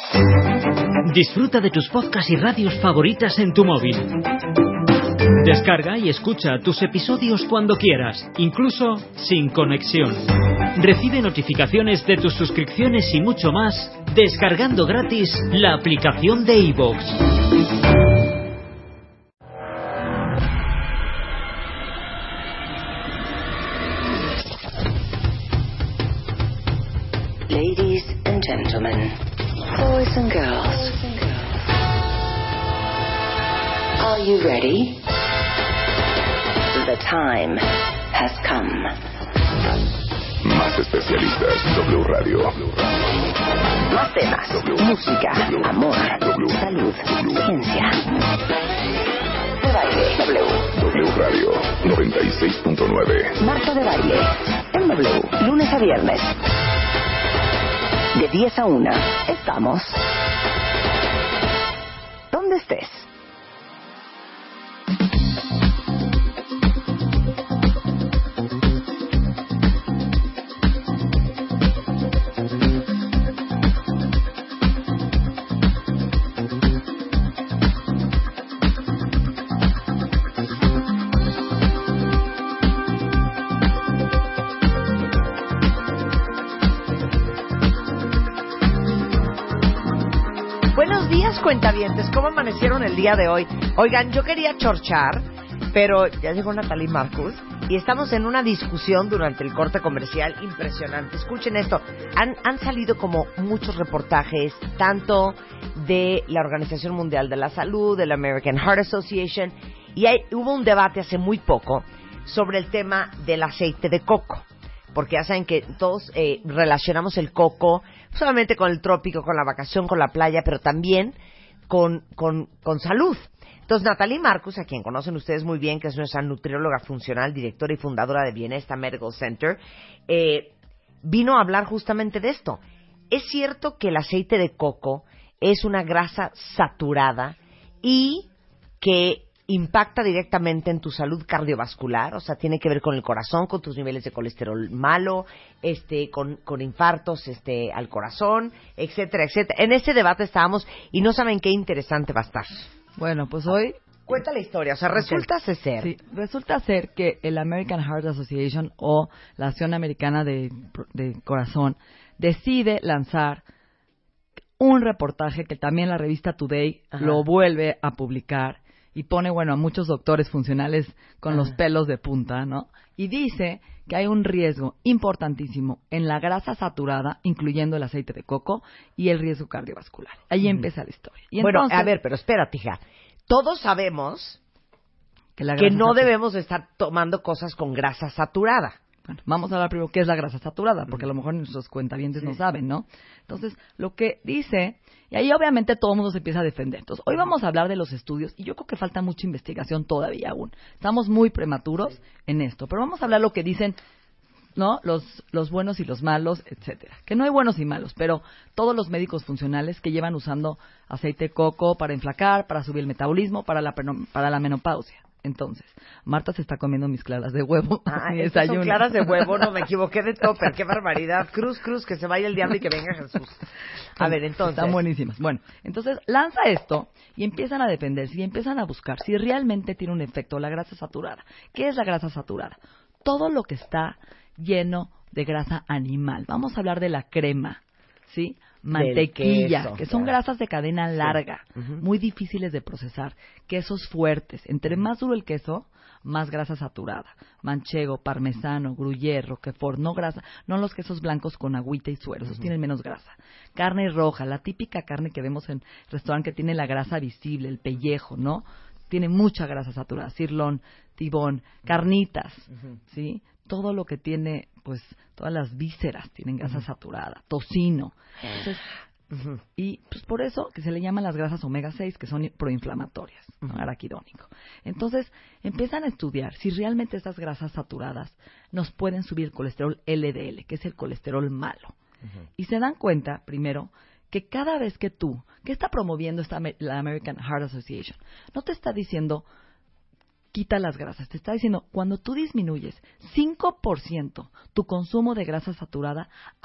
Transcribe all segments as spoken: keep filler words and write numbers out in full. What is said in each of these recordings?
Disfruta de tus podcasts y radios favoritas en tu móvil. Descarga y escucha tus episodios cuando quieras, incluso sin conexión. Recibe notificaciones de tus suscripciones y mucho más descargando gratis la aplicación de iVoox. Ladies and gentlemen, boys and girls, are you ready? The time has come. Más especialistas, W Radio. Más temas, música, amor, salud, ciencia. De baile, W. W Radio noventa y seis punto nueve. Marta de Baile, en W, lunes a viernes. De diez a una, estamos donde estés. Cuentavientes, ¿cómo amanecieron el día de hoy? Oigan, yo quería chorchar, pero ya llegó Natalie Marcus y estamos en una discusión durante el corte comercial impresionante. Escuchen esto, han, han salido como muchos reportajes, tanto de la Organización Mundial de la Salud, de la American Heart Association, y hay, hubo un debate hace muy poco sobre el tema del aceite de coco. Porque ya saben que todos eh, relacionamos el coco solamente con el trópico, con la vacación, con la playa, pero también con, con, con salud. Entonces, Natalie Marcus, a quien conocen ustedes muy bien, que es nuestra nutrióloga funcional, directora y fundadora de Bienesta Medical Center, eh, vino a hablar justamente de esto. Es cierto que el aceite de coco es una grasa saturada y que impacta directamente en tu salud cardiovascular, o sea, tiene que ver con el corazón, con tus niveles de colesterol malo, este, con, con infartos, este, al corazón, etcétera, etcétera. En ese debate estábamos y no saben qué interesante va a estar. Bueno, pues hoy cuenta la historia, o sea, resulta okay. ser. Sí, resulta ser que el American Heart Association o la Asociación Americana de, de Corazón decide lanzar un reportaje que también la revista Today Ajá. lo vuelve a publicar. Y pone, bueno, a muchos doctores funcionales con Ajá. los pelos de punta, ¿no? Y dice que hay un riesgo importantísimo en la grasa saturada, incluyendo el aceite de coco, y el riesgo cardiovascular. Ahí uh-huh. empieza la historia. Y bueno, entonces, a ver, pero espérate, hija. Todos sabemos que, la que no saturada. debemos estar tomando cosas con grasa saturada. Bueno, vamos a hablar primero qué es la grasa saturada, porque a lo mejor nuestros cuentavientes sí. no saben, ¿no? Entonces, lo que dice, y ahí obviamente todo el mundo se empieza a defender. Entonces, hoy vamos a hablar de los estudios, y yo creo que falta mucha investigación todavía aún. Estamos muy prematuros sí. en esto, pero vamos a hablar lo que dicen, ¿no? Los, los buenos y los malos, etcétera. Que no hay buenos y malos, pero todos los médicos funcionales que llevan usando aceite de coco para enflacar, para subir el metabolismo, para la, para la menopausia. Entonces, Marta se está comiendo mis claras de huevo. Ah, estas son claras de huevo, no me equivoqué de topper, qué barbaridad. Cruz, cruz, que se vaya el diablo y que venga Jesús. A ver, entonces. Están buenísimas. Bueno, entonces lanza esto y empiezan a defenderse y empiezan a buscar si realmente tiene un efecto la grasa saturada. ¿Qué es la grasa saturada? Todo lo que está lleno de grasa animal. Vamos a hablar de la crema, ¿sí? Mantequilla, queso, que son claro. grasas de cadena larga, sí. uh-huh. muy difíciles de procesar, quesos fuertes. Entre más duro el queso, más grasa saturada. Manchego, parmesano, gruyère, roquefort, no grasa, no los quesos blancos con agüita y suero, esos uh-huh. tienen menos grasa. Carne roja, la típica carne que vemos en restaurante que tiene la grasa visible, el pellejo, ¿no? Tiene mucha grasa saturada, sirlón, tibón, carnitas, uh-huh. ¿sí? Todo lo que tiene, pues, todas las vísceras tienen grasa uh-huh. saturada, tocino. Entonces, uh-huh. y pues por eso que se le llaman las grasas omega seis, que son proinflamatorias, uh-huh. ¿no? Araquidónico. Entonces, empiezan a estudiar si realmente estas grasas saturadas nos pueden subir el colesterol L D L, que es el colesterol malo. Uh-huh. Y se dan cuenta, primero, que cada vez que tú, ¿qué está promoviendo esta, la American Heart Association? No te está diciendo quita las grasas. Te está diciendo, cuando tú disminuyes cinco por ciento tu consumo de grasa saturada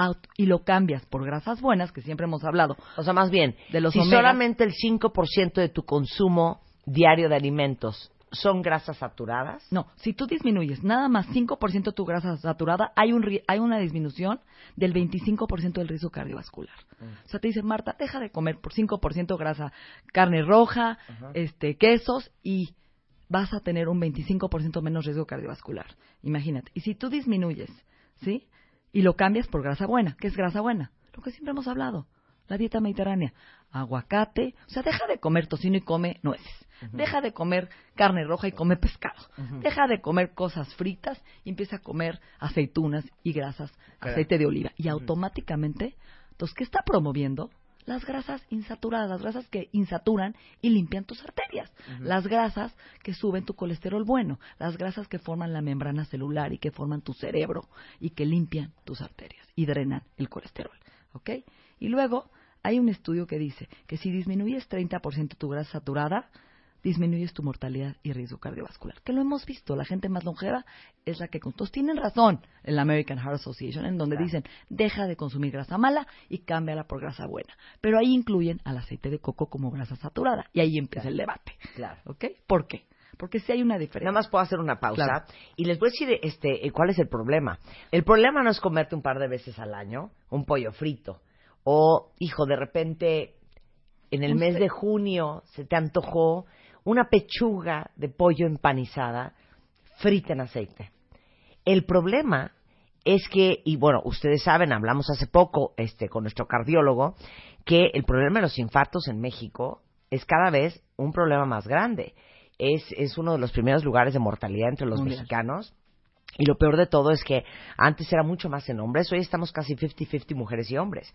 y lo cambias por grasas buenas, que siempre hemos hablado. O sea, más bien, de los si omegas, solamente el cinco por ciento de tu consumo diario de alimentos son grasas saturadas. No, si tú disminuyes nada más cinco por ciento tu grasa saturada, hay un hay una disminución del veinticinco por ciento del riesgo cardiovascular. Uh-huh. O sea, te dice, Marta, deja de comer por cinco por ciento grasa, carne roja, uh-huh. este, quesos, y vas a tener un veinticinco por ciento menos riesgo cardiovascular. Imagínate. Y si tú disminuyes, ¿sí? Y lo cambias por grasa buena. ¿Qué es grasa buena? Lo que siempre hemos hablado. La dieta mediterránea. Aguacate. O sea, deja de comer tocino y come nueces. Uh-huh. Deja de comer carne roja y come pescado. Uh-huh. Deja de comer cosas fritas y empieza a comer aceitunas y grasas, okay. aceite de oliva. Y uh-huh. automáticamente, entonces, ¿qué está promoviendo? Las grasas insaturadas, las grasas que insaturan y limpian tus arterias. Uh-huh. Las grasas que suben tu colesterol bueno. Las grasas que forman la membrana celular y que forman tu cerebro y que limpian tus arterias y drenan el colesterol. ¿Ok? Y luego hay un estudio que dice que si disminuyes treinta por ciento tu grasa saturada, disminuyes tu mortalidad y riesgo cardiovascular. Que lo hemos visto, la gente más longeva es la que... Entonces tienen razón en la American Heart Association, en donde claro. dicen, deja de consumir grasa mala y cámbiala por grasa buena. Pero ahí incluyen al aceite de coco como grasa saturada. Y ahí empieza claro. el debate. Claro. ¿Ok? ¿Por qué? Porque sí hay una diferencia. Nada más puedo hacer una pausa claro. y les voy a decir este, cuál es el problema. El problema no es comerte un par de veces al año un pollo frito. O, hijo, de repente, en el mes de junio se te antojó una pechuga de pollo empanizada frita en aceite. El problema es que, y bueno, ustedes saben, hablamos hace poco este, con nuestro cardiólogo, que el problema de los infartos en México es cada vez un problema más grande. Es, es uno de los primeros lugares de mortalidad entre los Muy mexicanos. Bien. Y lo peor de todo es que antes era mucho más en hombres, hoy estamos casi cincuenta cincuenta mujeres y hombres.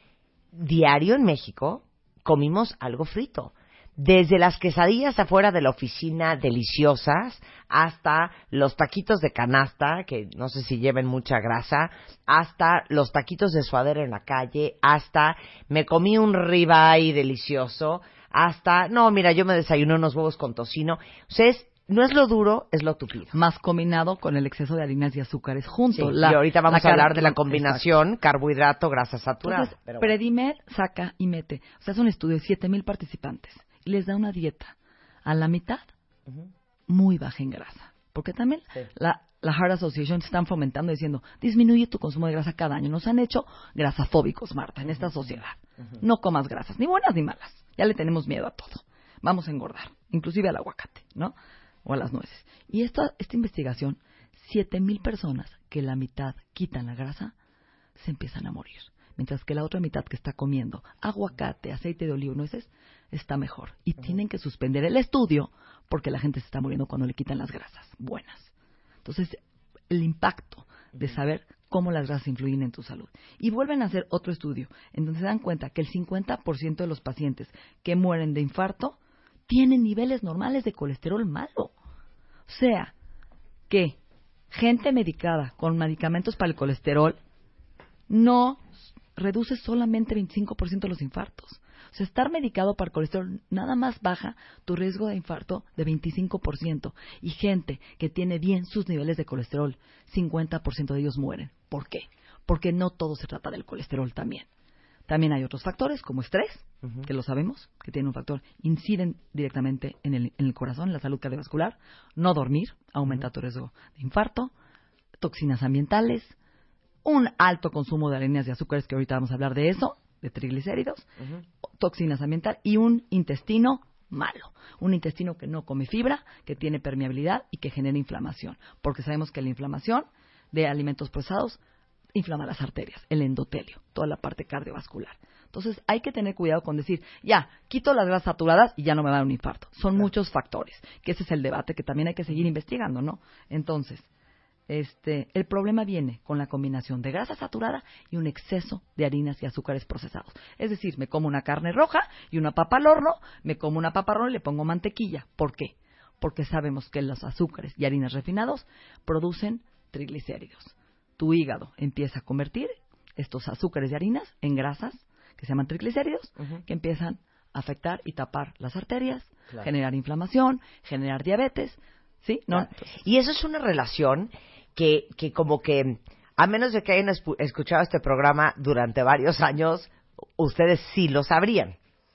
Diario en México comimos algo frito. Desde las quesadillas afuera de la oficina deliciosas hasta los taquitos de canasta, que no sé si lleven mucha grasa, hasta los taquitos de suadero en la calle, hasta me comí un ribeye delicioso, hasta, no, mira, yo me desayuné unos huevos con tocino. O sea, es, no es lo duro, es lo tupido. Más combinado con el exceso de harinas y azúcares juntos. Sí, la, y ahorita vamos a hablar de la combinación exacto. carbohidrato-grasa saturada. Entonces, pero bueno. Predimed saca y mete. O sea, es un estudio de siete mil participantes. Y les da una dieta a la mitad uh-huh. muy baja en grasa. Porque también sí. la, la Heart Association se están fomentando diciendo, disminuye tu consumo de grasa cada año. Nos han hecho grasafóbicos, Marta, en uh-huh. esta sociedad. Uh-huh. No comas grasas, ni buenas ni malas. Ya le tenemos miedo a todo. Vamos a engordar, inclusive al aguacate, ¿no? O a las nueces. Y esta, esta investigación, siete mil personas que la mitad quitan la grasa, se empiezan a morir. Mientras que la otra mitad que está comiendo aguacate, aceite de oliva, nueces, está mejor. Y uh-huh. tienen que suspender el estudio porque la gente se está muriendo cuando le quitan las grasas buenas. Entonces, el impacto uh-huh. de saber cómo las grasas influyen en tu salud. Y vuelven a hacer otro estudio en donde se dan cuenta que el cincuenta por ciento de los pacientes que mueren de infarto tienen niveles normales de colesterol malo. O sea, que gente medicada con medicamentos para el colesterol no reduce solamente veinticinco por ciento de los infartos. O sea, estar medicado para el colesterol nada más baja tu riesgo de infarto de veinticinco por ciento. Y gente que tiene bien sus niveles de colesterol, cincuenta por ciento de ellos mueren. ¿Por qué? Porque no todo se trata del colesterol también. También hay otros factores, como estrés, uh-huh. que lo sabemos, que tienen un factor, inciden directamente en el, en el corazón, en la salud cardiovascular. No dormir aumenta uh-huh. tu riesgo de infarto. Toxinas ambientales. Un alto consumo de harinas y azúcares, que ahorita vamos a hablar de eso, de triglicéridos, uh-huh. toxinas ambientales y un intestino malo. Un intestino que no come fibra, que tiene permeabilidad y que genera inflamación. Porque sabemos que la inflamación de alimentos procesados inflama las arterias, el endotelio, toda la parte cardiovascular. Entonces hay que tener cuidado con decir, ya, quito las grasas saturadas y ya no me va a dar un infarto. Son claro. muchos factores, que ese es el debate que también hay que seguir investigando, ¿no? Entonces, Este, el problema viene con la combinación de grasa saturada y un exceso de harinas y azúcares procesados. Es decir, me como una carne roja y una papa al horno, me como una papa al horno y le pongo mantequilla. ¿Por qué? Porque sabemos que los azúcares y harinas refinados producen triglicéridos. Tu hígado empieza a convertir estos azúcares y harinas en grasas, que se llaman triglicéridos, uh-huh. que empiezan a afectar y tapar las arterias, claro. generar inflamación, generar diabetes. ¿Sí? No. Claro. Y eso es una relación que, que como que, a menos de que hayan espu- escuchado este programa durante varios años, ustedes sí lo sabrían.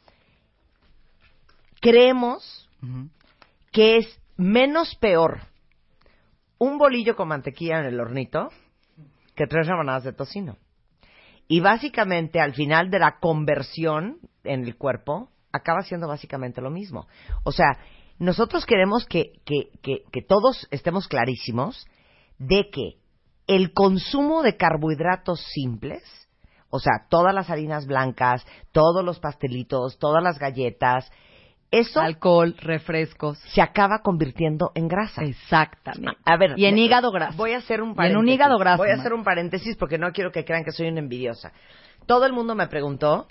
Creemos Uh-huh. que es menos peor un bolillo con mantequilla en el hornito que tres rebanadas de tocino. Y básicamente, al final de la conversión en el cuerpo, acaba siendo básicamente lo mismo. O sea, nosotros queremos que, que, que, que todos estemos clarísimos de que el consumo de carbohidratos simples, o sea, todas las harinas blancas, todos los pastelitos, todas las galletas, eso Alcohol, refrescos. se acaba convirtiendo en grasa. Exactamente. A ver, y en me- hígado graso. Voy a hacer un Y en paréntesis. un hígado graso, Voy a Mar. hacer un paréntesis porque no quiero que crean que soy una envidiosa. Todo el mundo me preguntó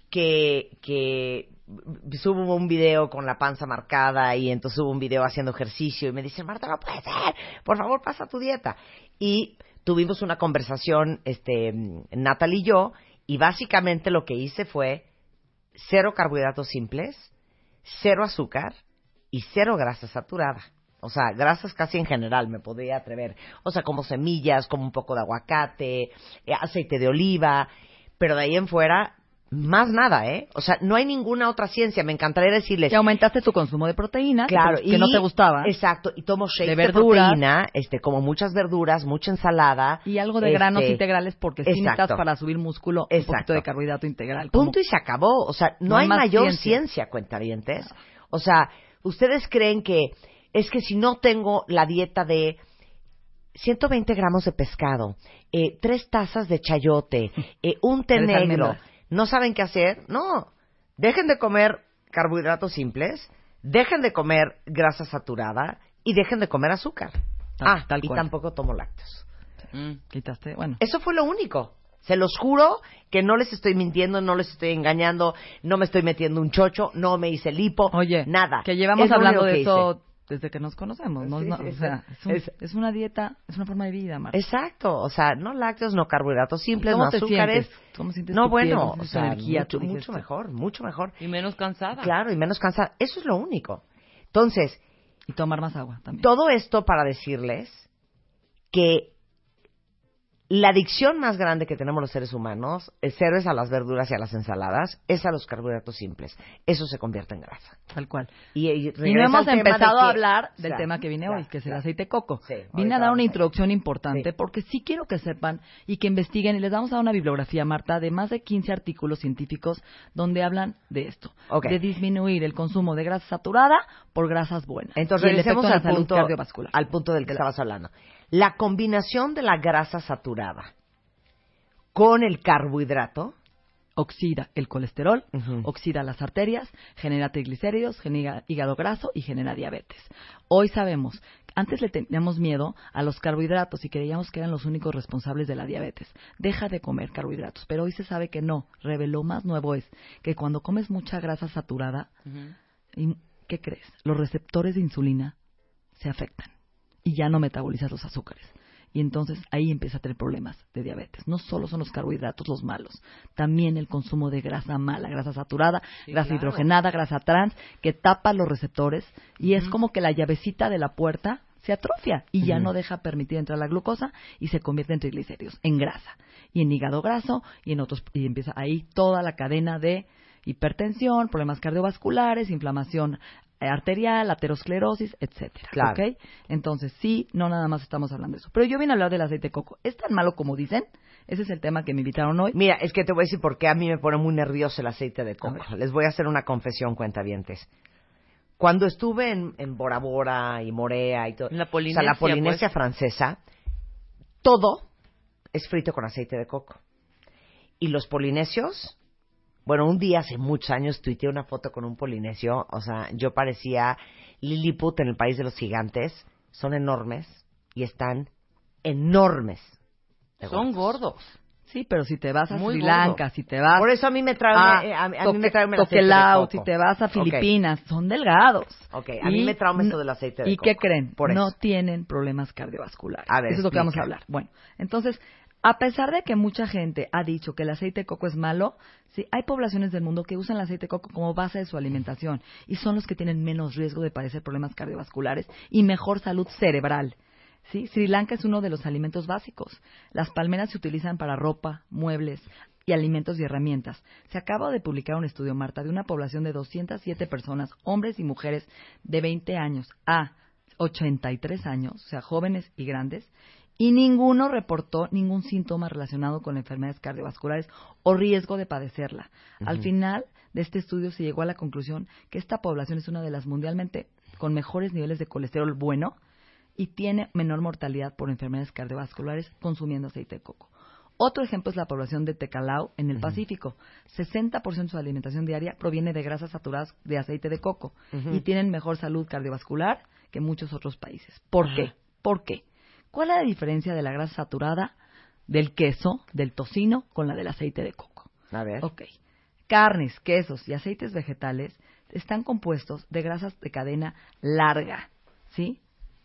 que, que subo un video con la panza marcada y entonces subo un video haciendo ejercicio y me dicen, Marta, no puede ser, por favor pasa tu dieta. Y tuvimos una conversación, este, Natalie y yo, y básicamente lo que hice fue cero carbohidratos simples, cero azúcar y cero grasa saturada. O sea, grasas casi en general, me podría atrever. O sea, como semillas, como un poco de aguacate, eh, aceite de oliva, pero de ahí en fuera, más nada, ¿eh? O sea, no hay ninguna otra ciencia. Me encantaría decirles... Y aumentaste tu consumo de proteína, Claro, que, que no te gustaba. Exacto, y tomo shakes De de, verduras. proteína, este, como muchas verduras, mucha ensalada. Y algo de este, granos integrales porque sí necesitas exacto. para subir músculo Exacto. un poquito de carbohidrato integral. como- Punto y se acabó. O sea, no, No hay hay más mayor ciencia. ciencia, cuentavientes. O sea, ustedes creen que es que si no tengo la dieta de ciento veinte gramos de pescado, eh, tres tazas de chayote, eh, un té Tres negro, almendras. ¿no saben qué hacer? No. Dejen de comer carbohidratos simples, dejen de comer grasa saturada y dejen de comer azúcar. Tal- ah, tal y cual. tampoco tomo lácteos. Mm, quitaste, bueno. Eso fue lo único. Se los juro que no les estoy mintiendo, no les estoy engañando, no me estoy metiendo un chocho, no me hice lipo, Oye, nada. que llevamos Es lo hablando único de que eso hice. desde que nos conocemos, ¿no? Sí, No, sí, o sí. sea, es, un- Es- es una dieta, es una forma de vida, Marta. Exacto, o sea, no lácteos, no carbohidratos simples, ¿Cómo no te azúcares. sientes? ¿Cómo sientes No, tu piel? bueno, ¿Cómo o sientes tu sea, energía, mucho, tu mucho digestión? mejor, mucho mejor. Y menos cansada. Claro, y menos cansada. Eso es lo único. Entonces, Y tomar más agua también. todo esto para decirles que la adicción más grande que tenemos los seres humanos, el cero es a las verduras y a las ensaladas, es a los carbohidratos simples. Eso se convierte en grasa. Tal cual. Y, y, Y regresa no hemos al tema de empezado que- a hablar del Claro, tema que viene claro, hoy, que es el claro. aceite de coco. Sí, Vine ahorita a dar vamos una a- introducción importante Sí. porque sí quiero que sepan y que investiguen, y les vamos a dar una bibliografía, Marta, de más de quince artículos científicos donde hablan de esto, Ok. de disminuir el consumo de grasa saturada por grasas buenas. Entonces, y el efecto regresemos en la al salud punto, cardiovascular. al punto del que estabas hablando. La combinación de la grasa saturada con el carbohidrato, Oxida el colesterol, Ujú. oxida las arterias, genera triglicéridos, genera hígado graso y genera diabetes. Hoy sabemos, antes le teníamos miedo a los carbohidratos y creíamos que eran los únicos responsables de la diabetes. Deja de comer carbohidratos, pero hoy se sabe que no. Lo más nuevo es que cuando comes mucha grasa saturada, Ujú. ¿y ¿qué crees? Los receptores de insulina se afectan y ya no metabolizas los azúcares. Y entonces ahí empieza a tener problemas de diabetes. No solo son los carbohidratos los malos, también el consumo de grasa mala, grasa saturada, Sí, grasa claro. hidrogenada, grasa trans, que tapa los receptores y es como que la llavecita de la puerta se atrofia y ya Ujú. no deja permitir entrar la glucosa y se convierte en triglicéridos, en grasa y en hígado graso y en otros, y empieza ahí toda la cadena de hipertensión, problemas cardiovasculares, inflamación eh, arterial, aterosclerosis, etcétera. Claro. ¿Ok? Entonces, sí, no nada más estamos hablando de eso. Pero yo vine a hablar del aceite de coco. ¿Es tan malo como dicen? Ese es el tema que me invitaron hoy. mira, es que te voy a decir por qué a mí me pone muy nervioso el aceite de coco. A ver. Les voy a hacer una confesión, cuentavientes. Cuando estuve en, en Bora Bora y Morea y todo, La o sea, Polinesia, la Polinesia pues. francesa, todo es frito con aceite de coco. Y los polinesios, bueno, un día hace muchos años tuiteé una foto con un polinesio, o sea, yo parecía Lilliput en el País de los Gigantes, son enormes y están enormes. de Son gordos. gordos. Sí, pero si te vas a Muy Sri gordo. Lanka, si te vas Por eso a mí me trae, a, eh, a, a mí Toque- me trae el aceite de Tokelau, coco. si te vas a Ok. Filipinas, son delgados. Ok, a mí me trauma esto del aceite de ¿Y coco. qué creen? Por no eso. tienen problemas cardiovasculares. A ver, eso es lo que vamos a explica. hablar. Bueno, entonces, A pesar de que mucha gente ha dicho que el aceite de coco es malo, sí, hay poblaciones del mundo que usan el aceite de coco como base de su alimentación y son los que tienen menos riesgo de padecer problemas cardiovasculares y mejor salud cerebral. ¿Sí? Sri Lanka es uno de los alimentos básicos. Las palmeras se utilizan para ropa, muebles y alimentos y herramientas. Se acaba de publicar un estudio, Marta, de una población de doscientas siete personas, hombres y mujeres de veinte años a ochenta y tres años, o sea, jóvenes y grandes, y ninguno reportó ningún síntoma relacionado con enfermedades cardiovasculares o riesgo de padecerla. Uh-huh. Al final de este estudio se llegó a la conclusión que esta población es una de las mundialmente con mejores niveles de colesterol bueno y tiene menor mortalidad por enfermedades cardiovasculares consumiendo aceite de coco. Otro ejemplo es la población de Tecalao en el uh-huh. Pacífico. sesenta por ciento de su alimentación diaria proviene de grasas saturadas de aceite de coco uh-huh. y tienen mejor salud cardiovascular que muchos otros países. ¿Por uh-huh. qué? ¿Por qué? ¿Cuál es la diferencia de la grasa saturada del queso, del tocino, con la del aceite de coco? A ver. Ok. Carnes, quesos y aceites vegetales están compuestos de grasas de cadena larga, ¿sí?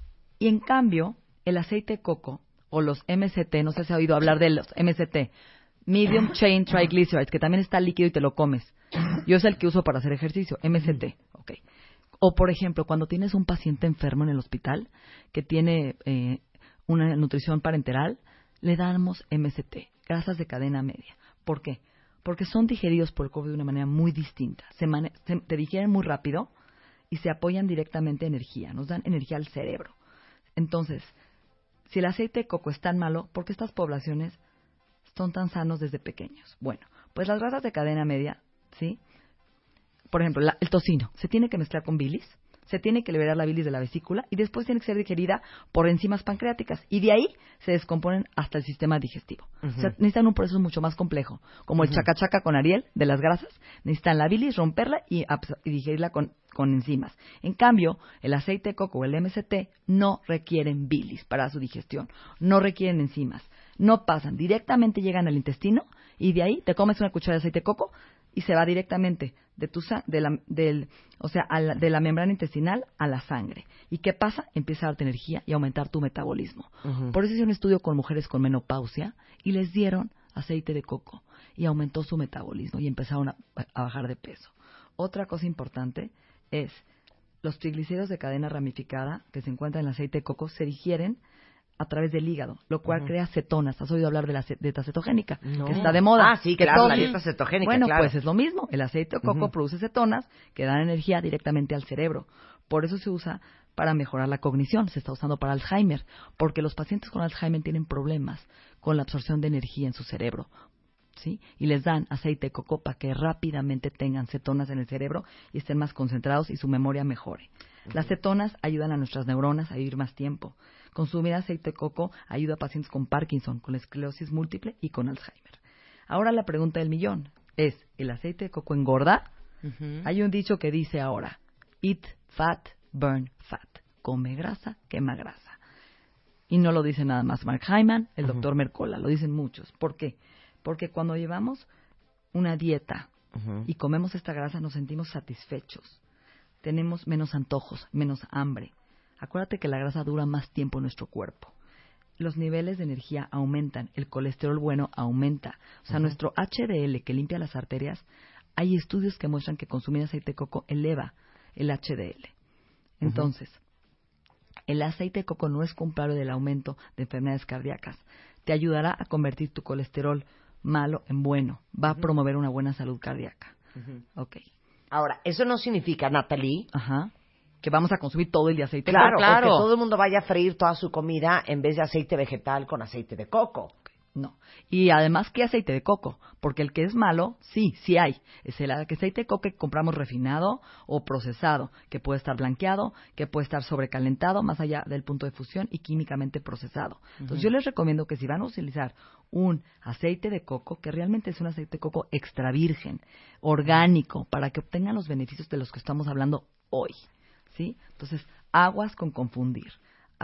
Y en cambio, el aceite de coco o los M C T, no sé si has oído hablar de los M C T, Medium Chain Triglycerides, que también está líquido y te lo comes. Yo es el que uso para hacer ejercicio, M C T, ok. O, por ejemplo, cuando tienes un paciente enfermo en el hospital que tiene eh, una nutrición parenteral, le damos M C T, grasas de cadena media. ¿Por qué? Porque son digeridos por el cuerpo de una manera muy distinta. Se, mane- se te digieren muy rápido y se apoyan directamente en energía, nos dan energía al cerebro. Entonces, si el aceite de coco es tan malo, ¿por qué estas poblaciones son tan sanos desde pequeños? Bueno, pues las grasas de cadena media, ¿sí? Por ejemplo, la, el tocino se tiene que mezclar con bilis, se tiene que liberar la bilis de la vesícula y después tiene que ser digerida por enzimas pancreáticas y de ahí se descomponen hasta el sistema digestivo. Uh-huh. O sea, necesitan un proceso mucho más complejo, como uh-huh. el chacachaca con Ariel de las grasas. Necesitan la bilis, romperla y, y digerirla con, con enzimas. En cambio, el aceite de coco o el M C T no requieren bilis para su digestión, no requieren enzimas, no pasan, directamente llegan al intestino y de ahí te comes una cucharada de aceite de coco y se va directamente de tu de la del o sea a la, de la membrana intestinal a la sangre. ¿Y qué pasa? Empieza a darte energía y aumentar tu metabolismo. Uh-huh. Por eso hice un estudio con mujeres con menopausia y les dieron aceite de coco y aumentó su metabolismo y empezaron a, a bajar de peso. Otra cosa importante es los triglicéridos de cadena ramificada que se encuentran en el aceite de coco se digieren a través del hígado, lo cual uh-huh. crea cetonas. ¿Has oído hablar de la dieta cetogénica? No. Que está de moda. Ah, sí, claro, todo... la dieta cetogénica, Bueno, claro. pues es lo mismo. El aceite de coco uh-huh. produce cetonas que dan energía directamente al cerebro. Por eso se usa para mejorar la cognición. Se está usando para Alzheimer, porque los pacientes con Alzheimer tienen problemas con la absorción de energía en su cerebro, ¿sí? Y les dan aceite de coco para que rápidamente tengan cetonas en el cerebro y estén más concentrados y su memoria mejore. Uh-huh. Las cetonas ayudan a nuestras neuronas a vivir más tiempo. Consumir aceite de coco ayuda a pacientes con Parkinson, con esclerosis múltiple y con Alzheimer. Ahora la pregunta del millón es, ¿el aceite de coco engorda? Uh-huh. Hay un dicho que dice ahora, eat fat, burn fat. Come grasa, quema grasa. Y no lo dice nada más Mark Hyman, el uh-huh. doctor Mercola, lo dicen muchos. ¿Por qué? Porque cuando llevamos una dieta uh-huh. y comemos esta grasa nos sentimos satisfechos. Tenemos menos antojos, menos hambre. Acuérdate que la grasa dura más tiempo en nuestro cuerpo. Los niveles de energía aumentan, el colesterol bueno aumenta. O sea, uh-huh. nuestro H D L que limpia las arterias, hay estudios que muestran que consumir aceite de coco eleva el H D L. Entonces, uh-huh. el aceite de coco no es culpable del aumento de enfermedades cardíacas. Te ayudará a convertir tu colesterol malo en bueno. Va uh-huh. a promover una buena salud cardíaca. Uh-huh. Ok. Ahora, eso no significa, Natalie, Ajá. que vamos a consumir todo el día aceite de claro, coco. Claro, claro. Que todo el mundo vaya a freír toda su comida en vez de aceite vegetal con aceite de coco. No. Y además, ¿qué aceite de coco? Porque el que es malo, sí, sí hay. Es el aceite de coco que compramos refinado o procesado, que puede estar blanqueado, que puede estar sobrecalentado, más allá del punto de fusión y químicamente procesado. Entonces, uh-huh. yo les recomiendo que si van a utilizar un aceite de coco, que realmente es un aceite de coco extra virgen, orgánico, para que obtengan los beneficios de los que estamos hablando hoy. ¿Sí? Entonces, aguas con confundir. A ver,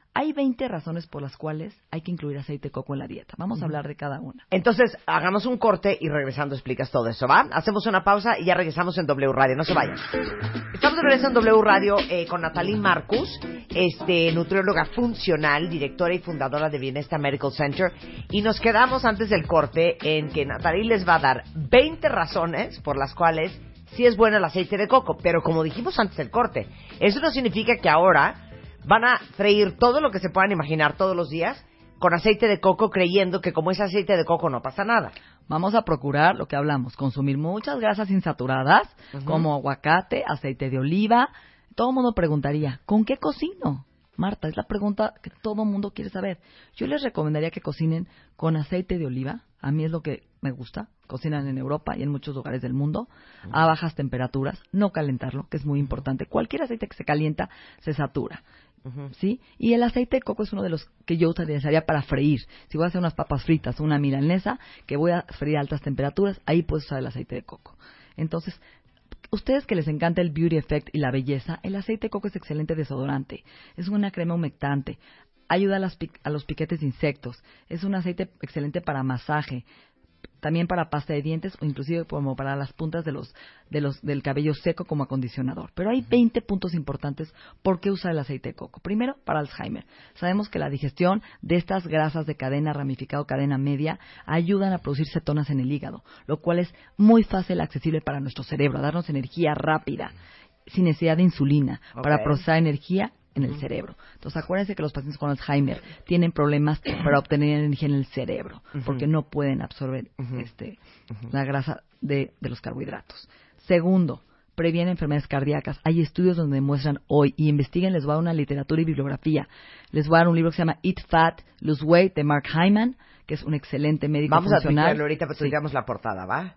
Hay veinte razones por las cuales hay que incluir aceite de coco en la dieta. Vamos uh-huh. a hablar de cada una. Entonces, hagamos un corte y regresando explicas todo eso, ¿va? Hacemos una pausa y ya regresamos en W Radio. No se vayan. Estamos de regreso en W Radio eh, con Natalie Marcus, este, nutrióloga funcional, directora y fundadora de Bienestar Medical Center. Y nos quedamos antes del corte en que Natalie les va a dar veinte razones por las cuales sí es bueno el aceite de coco. Pero como dijimos antes del corte, eso no significa que ahora van a freír todo lo que se puedan imaginar todos los días con aceite de coco, creyendo que como es aceite de coco no pasa nada. Vamos a procurar lo que hablamos, consumir muchas grasas insaturadas, uh-huh. como aguacate, aceite de oliva. Todo el mundo preguntaría, ¿con qué cocino? Marta, es la pregunta que todo el mundo quiere saber. Yo les recomendaría que cocinen con aceite de oliva. A mí es lo que me gusta. Cocinan en Europa y en muchos lugares del mundo uh-huh. a bajas temperaturas. No calentarlo, que es muy importante. Cualquier aceite que se calienta se satura. Uh-huh. ¿Sí? Y el aceite de coco es uno de los que yo utilizaría para freír. Si voy a hacer unas papas fritas o una milanesa que voy a freír a altas temperaturas, ahí puedes usar el aceite de coco. Entonces, ustedes que les encanta el beauty effect y la belleza, el aceite de coco es excelente desodorante. Es una crema humectante. Ayuda a, las pic- a los piquetes de insectos. Es un aceite excelente para masaje. También para pasta de dientes o inclusive como para las puntas de los, de los del cabello seco como acondicionador. Pero hay veinte puntos importantes por qué usar el aceite de coco. Primero, para Alzheimer. Sabemos que la digestión de estas grasas de cadena ramificada o cadena media ayudan a producir cetonas en el hígado, lo cual es muy fácil accesible para nuestro cerebro, a darnos energía rápida, sin necesidad de insulina, okay. para procesar energía en el cerebro. Entonces, acuérdense que los pacientes con Alzheimer tienen problemas para obtener energía en el cerebro, uh-huh. porque no pueden absorber uh-huh. este, uh-huh. la grasa de, de los carbohidratos. Segundo, previene enfermedades cardíacas. Hay estudios donde demuestran hoy, y investiguen, les voy a dar una literatura y bibliografía. Les voy a dar un libro que se llama Eat Fat, Lose Weight, de Mark Hyman, que es un excelente médico Vamos funcional. Vamos a explicarlo ahorita, pero sí. digamos la portada, ¿va?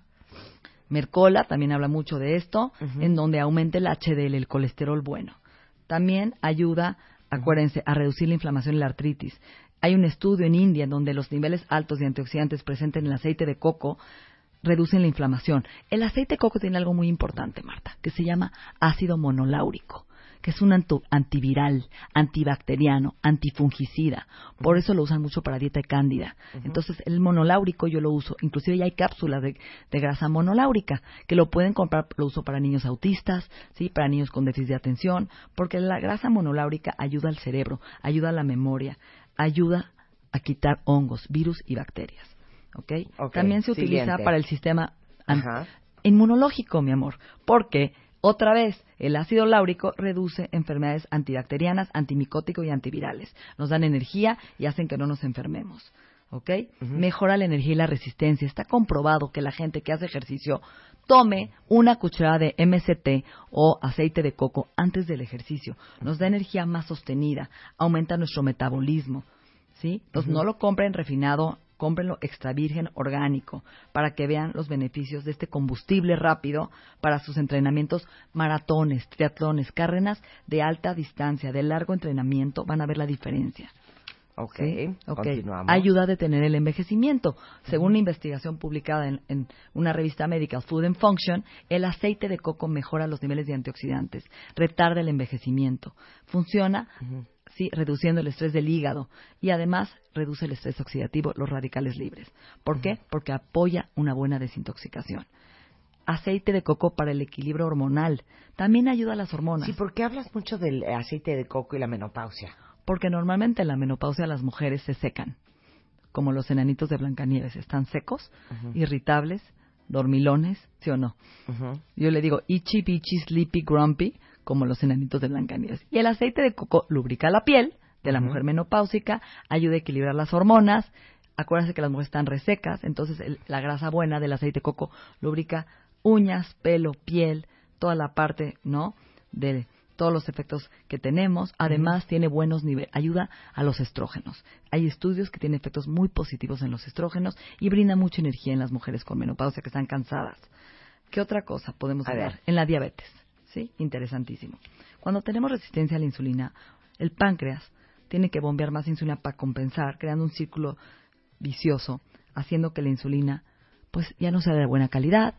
Mercola también habla mucho de esto, uh-huh. en donde aumenta el H D L, el colesterol bueno. También ayuda, acuérdense, a reducir la inflamación y la artritis. Hay un estudio en India en donde los niveles altos de antioxidantes presentes en el aceite de coco reducen la inflamación. El aceite de coco tiene algo muy importante, Marta, que se llama ácido monoláurico, que es un antu- antiviral, antibacteriano, antifungicida. Por eso lo usan mucho para dieta de cándida. Uh-huh. Entonces, el monoláurico yo lo uso. Inclusive ya hay cápsulas de, de grasa monoláurica que lo pueden comprar. Lo uso para niños autistas, sí, para niños con déficit de atención, porque la grasa monoláurica ayuda al cerebro, ayuda a la memoria, ayuda a quitar hongos, virus y bacterias. ¿Okay? Okay. También se utiliza Siguiente. para el sistema an- inmunológico, mi amor, porque otra vez, el ácido láurico reduce enfermedades antibacterianas, antimicóticos y antivirales. Nos dan energía y hacen que no nos enfermemos. ¿Ok? Uh-huh. Mejora la energía y la resistencia. Está comprobado que la gente que hace ejercicio tome una cucharada de M C T o aceite de coco antes del ejercicio. Nos da energía más sostenida, aumenta nuestro metabolismo. ¿Sí? Entonces, uh-huh. no lo compren refinado, cómprenlo extra virgen orgánico para que vean los beneficios de este combustible rápido para sus entrenamientos, maratones, triatlones, carreras de alta distancia, de largo entrenamiento. Van a ver la diferencia. Ok, ¿Sí? Okay. Continuamos. Ayuda a detener el envejecimiento. Según una investigación publicada en, en una revista médica, Food and Function, el aceite de coco mejora los niveles de antioxidantes, retarda el envejecimiento. Funciona, uh-huh. sí, reduciendo el estrés del hígado y además reduce el estrés oxidativo, los radicales libres. ¿Por uh-huh. qué? Porque apoya una buena desintoxicación. Aceite de coco para el equilibrio hormonal. También ayuda a las hormonas. Sí, ¿por qué hablas mucho del aceite de coco y la menopausia? Porque normalmente en la menopausia las mujeres se secan, como los enanitos de Blancanieves. Están secos, uh-huh. irritables, dormilones, ¿sí o no? Uh-huh. Yo le digo itchy, bitchy, sleepy, grumpy, como los enanitos de Blancanieves. Y el aceite de coco lubrica la piel de la uh-huh. mujer menopáusica, ayuda a equilibrar las hormonas. Acuérdense que las mujeres están resecas, entonces el, la grasa buena del aceite de coco lubrica uñas, pelo, piel, toda la parte, ¿no?, de todos los efectos que tenemos. Además, uh-huh. tiene buenos niveles, ayuda a los estrógenos. Hay estudios que tienen efectos muy positivos en los estrógenos y brinda mucha energía en las mujeres con menopausia que están cansadas. ¿Qué otra cosa podemos hablar? En la diabetes, ¿sí? Interesantísimo. Cuando tenemos resistencia a la insulina, el páncreas tiene que bombear más insulina para compensar, creando un círculo vicioso, haciendo que la insulina pues ya no sea de buena calidad,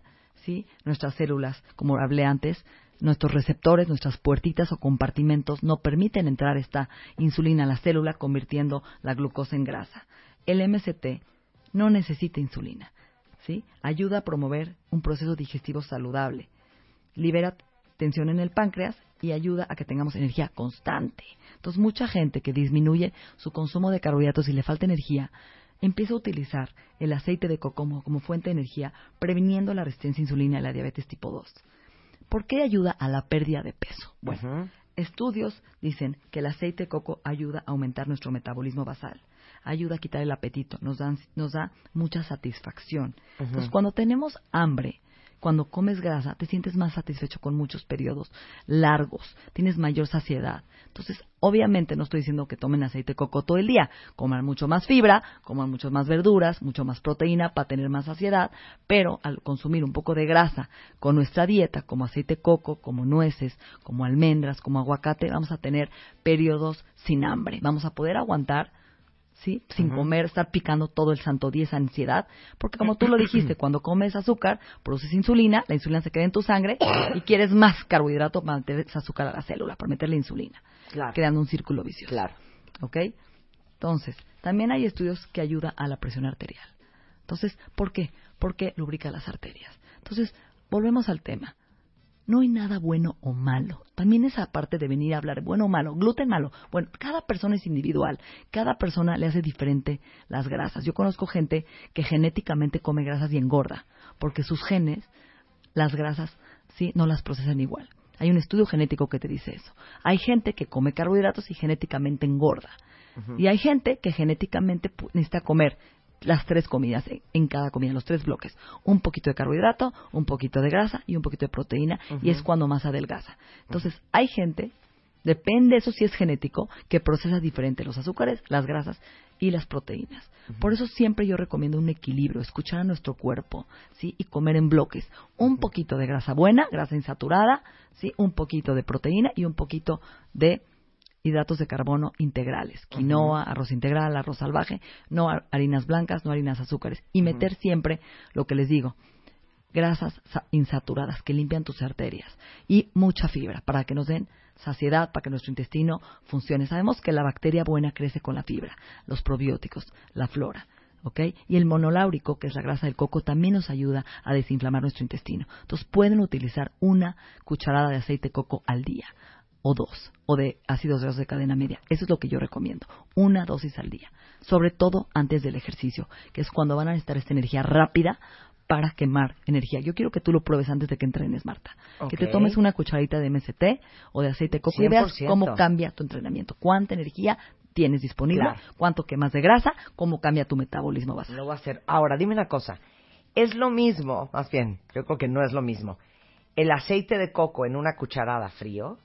¿sí? Nuestras células, como hablé antes, nuestros receptores, nuestras puertitas o compartimentos no permiten entrar esta insulina a la célula, convirtiendo la glucosa en grasa. El M C T no necesita insulina, ¿sí? Ayuda a promover un proceso digestivo saludable, libera tensión en el páncreas y ayuda a que tengamos energía constante. Entonces, mucha gente que disminuye su consumo de carbohidratos y le falta energía, empieza a utilizar el aceite de coco como, como fuente de energía, previniendo la resistencia a insulina y la diabetes tipo dos. ¿Por qué ayuda a la pérdida de peso? Bueno, uh-huh. Estudios dicen que el aceite de coco ayuda a aumentar nuestro metabolismo basal, ayuda a quitar el apetito, nos, dan, nos da mucha satisfacción. Uh-huh. Entonces, cuando tenemos hambre, cuando comes grasa, te sientes más satisfecho con muchos periodos largos, tienes mayor saciedad. Entonces, obviamente no estoy diciendo que tomen aceite de coco todo el día, coman mucho más fibra, coman mucho más verduras, mucho más proteína para tener más saciedad, pero al consumir un poco de grasa con nuestra dieta, como aceite de coco, como nueces, como almendras, como aguacate, vamos a tener periodos sin hambre, vamos a poder aguantar, ¿sí? Sin uh-huh. comer, estar picando todo el santo día, esa ansiedad, porque como tú lo dijiste, cuando comes azúcar, produces insulina, la insulina se queda en tu sangre y quieres más carbohidrato para meter ese azúcar a la célula, para meterle insulina, claro. Creando un círculo vicioso. Claro. ¿Ok? Entonces, también hay estudios que ayudan a la presión arterial. Entonces, ¿por qué? Porque lubrica las arterias. Entonces, volvemos al tema. No hay nada bueno o malo. También esa parte de venir a hablar bueno o malo, gluten malo. Bueno, cada persona es individual. Cada persona le hace diferente las grasas. Yo conozco gente que genéticamente come grasas y engorda, porque sus genes, las grasas, sí, no las procesan igual. Hay un estudio genético que te dice eso. Hay gente que come carbohidratos y genéticamente engorda. Uh-huh. Y hay gente que genéticamente necesita comer las tres comidas en cada comida, los tres bloques. Un poquito de carbohidrato, un poquito de grasa y un poquito de proteína, uh-huh. y es cuando más adelgaza. Entonces, uh-huh. hay gente, depende, eso sí es genético, que procesa diferente los azúcares, las grasas y las proteínas. Uh-huh. Por eso siempre yo recomiendo un equilibrio, escuchar a nuestro cuerpo, ¿sí? Y comer en bloques. Un uh-huh. poquito de grasa buena, grasa insaturada, ¿sí? Un poquito de proteína y un poquito de hidratos de carbono integrales, quinoa, uh-huh. arroz integral, arroz salvaje, no harinas blancas, no harinas azúcares, y uh-huh. meter siempre lo que les digo, grasas insaturadas que limpian tus arterias y mucha fibra para que nos den saciedad, para que nuestro intestino funcione. Sabemos que la bacteria buena crece con la fibra, los probióticos, la flora, ¿ok? Y el monoláurico, que es la grasa del coco, también nos ayuda a desinflamar nuestro intestino. Entonces pueden utilizar una cucharada de aceite de coco al día, o dos, o de ácidos grasos de cadena media. Eso es lo que yo recomiendo, una dosis al día, sobre todo antes del ejercicio, que es cuando van a necesitar esta energía rápida para quemar energía. Yo quiero que tú lo pruebes antes de que entrenes, Marta. Okay. Que te tomes una cucharadita de M C T o de aceite de coco cien por ciento. Y veas cómo cambia tu entrenamiento, cuánta energía tienes disponible, claro. cuánto quemas de grasa, cómo cambia tu metabolismo basal. Lo voy a hacer. Ahora, dime una cosa. Es lo mismo, más bien, yo creo que no es lo mismo, el aceite de coco en una cucharada frío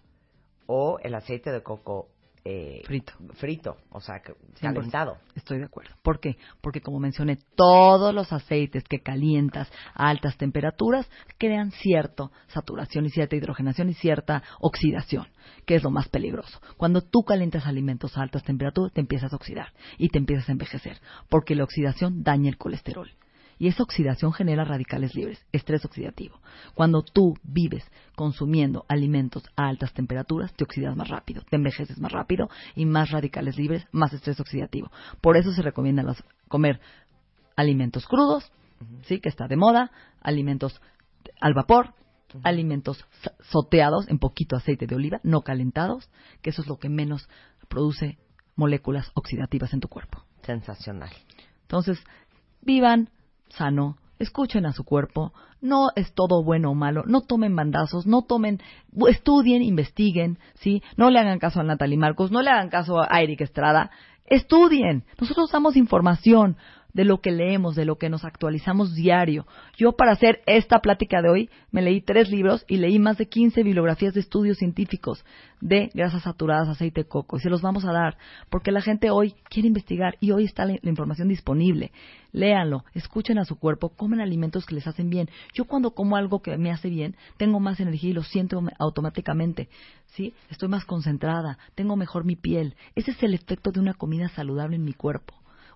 o el aceite de coco eh, frito, frito, o sea, calentado. Estoy de acuerdo. ¿Por qué? Porque como mencioné, todos los aceites que calientas a altas temperaturas crean cierta saturación y cierta hidrogenación y cierta oxidación, que es lo más peligroso. Cuando tú calientas alimentos a altas temperaturas, te empiezas a oxidar y te empiezas a envejecer, porque la oxidación daña el colesterol. Y esa oxidación genera radicales libres, estrés oxidativo. Cuando tú vives consumiendo alimentos a altas temperaturas, te oxidas más rápido, te envejeces más rápido y más radicales libres, más estrés oxidativo. Por eso se recomienda los, comer alimentos crudos, uh-huh. ¿sí? Que está de moda, alimentos al vapor, uh-huh. alimentos soteados en poquito aceite de oliva, no calentados, que eso es lo que menos produce moléculas oxidativas en tu cuerpo. Sensacional. Entonces, vivan sano, escuchen a su cuerpo, no es todo bueno o malo, no tomen bandazos, no tomen, estudien, investiguen, ¿sí? No le hagan caso a Natalie Marcos, no le hagan caso a Eric Estrada, estudien. Nosotros damos información de lo que leemos, de lo que nos actualizamos diario. Yo para hacer esta plática de hoy me leí tres libros y leí más de quince bibliografías de estudios científicos de grasas saturadas, aceite de coco, y se los vamos a dar porque la gente hoy quiere investigar y hoy está la, la información disponible. Léanlo, escuchen a su cuerpo, comen alimentos que les hacen bien. Yo cuando como algo que me hace bien, tengo más energía y lo siento automáticamente, ¿sí? Estoy más concentrada, tengo mejor mi piel. Ese es el efecto de una comida saludable en mi cuerpo.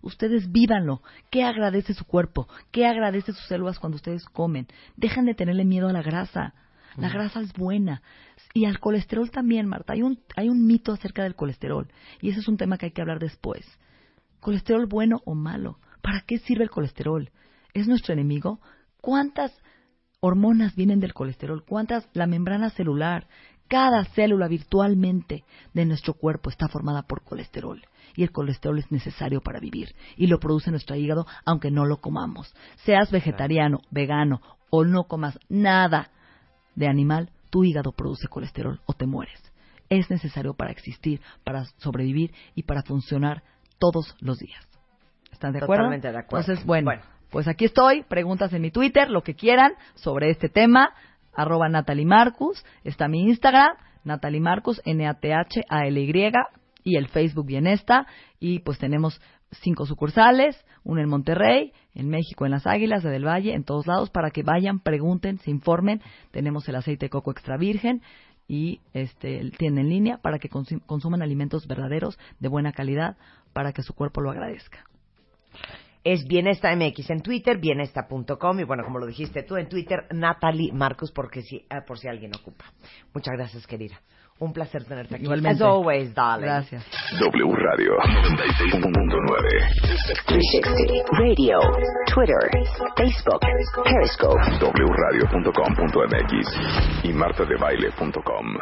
Ustedes vívanlo. ¿Qué agradece su cuerpo? ¿Qué agradece sus células cuando ustedes comen? Dejen de tenerle miedo a la grasa. La grasa es buena. Y al colesterol también, Marta. Hay un, hay un mito acerca del colesterol. Y ese es un tema que hay que hablar después. ¿Colesterol bueno o malo? ¿Para qué sirve el colesterol? ¿Es nuestro enemigo? ¿Cuántas hormonas vienen del colesterol? ¿Cuántas? La membrana celular. Cada célula virtualmente de nuestro cuerpo está formada por colesterol. Y el colesterol es necesario para vivir. Y lo produce nuestro hígado, aunque no lo comamos. Seas vegetariano, vegano o no comas nada de animal, tu hígado produce colesterol o te mueres. Es necesario para existir, para sobrevivir y para funcionar todos los días. ¿Están de acuerdo? Totalmente de acuerdo. Entonces, bueno, bueno, pues aquí estoy. Preguntas en mi Twitter, lo que quieran sobre este tema. Arroba Natalie Marcus. Está mi Instagram, Natalie Marcus, N A T H A L Y. Y el Facebook bien está. Y pues tenemos cinco sucursales, una en Monterrey, en México, en Las Águilas, de Del Valle, en todos lados, para que vayan, pregunten, se informen. Tenemos el aceite de coco extra virgen y este tienda en línea para que consum- consuman alimentos verdaderos, de buena calidad, para que su cuerpo lo agradezca. es Bienesta M X en Twitter, bienesta punto com y bueno, como lo dijiste tú en Twitter, Natalie Marcus, porque si, eh, por si alguien ocupa. Muchas gracias, querida. Un placer tenerte aquí. Igualmente. As always, darling. Gracias. W Radio noventa y seis punto nueve. trescientos sesenta Radio, Twitter, Facebook, Periscope. w radio punto com punto m x y marta de baile punto com.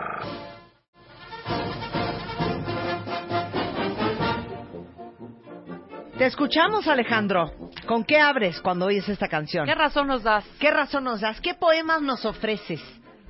Te escuchamos, Alejandro. ¿Con qué abres cuando oyes esta canción? ¿Qué razón nos das? ¿Qué razón nos das? ¿Qué poemas nos ofreces?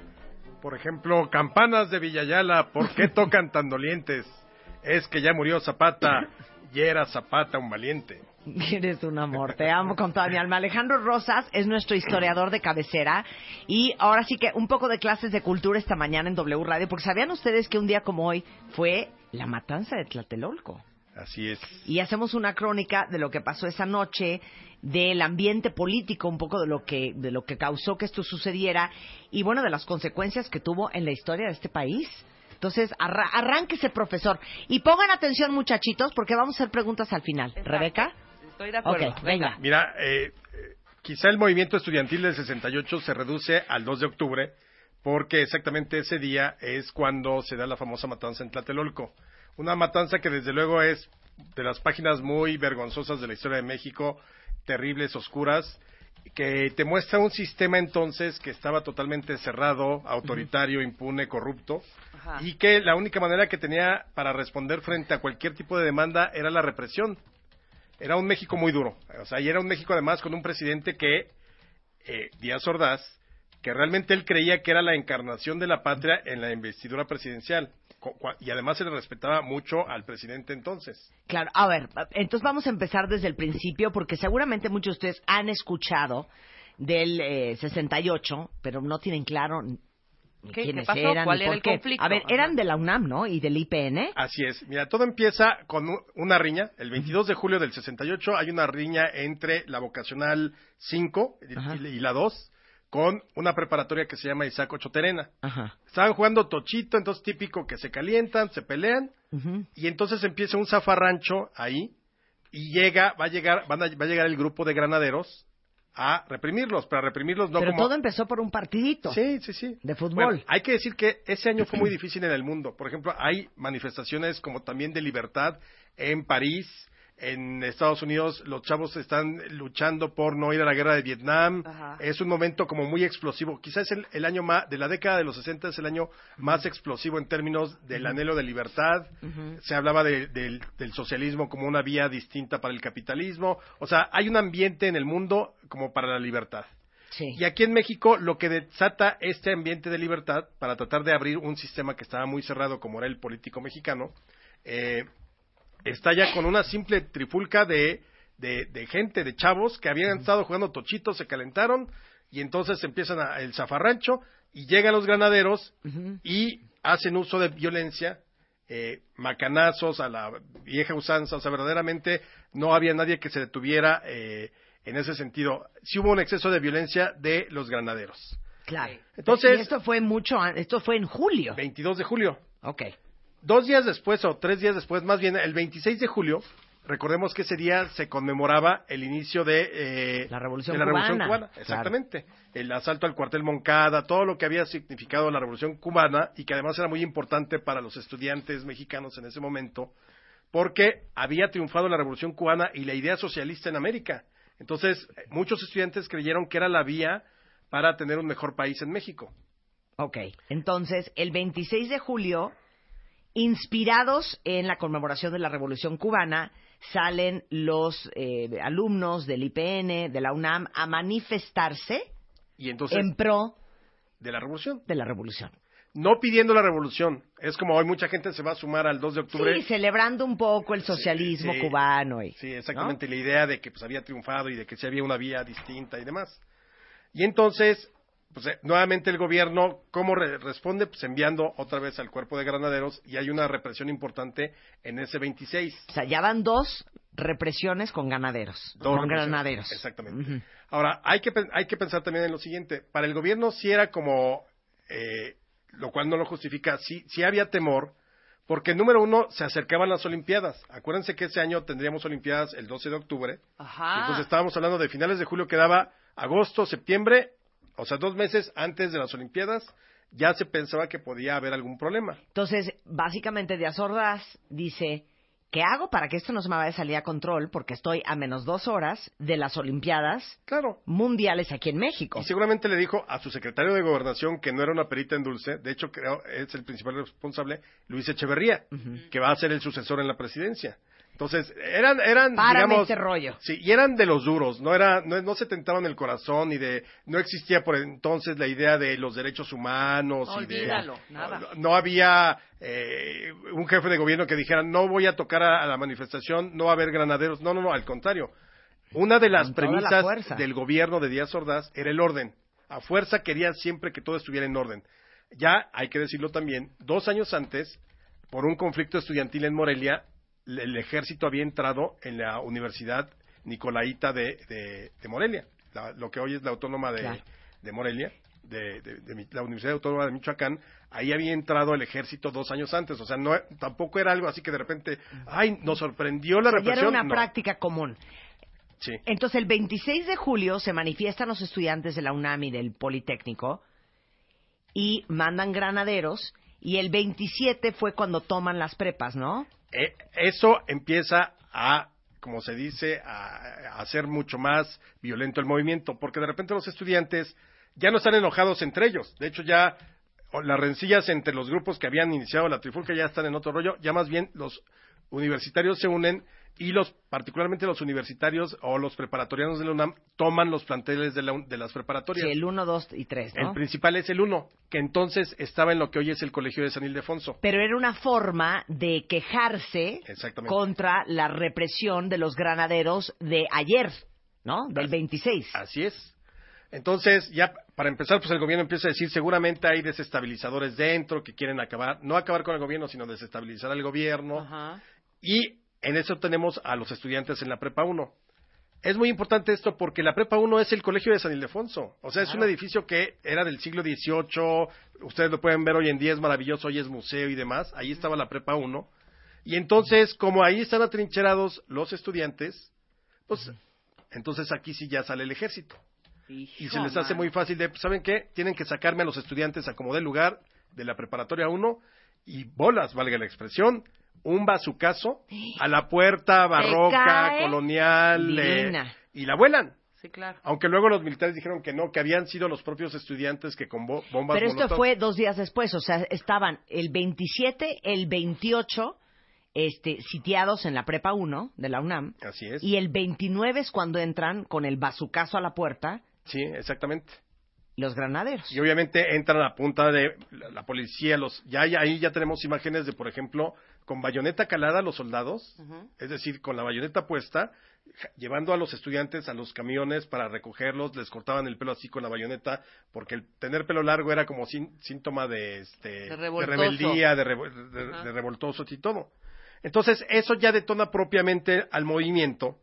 Por ejemplo, Campanas de Villayala, ¿por qué tocan tan dolientes? Es que ya murió Zapata y era Zapata un valiente. Eres un amor, te amo con toda mi alma. Alejandro Rosas es nuestro historiador de cabecera y ahora sí que un poco de clases de cultura esta mañana en W Radio, porque ¿sabían ustedes que un día como hoy fue la matanza de Tlatelolco? Así es. Y hacemos una crónica de lo que pasó esa noche, del ambiente político, un poco de lo que de lo que causó que esto sucediera y bueno, de las consecuencias que tuvo en la historia de este país. Entonces, arra- arránquese, profesor. Y pongan atención, muchachitos, porque vamos a hacer preguntas al final. Exacto. ¿Rebeca? Estoy de acuerdo. Ok, venga. Mira, eh, eh, quizá el movimiento estudiantil del sesenta y ocho se reduce al dos de octubre, porque exactamente ese día es cuando se da la famosa matanza en Tlatelolco. Una matanza que desde luego es de las páginas muy vergonzosas de la historia de México, terribles, oscuras, que te muestra un sistema entonces que estaba totalmente cerrado, autoritario, uh-huh. impune, corrupto, Ajá. y que la única manera que tenía para responder frente a cualquier tipo de demanda era la represión. Era un México muy duro, o sea, y era un México además con un presidente que, eh, Díaz Ordaz, que realmente él creía que era la encarnación de la patria en la investidura presidencial. Y además se le respetaba mucho al presidente entonces. Claro, a ver, entonces vamos a empezar desde el principio, porque seguramente muchos de ustedes han escuchado del eh, sesenta y ocho, pero no tienen claro ni ¿Qué, quiénes qué pasó? eran, ¿Cuál ni era por el qué. conflicto? A ver, Ajá. eran de la UNAM, ¿no? Y del I P N. Así es. Mira, todo empieza con un- una riña. El veintidós de julio del sesenta y ocho hay una riña entre la vocacional cinco Ajá. y, y la dos, con una preparatoria que se llama Isaac Ocho Terena. Ajá. Estaban jugando tochito, entonces típico que se calientan, se pelean, Uh-huh. y entonces empieza un zafarrancho ahí, y llega, va a llegar, van a, va a llegar el grupo de granaderos a reprimirlos, para reprimirlos no Pero como... todo empezó por un partidito Sí, sí, sí. de fútbol. Bueno, hay que decir que ese año fue muy difícil en el mundo. Por ejemplo, hay manifestaciones como también de libertad en París, en Estados Unidos. Los chavos están luchando por no ir a la guerra de Vietnam. Ajá. Es un momento como muy explosivo. Quizás el, el año más, de la década de los sesenta es el año más explosivo en términos del anhelo de libertad. Uh-huh. Se hablaba de- del, del socialismo como una vía distinta para el capitalismo. O sea, hay un ambiente en el mundo como para la libertad. Sí. Y aquí en México lo que desata este ambiente de libertad para tratar de abrir un sistema que estaba muy cerrado como era el político mexicano, eh, está ya con una simple trifulca de, de, de gente, de chavos que habían estado jugando tochitos, se calentaron y entonces empiezan a, el zafarrancho y llegan los granaderos Uh-huh. y hacen uso de violencia, eh, macanazos a la vieja usanza. O sea, verdaderamente no había nadie que se detuviera eh, en ese sentido. Sí hubo un exceso de violencia de los granaderos. Claro. Entonces- Y esto fue mucho, an- esto fue en julio. veintidós de julio. Ok. Dos días después, o tres días después, más bien el veintiséis de julio, recordemos que ese día se conmemoraba el inicio de, eh, La Revolución de la Revolución Cubana. Cubana. Exactamente. Claro. El asalto al cuartel Moncada, todo lo que había significado la Revolución Cubana y que además era muy importante para los estudiantes mexicanos en ese momento, porque había triunfado la Revolución Cubana y la idea socialista en América. Entonces, muchos estudiantes creyeron que era la vía para tener un mejor país en México. Ok, entonces, el veintiséis de julio, inspirados en la conmemoración de la Revolución Cubana, salen los eh, alumnos del I P N, de la UNAM, a manifestarse y entonces, en pro de la revolución. De la revolución. No pidiendo la revolución. Es como hoy mucha gente se va a sumar al dos de octubre. Sí, celebrando un poco el socialismo sí, sí, cubano. Y, sí, exactamente. ¿no? La idea de que pues había triunfado y de que sí había una vía distinta y demás. Y entonces, pues eh, nuevamente el gobierno, ¿cómo re responde? Pues enviando otra vez al cuerpo de granaderos y hay una represión importante en ese veintiséis. O sea, ya van dos represiones con ganaderos. Dos con granaderos. Exactamente. Uh-huh. Ahora, hay que, hay que pensar también en lo siguiente. Para el gobierno sí era como... Eh, lo cual no lo justifica, sí, sí había temor, porque número uno, se acercaban las Olimpiadas. Acuérdense que ese año tendríamos Olimpiadas el doce de octubre. Ajá. Entonces estábamos hablando de finales de julio, quedaba agosto, septiembre, o sea, dos meses antes de las Olimpiadas, ya se pensaba que podía haber algún problema. Entonces, básicamente Díaz Ordaz dice, ¿qué hago para que esto no se me vaya a salir a control? Porque estoy a menos dos horas de las Olimpiadas claro. mundiales aquí en México. Y seguramente le dijo a su secretario de Gobernación que no era una perita en dulce, de hecho creo es el principal responsable, Luis Echeverría, uh-huh. que va a ser el sucesor en la presidencia. Entonces, eran, eran Párame digamos... este rollo. Sí, y eran de los duros, no era no, no se tentaban el corazón y de... No existía por entonces la idea de los derechos humanos. No, y de, olvídalo, nada. No, no había eh, un jefe de gobierno que dijera, no voy a tocar a, a la manifestación, no va a haber granaderos. No, no, no, al contrario. Una de las premisas del gobierno de Díaz Ordaz era el orden. A fuerza querían siempre que todo estuviera en orden. Ya, hay que decirlo también, dos años antes, por un conflicto estudiantil en Morelia, el ejército había entrado en la Universidad Nicolaita de, de, de Morelia, la, lo que hoy es la Autónoma de, claro. de Morelia, de, de, de, de la Universidad Autónoma de Michoacán. Ahí había entrado el ejército dos años antes, o sea, no tampoco era algo así que de repente, ay, nos sorprendió la o sea, represión. Ya era una no. práctica común. Sí. Entonces, el veintiséis de julio se manifiestan los estudiantes de la UNAM y del Politécnico y mandan granaderos, y el veintisiete fue cuando toman las prepas, ¿no? Eh, eso empieza a, como se dice, a, a hacer mucho más violento el movimiento, porque de repente los estudiantes ya no están enojados entre ellos. De hecho, ya las rencillas entre los grupos que habían iniciado la trifulca ya están en otro rollo. Ya más bien los universitarios se unen y los, particularmente los universitarios o los preparatorianos de la UNAM toman los planteles de, la, de las preparatorias. Sí, el uno, dos y tres, ¿no? El principal es el uno, que entonces estaba en lo que hoy es el Colegio de San Ildefonso. Pero era una forma de quejarse contra la represión de los granaderos de ayer, ¿no? Del veintiséis. Así es. Entonces, ya para empezar, pues el gobierno empieza a decir, seguramente hay desestabilizadores dentro que quieren acabar, no acabar con el gobierno, sino desestabilizar al gobierno. Ajá. Y en eso tenemos a los estudiantes en la Prepa uno. Es muy importante esto porque la Prepa uno es el Colegio de San Ildefonso. O sea, es claro. un edificio que era del siglo dieciocho, ustedes lo pueden ver hoy en día, es maravilloso, hoy es museo y demás. Ahí estaba la Prepa uno. Y entonces, como ahí están atrincherados los estudiantes, pues, uh-huh. entonces aquí sí ya sale el ejército. Hijo, y se les hace man. muy fácil de, ¿saben qué? Tienen que sacarme a los estudiantes a como dé lugar de la preparatoria uno y bolas, valga la expresión, un bazucazo a la puerta barroca, colonial, eh, y la vuelan. Sí, claro. Aunque luego los militares dijeron que no, que habían sido los propios estudiantes que con bo bombas Pero esto molotov. fue dos días después, o sea, estaban el veintisiete, el veintiocho este, sitiados en la Prepa uno de la UNAM. Así es. Y el veintinueve es cuando entran con el bazucazo a la puerta. Sí, exactamente. Los granaderos. Y obviamente entran a punta de la, la policía, los ya hay, ahí ya tenemos imágenes de, por ejemplo, con bayoneta calada los soldados, uh-huh. es decir, con la bayoneta puesta, llevando a los estudiantes a los camiones para recogerlos, les cortaban el pelo así con la bayoneta, porque el tener pelo largo era como sin, síntoma de, este, de, de rebeldía, de, revo, de, uh-huh. de revoltosos y todo. Entonces, eso ya detona propiamente al movimiento,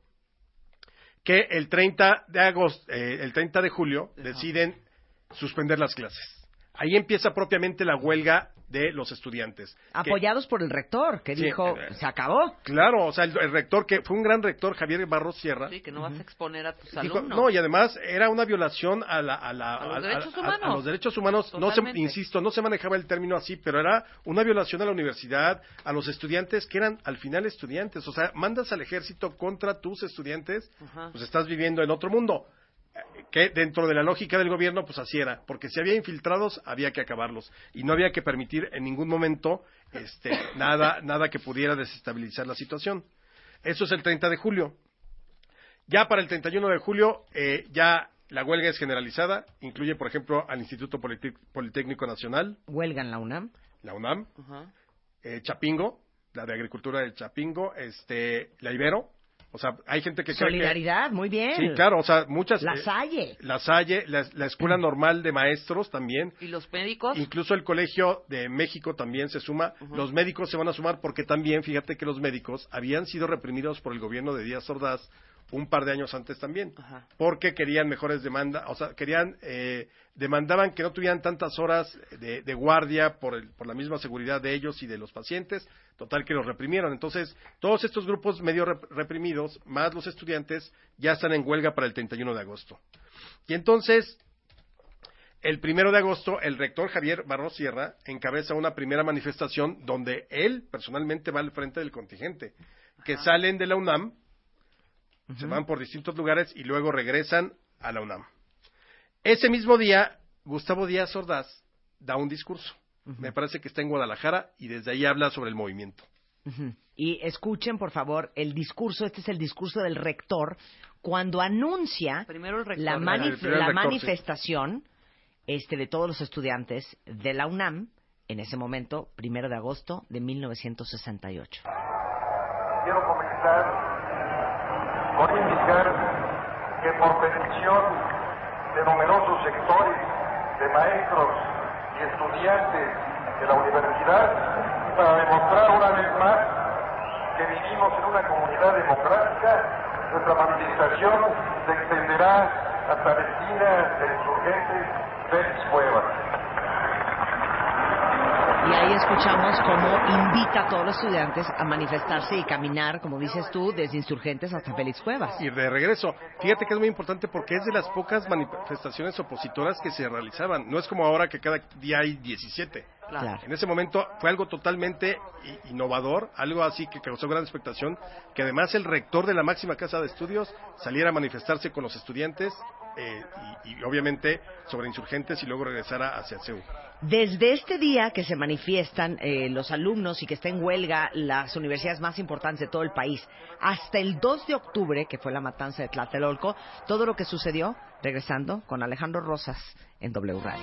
que el treinta de agosto, eh, el treinta de julio, uh-huh. deciden suspender las clases. Ahí empieza propiamente la huelga de los estudiantes. Apoyados que, por el rector, que sí, dijo, eh, se acabó. Claro, o sea, el, el rector, que fue un gran rector, Javier Barros Sierra. Sí, que no vas uh-huh. a exponer a tus dijo, alumnos. No, y además era una violación a, la, a, la, a, los, a, derechos a, humanos. a, a los derechos humanos. No se, insisto, no se manejaba el término así, pero era una violación a la universidad, a los estudiantes que eran al final estudiantes. O sea, mandas al ejército contra tus estudiantes, uh-huh. pues estás viviendo en otro mundo. Que dentro de la lógica del gobierno, pues así era, porque si había infiltrados, había que acabarlos, y no había que permitir en ningún momento este, nada, nada que pudiera desestabilizar la situación. Eso es el treinta de julio. Ya para el treinta y uno de julio, eh, ya la huelga es generalizada, incluye, por ejemplo, al Instituto Politec- Politécnico Nacional. Huelga en la UNAM. La UNAM. Uh-huh. Eh, Chapingo, la de Agricultura de Chapingo, este, la Ibero. O sea, hay gente que Solidaridad, cree que, muy bien. Sí, claro, o sea, muchas... La Salle. Eh, la Salle, la, la Escuela Normal de Maestros también. ¿Y los médicos? Incluso el Colegio de México también se suma. Uh-huh. Los médicos se van a sumar porque también, fíjate que los médicos habían sido reprimidos por el gobierno de Díaz Ordaz un par de años antes también. Uh-huh. Porque querían mejores demandas, o sea, querían... Eh, demandaban que no tuvieran tantas horas de, de guardia por, el, por la misma seguridad de ellos y de los pacientes, total que los reprimieron. Entonces, todos estos grupos medio rep- reprimidos, más los estudiantes, ya están en huelga para el treinta y uno de agosto. Y entonces, el primero de agosto, el rector Javier Barros Sierra encabeza una primera manifestación donde él personalmente va al frente del contingente, que Ajá. salen de la UNAM, uh-huh. se van por distintos lugares y luego regresan a la UNAM. Ese mismo día, Gustavo Díaz Ordaz da un discurso. Uh-huh. Me parece que está en Guadalajara y desde ahí habla sobre el movimiento. Uh-huh. Y escuchen, por favor, el discurso. Este es el discurso del rector cuando anuncia Primero el rector, la, manif- el, el la rector, manifestación sí. este, de todos los estudiantes de la UNAM en ese momento, primero de agosto de mil novecientos sesenta y ocho. Quiero comenzar por indicar que por petición de numerosos sectores de maestros y estudiantes de la universidad, para demostrar una vez más que vivimos en una comunidad democrática, nuestra manifestación se extenderá hasta la esquina del insurgente Félix Cuevas. Y ahí escuchamos cómo invita a todos los estudiantes a manifestarse y caminar, como dices tú, desde Insurgentes hasta Félix Cuevas. Y de regreso, fíjate que es muy importante porque es de las pocas manifestaciones opositoras que se realizaban. No es como ahora que cada día hay diecisiete. Claro. En ese momento fue algo totalmente innovador, algo así que causó gran expectación, que además el rector de la máxima casa de estudios saliera a manifestarse con los estudiantes eh, y, y obviamente sobre Insurgentes y luego regresara hacia C E U. Desde este día que se manifiestan eh, los alumnos y que está en huelga las universidades más importantes de todo el país, hasta el dos de octubre, que fue la matanza de Tlatelolco, todo lo que sucedió, regresando con Alejandro Rosas en W Radio.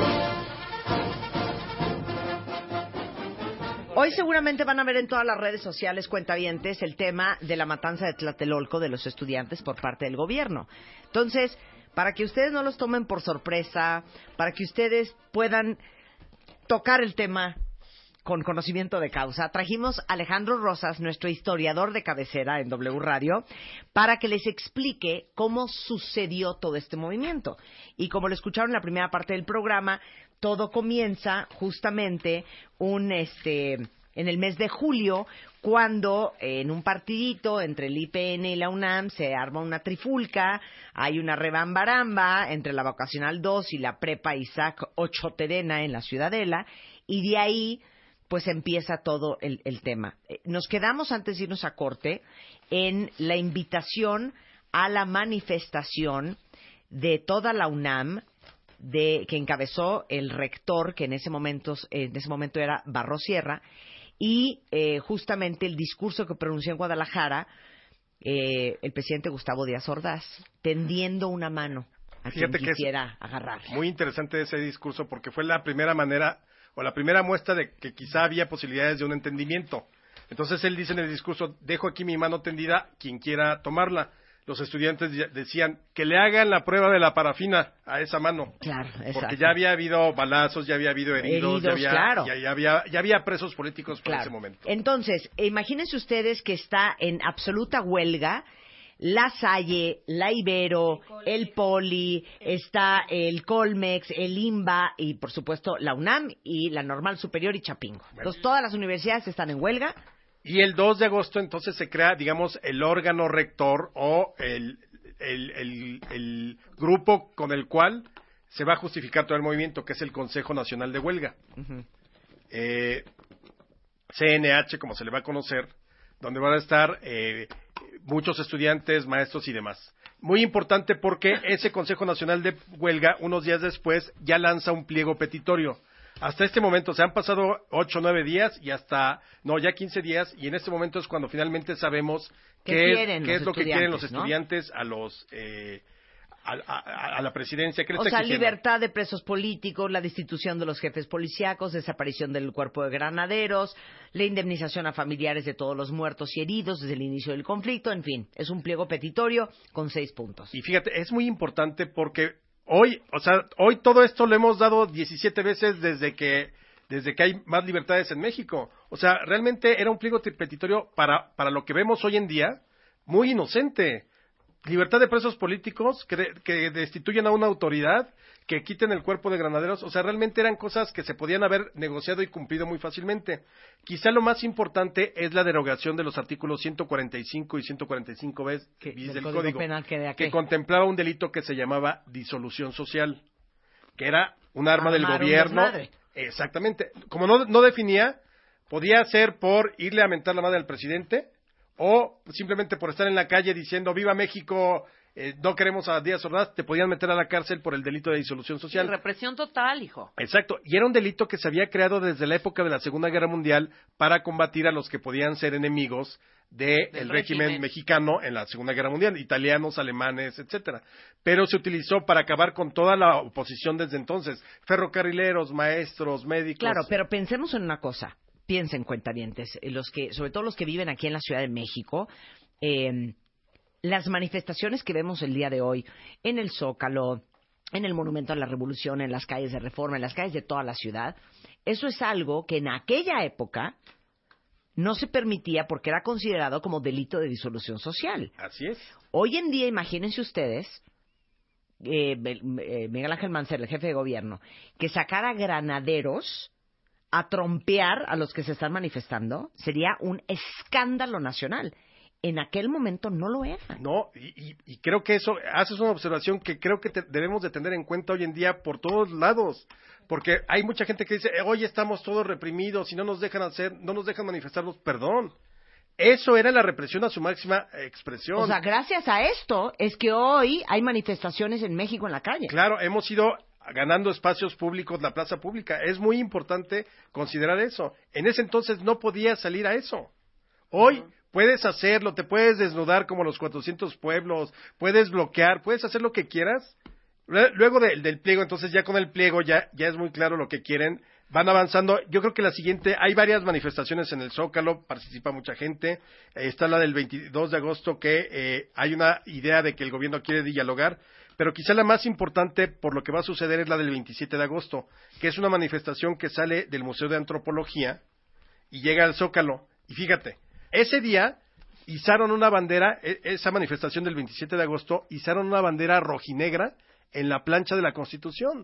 Hoy seguramente van a ver en todas las redes sociales, cuentavientes, el tema de la matanza de Tlatelolco de los estudiantes por parte del gobierno. Entonces, para que ustedes no los tomen por sorpresa, para que ustedes puedan tocar el tema con conocimiento de causa, trajimos a Alejandro Rosas, nuestro historiador de cabecera en W Radio, para que les explique cómo sucedió todo este movimiento. Y como lo escucharon en la primera parte del programa, todo comienza justamente un este en el mes de julio, cuando eh, en un partidito entre el I P N y la UNAM se arma una trifulca, hay una rebambaramba entre la Vocacional dos y la Prepa Isaac Ochoa Terena en la Ciudadela, y de ahí pues empieza todo el, el tema. Nos quedamos, antes de irnos a corte, en la invitación a la manifestación de toda la UNAM, de que encabezó el rector, que en ese momento, en ese momento era Barros Sierra, y eh, justamente el discurso que pronunció en Guadalajara eh, el presidente Gustavo Díaz Ordaz, tendiendo una mano a quien Fíjate quisiera agarrar. Muy interesante ese discurso porque fue la primera manera o la primera muestra de que quizá había posibilidades de un entendimiento. Entonces él dice en el discurso, dejo aquí mi mano tendida, quien quiera tomarla. Los estudiantes decían que le hagan la prueba de la parafina a esa mano. Claro, exacto. Porque ya había habido balazos, ya había habido heridos, heridos ya, había, claro. ya, ya, había, ya había presos políticos por claro. ese momento. Entonces, imagínense ustedes que está en absoluta huelga la Salle, la Ibero, el Poli, está el Colmex, el IMBA y, por supuesto, la UNAM y la Normal Superior y Chapingo. Entonces, todas las universidades están en huelga. Y el dos de agosto, entonces, se crea, digamos, el órgano rector o el, el, el, el grupo con el cual se va a justificar todo el movimiento, que es el Consejo Nacional de Huelga. Uh-huh. Eh, C N H, como se le va a conocer, donde van a estar eh, muchos estudiantes, maestros y demás. Muy importante porque ese Consejo Nacional de Huelga, unos días después, ya lanza un pliego petitorio. Hasta este momento, se han pasado ocho o nueve días y hasta, no, ya quince días, y en este momento es cuando finalmente sabemos qué, qué es, qué es lo que quieren los estudiantes, ¿no? a los... Eh, A, a, a la presidencia. ¿Qué le o está sea, exigiendo? Libertad de presos políticos, la destitución de los jefes policíacos, desaparición del cuerpo de granaderos, la indemnización a familiares de todos los muertos y heridos desde el inicio del conflicto, en fin, es un pliego petitorio con seis puntos. Y fíjate, es muy importante porque hoy, o sea, hoy todo esto lo hemos dado diecisiete veces desde que desde que hay más libertades en México. O sea, realmente era un pliego petitorio para, para lo que vemos hoy en día, muy inocente. Libertad de presos políticos, que, de, que destituyan a una autoridad, que quiten el cuerpo de granaderos, o sea, realmente eran cosas que se podían haber negociado y cumplido muy fácilmente. Quizá lo más importante es la derogación de los artículos ciento cuarenta y cinco y ciento cuarenta y cinco bis del, del Código, Código Penal, que, de que contemplaba un delito que se llamaba disolución social, que era un arma del gobierno. Exactamente. Como no, no definía, podía ser por irle a mentar la madre al presidente, o simplemente por estar en la calle diciendo ¡Viva México! Eh, no queremos a Díaz Ordaz, te podían meter a la cárcel por el delito de disolución social. Sí, represión total, hijo. Exacto, y era un delito que se había creado desde la época de la Segunda Guerra Mundial para combatir a los que podían ser enemigos del de régimen, régimen mexicano en la Segunda Guerra Mundial, italianos, alemanes, etcétera. Pero se utilizó para acabar con toda la oposición desde entonces, ferrocarrileros, maestros, médicos. Claro, pero pensemos en una cosa. Piensen, cuentavientes, los que, sobre todo los que viven aquí en la Ciudad de México, eh, las manifestaciones que vemos el día de hoy en el Zócalo, en el Monumento a la Revolución, en las calles de Reforma, en las calles de toda la ciudad, eso es algo que en aquella época no se permitía porque era considerado como delito de disolución social. Así es. Hoy en día, imagínense ustedes, eh, Miguel Ángel Mancera, el jefe de gobierno, que sacara granaderos a trompear a los que se están manifestando, sería un escándalo nacional. En aquel momento no lo era. No, y, y, y creo que eso, haces una observación que creo que te, debemos de tener en cuenta hoy en día por todos lados, porque hay mucha gente que dice, hoy estamos todos reprimidos y no nos dejan hacer, no nos dejan manifestarnos, perdón. Eso era la represión a su máxima expresión. O sea, gracias a esto es que hoy hay manifestaciones en México en la calle. Claro, hemos ido ganando espacios públicos, la plaza pública. Es muy importante considerar eso. En ese entonces no podías salir a eso. Hoy uh-huh. puedes hacerlo, te puedes desnudar como los cuatrocientos pueblos, puedes bloquear, puedes hacer lo que quieras. Luego de, del pliego, entonces ya con el pliego ya, ya es muy claro lo que quieren. Van avanzando. Yo creo que la siguiente, hay varias manifestaciones en el Zócalo, participa mucha gente. Eh, está la del veintidós de agosto que eh, hay una idea de que el gobierno quiere dialogar. Pero quizá la más importante por lo que va a suceder es la del veintisiete de agosto, que es una manifestación que sale del Museo de Antropología y llega al Zócalo. Y fíjate, ese día izaron una bandera, esa manifestación del veintisiete de agosto, izaron una bandera rojinegra en la plancha de la Constitución.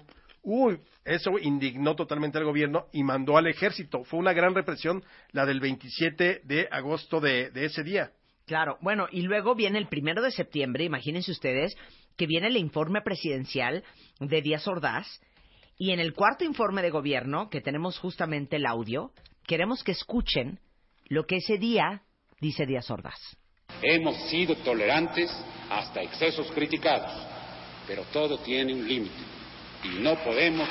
Uy, eso indignó totalmente al gobierno y mandó al ejército. Fue una gran represión la del veintisiete de agosto de, de ese día. Claro, bueno, y luego viene el primero de septiembre, imagínense ustedes, que viene el informe presidencial de Díaz Ordaz, y en el cuarto informe de gobierno, que tenemos justamente el audio, queremos que escuchen lo que ese día dice Díaz Ordaz. Hemos sido tolerantes hasta excesos criticados, pero todo tiene un límite, y no podemos,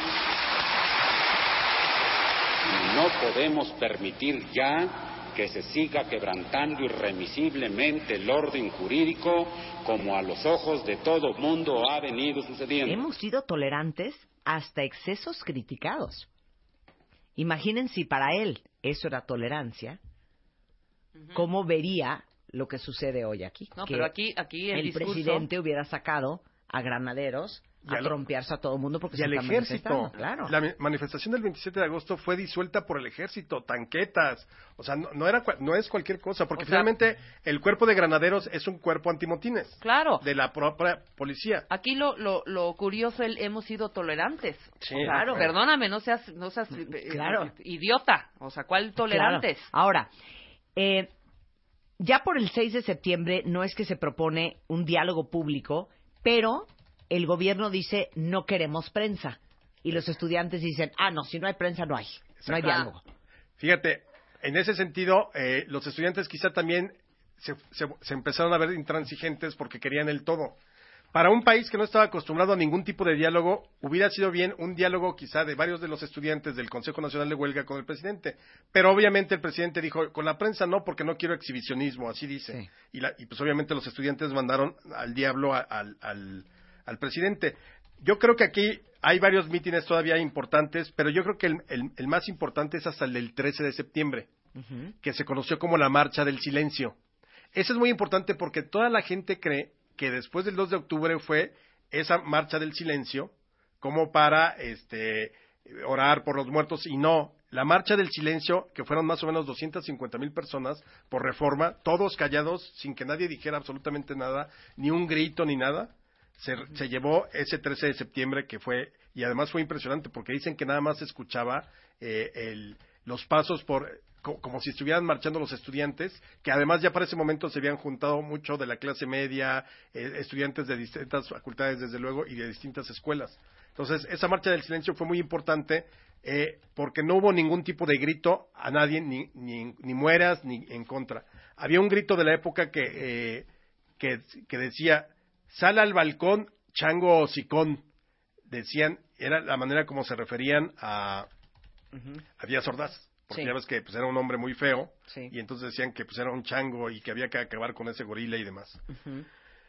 y no podemos permitir ya que se siga quebrantando irremisiblemente el orden jurídico como a los ojos de todo mundo ha venido sucediendo. Hemos sido tolerantes hasta excesos criticados. Imaginen si para él eso era tolerancia, uh-huh. ¿cómo vería lo que sucede hoy aquí? No, que pero aquí, aquí el, el discurso... presidente hubiera sacado a granaderos a, a trompearse a todo el mundo porque y se al está ejército. Claro. La manifestación del veintisiete de agosto fue disuelta por el ejército, tanquetas, o sea, no, no era no es cualquier cosa, porque o sea, finalmente el cuerpo de granaderos es un cuerpo antimotines. Claro. De la propia policía. Aquí lo lo, lo curioso, el, hemos sido tolerantes. Sí, claro. claro. Perdóname, no seas no seas claro. eh, idiota, o sea, ¿cuál tolerantes? Claro. Ahora, eh, ya por el seis de septiembre no es que se propone un diálogo público, pero el gobierno dice no queremos prensa y los estudiantes dicen ah no, si no hay prensa no hay, no hay diálogo. Fíjate, en ese sentido eh, los estudiantes quizá también se, se, se empezaron a ver intransigentes porque querían el todo. Para un país que no estaba acostumbrado a ningún tipo de diálogo, hubiera sido bien un diálogo quizá de varios de los estudiantes del Consejo Nacional de Huelga con el presidente. Pero obviamente el presidente dijo, con la prensa no, porque no quiero exhibicionismo, así dice. Sí. Y, la, y pues obviamente los estudiantes mandaron al diablo a, al, al, al presidente. Yo creo que aquí hay varios mítines todavía importantes, pero yo creo que el, el, el más importante es hasta el del trece de septiembre, uh-huh. que se conoció como la Marcha del Silencio. Eso es muy importante porque toda la gente cree que después del dos de octubre fue esa marcha del silencio como para este orar por los muertos y no, la marcha del silencio, que fueron más o menos doscientas cincuenta mil personas por Reforma, todos callados, sin que nadie dijera absolutamente nada, ni un grito ni nada, se, se llevó ese trece de septiembre que fue, y además fue impresionante porque dicen que nada más se escuchaba eh, el, los pasos por... como si estuvieran marchando los estudiantes, que además ya para ese momento se habían juntado mucho de la clase media, eh, estudiantes de distintas facultades, desde luego, y de distintas escuelas. Entonces, esa marcha del silencio fue muy importante eh, porque no hubo ningún tipo de grito a nadie, ni, ni, ni mueras, ni en contra. Había un grito de la época que, eh, que, que decía, sal al balcón, chango hocicón. Decían, era la manera como se referían a, uh-huh. a Díaz Ordaz. Porque sí. ya ves que pues, era un hombre muy feo, sí. y entonces decían que pues, era un chango y que había que acabar con ese gorila y demás. Uh-huh.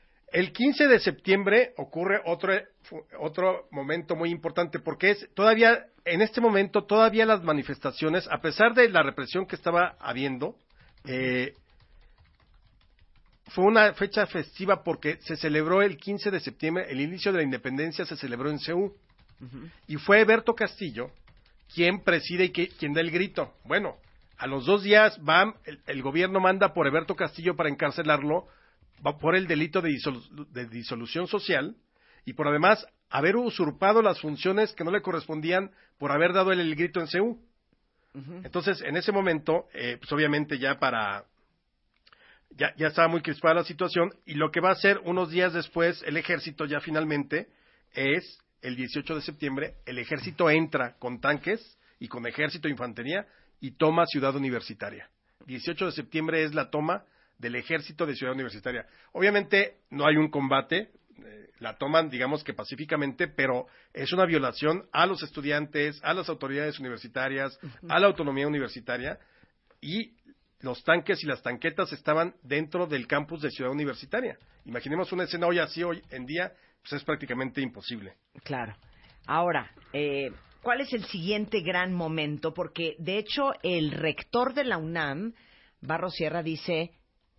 El quince de septiembre ocurre otro, otro momento muy importante, porque es todavía, en este momento, todavía las manifestaciones, a pesar de la represión que estaba habiendo, eh, fue una fecha festiva porque se celebró el quince de septiembre, el inicio de la independencia se celebró en C U, uh-huh. y fue Eberto Castillo quien preside y que, quien da el grito. Bueno, a los dos días va, el, el gobierno manda por Eberto Castillo para encarcelarlo va por el delito de, disolu- de disolución social y por además haber usurpado las funciones que no le correspondían por haber dado el, el grito en C U. Uh-huh. Entonces, en ese momento, eh, pues obviamente ya para... Ya, ya estaba muy crispada la situación y lo que va a hacer unos días después el ejército ya finalmente es... el dieciocho de septiembre, el ejército entra con tanques y con ejército e infantería y toma Ciudad Universitaria. dieciocho de septiembre es la toma del ejército de Ciudad Universitaria. Obviamente no hay un combate, eh, la toman digamos que pacíficamente, pero es una violación a los estudiantes, a las autoridades universitarias, uh-huh. a la autonomía universitaria y los tanques y las tanquetas estaban dentro del campus de Ciudad Universitaria. Imaginemos una escena hoy así, hoy en día, pues es prácticamente imposible. Claro. Ahora, eh, ¿cuál es el siguiente gran momento? Porque, de hecho, el rector de la UNAM, Barros Sierra, dice,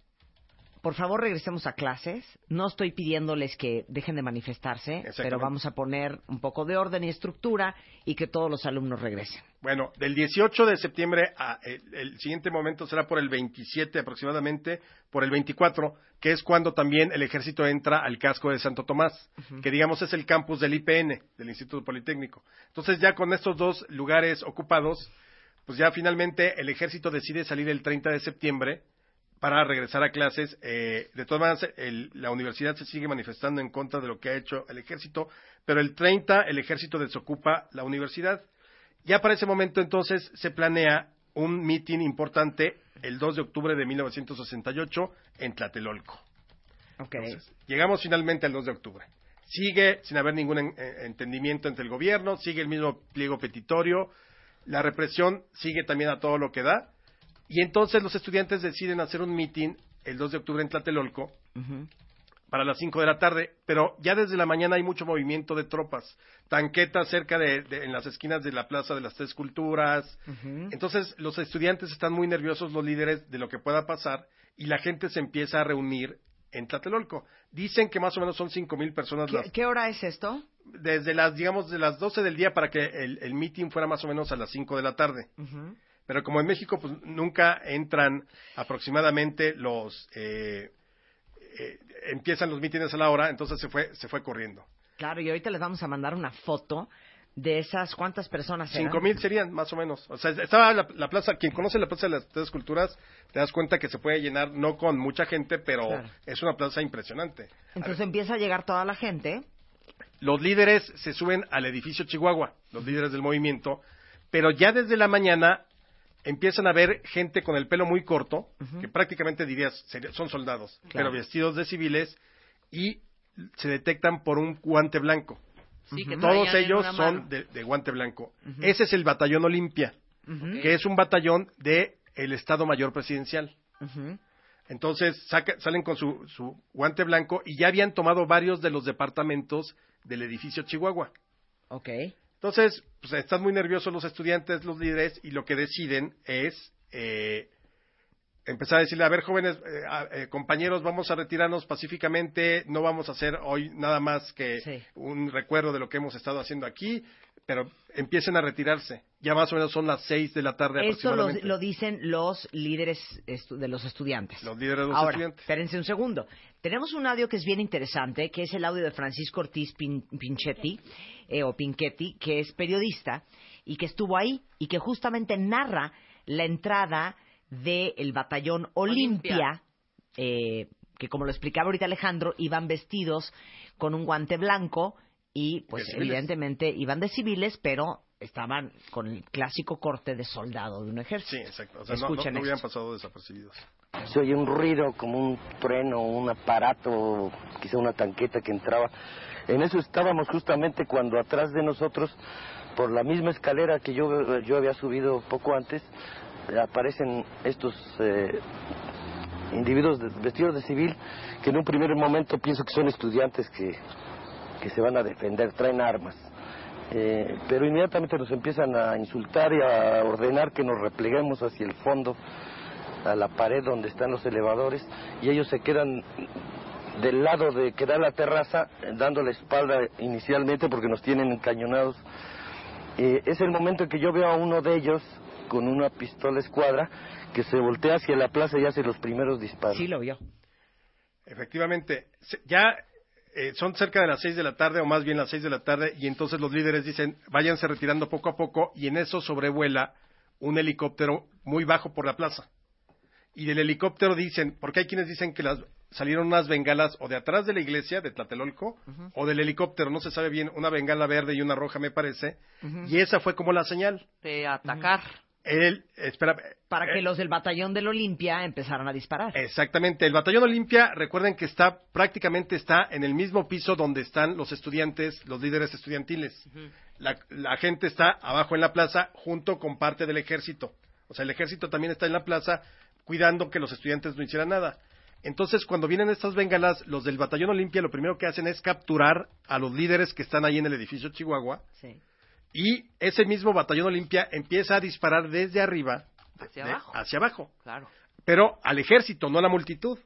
por favor regresemos a clases. No estoy pidiéndoles que dejen de manifestarse, pero vamos a poner un poco de orden y estructura y que todos los alumnos regresen. Bueno, del dieciocho de septiembre a el, el siguiente momento será por el veintisiete aproximadamente, por el veinticuatro, que es cuando también el ejército entra al casco de Santo Tomás, uh-huh. que digamos es el campus del I P N, del Instituto Politécnico. Entonces ya con estos dos lugares ocupados, pues ya finalmente el ejército decide salir el treinta de septiembre para regresar a clases. Eh, de todas maneras, el, la universidad se sigue manifestando en contra de lo que ha hecho el ejército, pero el treinta el ejército desocupa la universidad. Ya para ese momento entonces se planea un mitin importante el dos de octubre de mil novecientos sesenta y ocho en Tlatelolco. Okay. Entonces, llegamos finalmente al dos de octubre. Sigue sin haber ningún en, en, entendimiento entre el gobierno, sigue el mismo pliego petitorio, la represión sigue también a todo lo que da, y entonces los estudiantes deciden hacer un mitin el dos de octubre en Tlatelolco, uh-huh. para las cinco de la tarde, pero ya desde la mañana hay mucho movimiento de tropas, tanquetas cerca de, de en las esquinas de la Plaza de las Tres Culturas. Uh-huh. Entonces los estudiantes están muy nerviosos, los líderes, de lo que pueda pasar, y la gente se empieza a reunir en Tlatelolco. Dicen que más o menos son cinco mil personas. ¿Qué, las... ¿Qué hora es esto? desde las, digamos, de las doce del día para que el, el meeting fuera más o menos a las cinco de la tarde. Ujú. Pero como en México pues nunca entran aproximadamente los... Eh, eh, empiezan los mítines a la hora, entonces se fue se fue corriendo. Claro, y ahorita les vamos a mandar una foto de esas, ¿cuántas personas eran? Cinco mil serían, más o menos. O sea, estaba la, la plaza, quien conoce la Plaza de las Tres Culturas, te das cuenta que se puede llenar, no con mucha gente, pero Claro. es una plaza impresionante. Entonces empieza a llegar toda la gente. Los líderes se suben al edificio Chihuahua, los líderes del movimiento, pero ya desde la mañana empiezan a ver gente con el pelo muy corto, Ujú. que prácticamente dirías sería- son soldados, Claro. pero vestidos de civiles, y se detectan por un guante blanco. Sí, que Todos traían en ellos una son mano. de, de guante blanco. Ujú. Ese es el batallón Olimpia, Ujú. que es un batallón de el Estado Mayor Presidencial. Ujú. Entonces saca- salen con su, su guante blanco y ya habían tomado varios de los departamentos del edificio Chihuahua. Ok. Entonces, pues están muy nerviosos los estudiantes, los líderes, y lo que deciden es eh, empezar a decirle, a ver, jóvenes, eh, a- eh, compañeros, vamos a retirarnos pacíficamente, no vamos a hacer hoy nada más que Sí. un recuerdo de lo que hemos estado haciendo aquí, pero empiecen a retirarse. Ya más o menos son las seis de la tarde Esto lo, aproximadamente. lo dicen los líderes estu- de los estudiantes. Los líderes de los Ahora, estudiantes. espérense un segundo. Tenemos un audio que es bien interesante, que es el audio de Francisco Ortiz Pin- Pinchetti, eh, o Pinchetti, que es periodista y que estuvo ahí y que justamente narra la entrada del batallón Olimpia, Olimpia. eh, que como lo explicaba ahorita Alejandro, iban vestidos con un guante blanco y pues De civiles. evidentemente iban de civiles, pero estaban con el clásico corte de soldado de un ejército. Sí, exacto. O sea, no, no, Escuchen no hubieran esto. pasado desapercibidos. Se oye un ruido como un trueno, un aparato, quizá una tanqueta que entraba. En eso estábamos justamente cuando atrás de nosotros, por la misma escalera que yo, yo había subido poco antes, aparecen estos eh, individuos de- vestidos de civil que en un primer momento pienso que son estudiantes que, que se van a defender, traen armas. Eh, pero inmediatamente nos empiezan a insultar y a ordenar que nos repleguemos hacia el fondo, a la pared donde están los elevadores, y ellos se quedan del lado de que da la terraza, eh, dando la espalda inicialmente porque nos tienen encañonados. Eh, es el momento en que yo veo a uno de ellos con una pistola escuadra que se voltea hacia la plaza y hace los primeros disparos. Sí lo vio. Efectivamente, se- ya eh, son cerca de las seis de la tarde, o más bien las seis de la tarde, y entonces los líderes dicen, váyanse retirando poco a poco, y en eso sobrevuela un helicóptero muy bajo por la plaza. Y del helicóptero dicen, porque hay quienes dicen que las salieron unas bengalas o de atrás de la iglesia de Tlatelolco, Ujú. o del helicóptero, no se sabe bien, una bengala verde y una roja me parece, Ujú. y esa fue como la señal. De atacar. Él, espera, Para que eh, los del batallón del Olimpia empezaran a disparar. Exactamente, el batallón Olimpia, recuerden que está prácticamente está en el mismo piso donde están los estudiantes, los líderes estudiantiles. Ujú. La, la gente está abajo en la plaza junto con parte del ejército. O sea, el ejército también está en la plaza cuidando que los estudiantes no hicieran nada. Entonces, cuando vienen estas bengalas, los del batallón Olimpia lo primero que hacen es capturar a los líderes que están ahí en el edificio Chihuahua, Sí. y ese mismo batallón Olimpia empieza a disparar desde arriba de- Hacia de- abajo. hacia abajo. Claro. Pero al ejército, no a la multitud.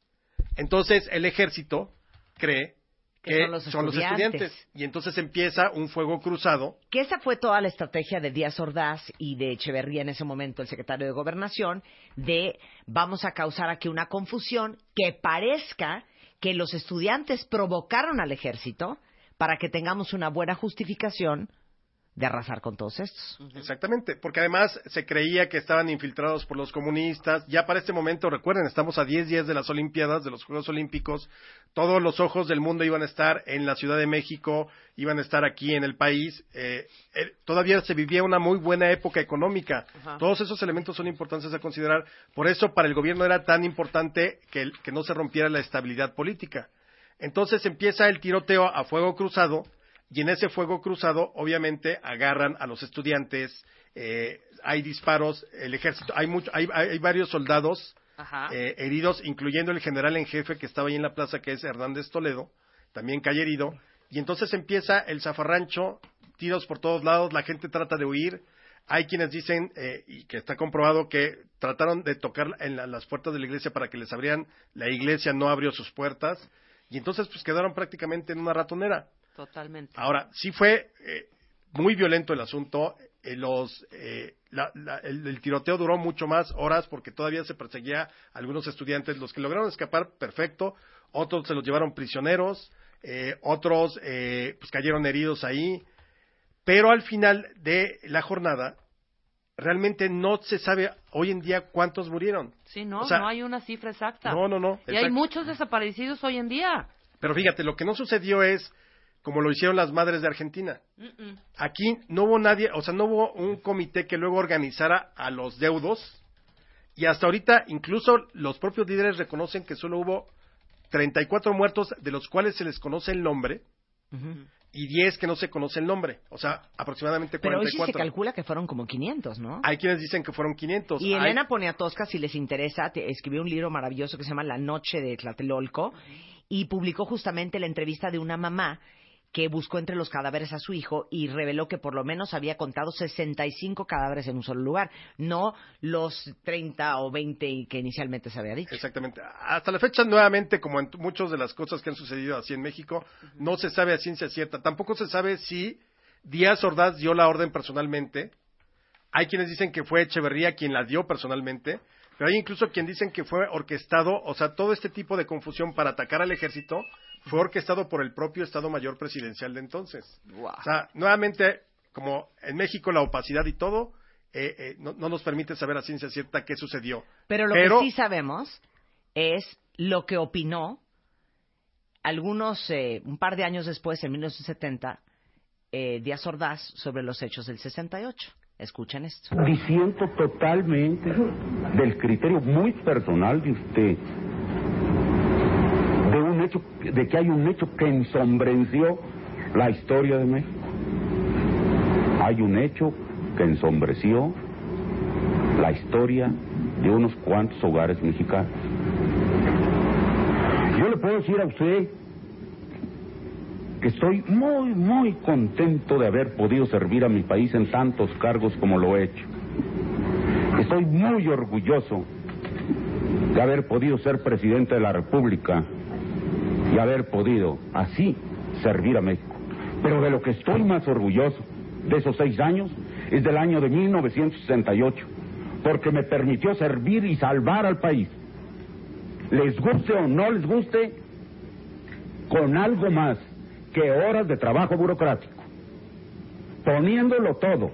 Entonces el ejército cree Que que son los son los estudiantes. estudiantes. Y entonces empieza un fuego cruzado. Que esa fue toda la estrategia de Díaz Ordaz y de Echeverría en ese momento, el secretario de Gobernación, de vamos a causar aquí una confusión que parezca que los estudiantes provocaron al ejército para que tengamos una buena justificación de arrasar con todos estos. Exactamente, porque además se creía que estaban infiltrados por los comunistas. Ya para este momento, recuerden, estamos a diez días de las Olimpiadas, de los Juegos Olímpicos. Todos los ojos del mundo iban a estar en la Ciudad de México, iban a estar aquí en el país. Eh, eh, todavía se vivía una muy buena época económica. Ajá. Todos esos elementos son importantes a considerar. Por eso, para el gobierno era tan importante que, el- que no se rompiera la estabilidad política. Entonces empieza el tiroteo a fuego cruzado. Y en ese fuego cruzado, obviamente, agarran a los estudiantes, eh, hay disparos, el ejército, hay, mucho, hay, hay hay varios soldados Ajá. eh, heridos, incluyendo el general en jefe que estaba ahí en la plaza, que es Hernández Toledo, también cae herido. Y entonces empieza el zafarrancho, tiros por todos lados, la gente trata de huir. Hay quienes dicen, eh, y que está comprobado, que trataron de tocar en la- las puertas de la iglesia para que les abrieran, la iglesia no abrió sus puertas, y entonces pues quedaron prácticamente en una ratonera. Totalmente. Ahora, sí fue eh, muy violento el asunto. Eh, los, eh, la, la, el, el tiroteo duró mucho más horas porque todavía se perseguía a algunos estudiantes. Los que lograron escapar, perfecto. Otros se los llevaron prisioneros. Eh, otros eh, pues cayeron heridos ahí. Pero al final de la jornada, realmente no se sabe hoy en día cuántos murieron. Sí, no, o sea, no hay una cifra exacta. No, no, no. Y exacto. hay muchos desaparecidos hoy en día. Pero fíjate, lo que no sucedió es como lo hicieron las madres de Argentina. Mm-mm. Aquí no hubo nadie, o sea, no hubo un comité que luego organizara a los deudos. Y hasta ahorita, incluso los propios líderes reconocen que solo hubo treinta y cuatro muertos, de los cuales se les conoce el nombre. Uh-huh. Y diez que no se conoce el nombre, o sea, aproximadamente Pero cuarenta y cuatro. Pero hoy sí se calcula que fueron como quinientos, ¿no? Hay quienes dicen que fueron quinientos. Y Hay... Elena Poniatowska, si les interesa, te escribió un libro maravilloso que se llama La Noche de Tlatelolco, y publicó justamente la entrevista de una mamá que buscó entre los cadáveres a su hijo y reveló que por lo menos había contado sesenta y cinco cadáveres en un solo lugar, no los treinta o veinte que inicialmente se había dicho. Exactamente. Hasta la fecha, nuevamente, como en muchas de las cosas que han sucedido así en México, uh-huh. no se sabe a ciencia cierta. Tampoco se sabe si Díaz Ordaz dio la orden personalmente. Hay quienes dicen que fue Echeverría quien la dio personalmente, pero hay incluso quien dicen que fue orquestado, o sea, todo este tipo de confusión para atacar al ejército fue orquestado por el propio Estado Mayor Presidencial de entonces. Wow. O sea, nuevamente, como en México la opacidad y todo, eh, eh, no, no nos permite saber a ciencia cierta qué sucedió. Pero lo Pero... que sí sabemos es lo que opinó algunos, eh, un par de años después, en mil novecientos setenta, eh, Díaz Ordaz sobre los hechos del sesenta y ocho. Escuchen esto. Disiento totalmente del criterio muy personal de usted, de un hecho, de que hay un hecho que ensombreció la historia de México. Hay un hecho que ensombreció la historia de unos cuantos hogares mexicanos. Yo le puedo decir a usted que estoy muy, muy contento de haber podido servir a mi país en tantos cargos como lo he hecho. Estoy muy orgulloso de haber podido ser presidente de la República y haber podido así servir a México. Pero de lo que estoy más orgulloso de esos seis años es del año de mil novecientos sesenta y ocho, porque me permitió servir y salvar al país. Les guste o no les guste, con algo más que horas de trabajo burocrático, poniéndolo todo,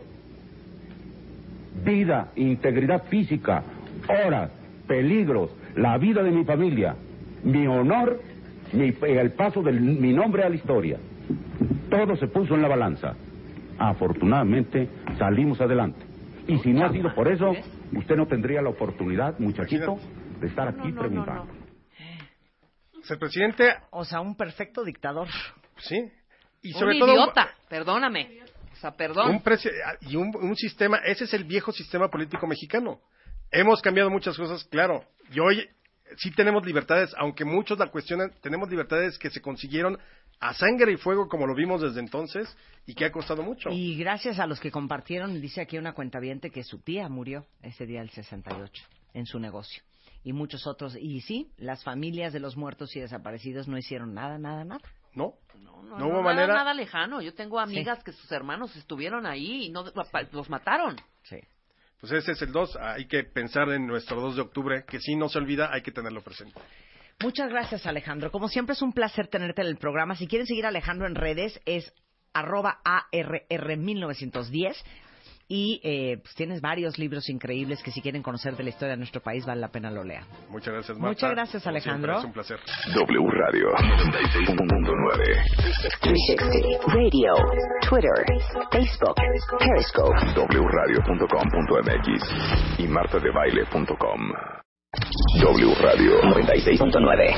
vida, integridad física, horas, peligros, la vida de mi familia, mi honor, mi, el paso de mi nombre a la historia, todo se puso en la balanza. Afortunadamente salimos adelante, y si no ha sido por eso, usted no tendría la oportunidad, muchachito, de estar aquí no, no, preguntando. No, no. El presidente, o sea, un perfecto dictador. Sí, y un sobre idiota, todo, perdóname, o sea, perdón. Un presi- y un, un sistema, ese es el viejo sistema político mexicano. Hemos cambiado muchas cosas, claro, y hoy sí tenemos libertades, aunque muchos la cuestionan, tenemos libertades que se consiguieron a sangre y fuego, como lo vimos desde entonces, y que ha costado mucho. Y gracias a los que compartieron, dice aquí una cuentaviente que su tía murió ese día del sesenta y ocho, en su negocio. Y muchos otros, y sí, las familias de los muertos y desaparecidos no hicieron nada, nada, nada. No, no, no, no hubo no, manera. Nada, nada lejano. Yo tengo amigas sí. que sus hermanos estuvieron ahí y no los mataron. Sí. Pues ese es el dos. Hay que pensar en nuestro dos de octubre, que si no se olvida, hay que tenerlo presente. Muchas gracias, Alejandro. Como siempre es un placer tenerte en el programa. Si quieren seguir a Alejandro en redes, es arroba A R R mil novecientos diez. Y eh, pues tienes varios libros increíbles que si quieren conocer de la historia de nuestro país vale la pena lo lean. Muchas gracias, Marta. Muchas gracias, Alejandro. Siempre, es un placer. W Radio noventa y seis punto nueve. trescientos sesenta Radio, Twitter, Facebook, Periscope, w radio punto com punto m x y marta de baile punto com. W Radio noventa y seis punto nueve.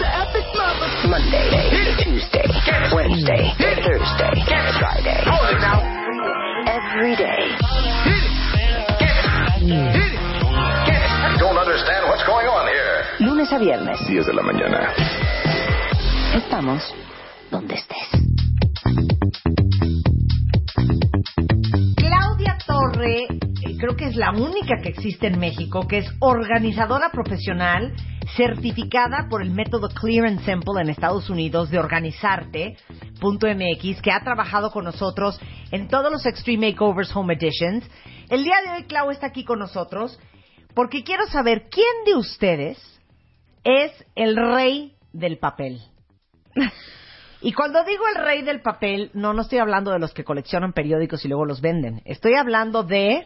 Monday, Tuesday, Wednesday, Thursday, Friday. Every day. I don't understand what's going on here. Lunes a viernes. diez de la mañana. Estamos donde estés. Claudia Torre, eh, creo que es la única que existe en México, que es organizadora profesional certificada por el método Clear and Simple en Estados Unidos de organizarte punto m x, que ha trabajado con nosotros en todos los Extreme Makeovers Home Editions. El día de hoy Clau está aquí con nosotros porque quiero saber quién de ustedes es el rey del papel. Y cuando digo el rey del papel, no, no estoy hablando de los que coleccionan periódicos y luego los venden. Estoy hablando de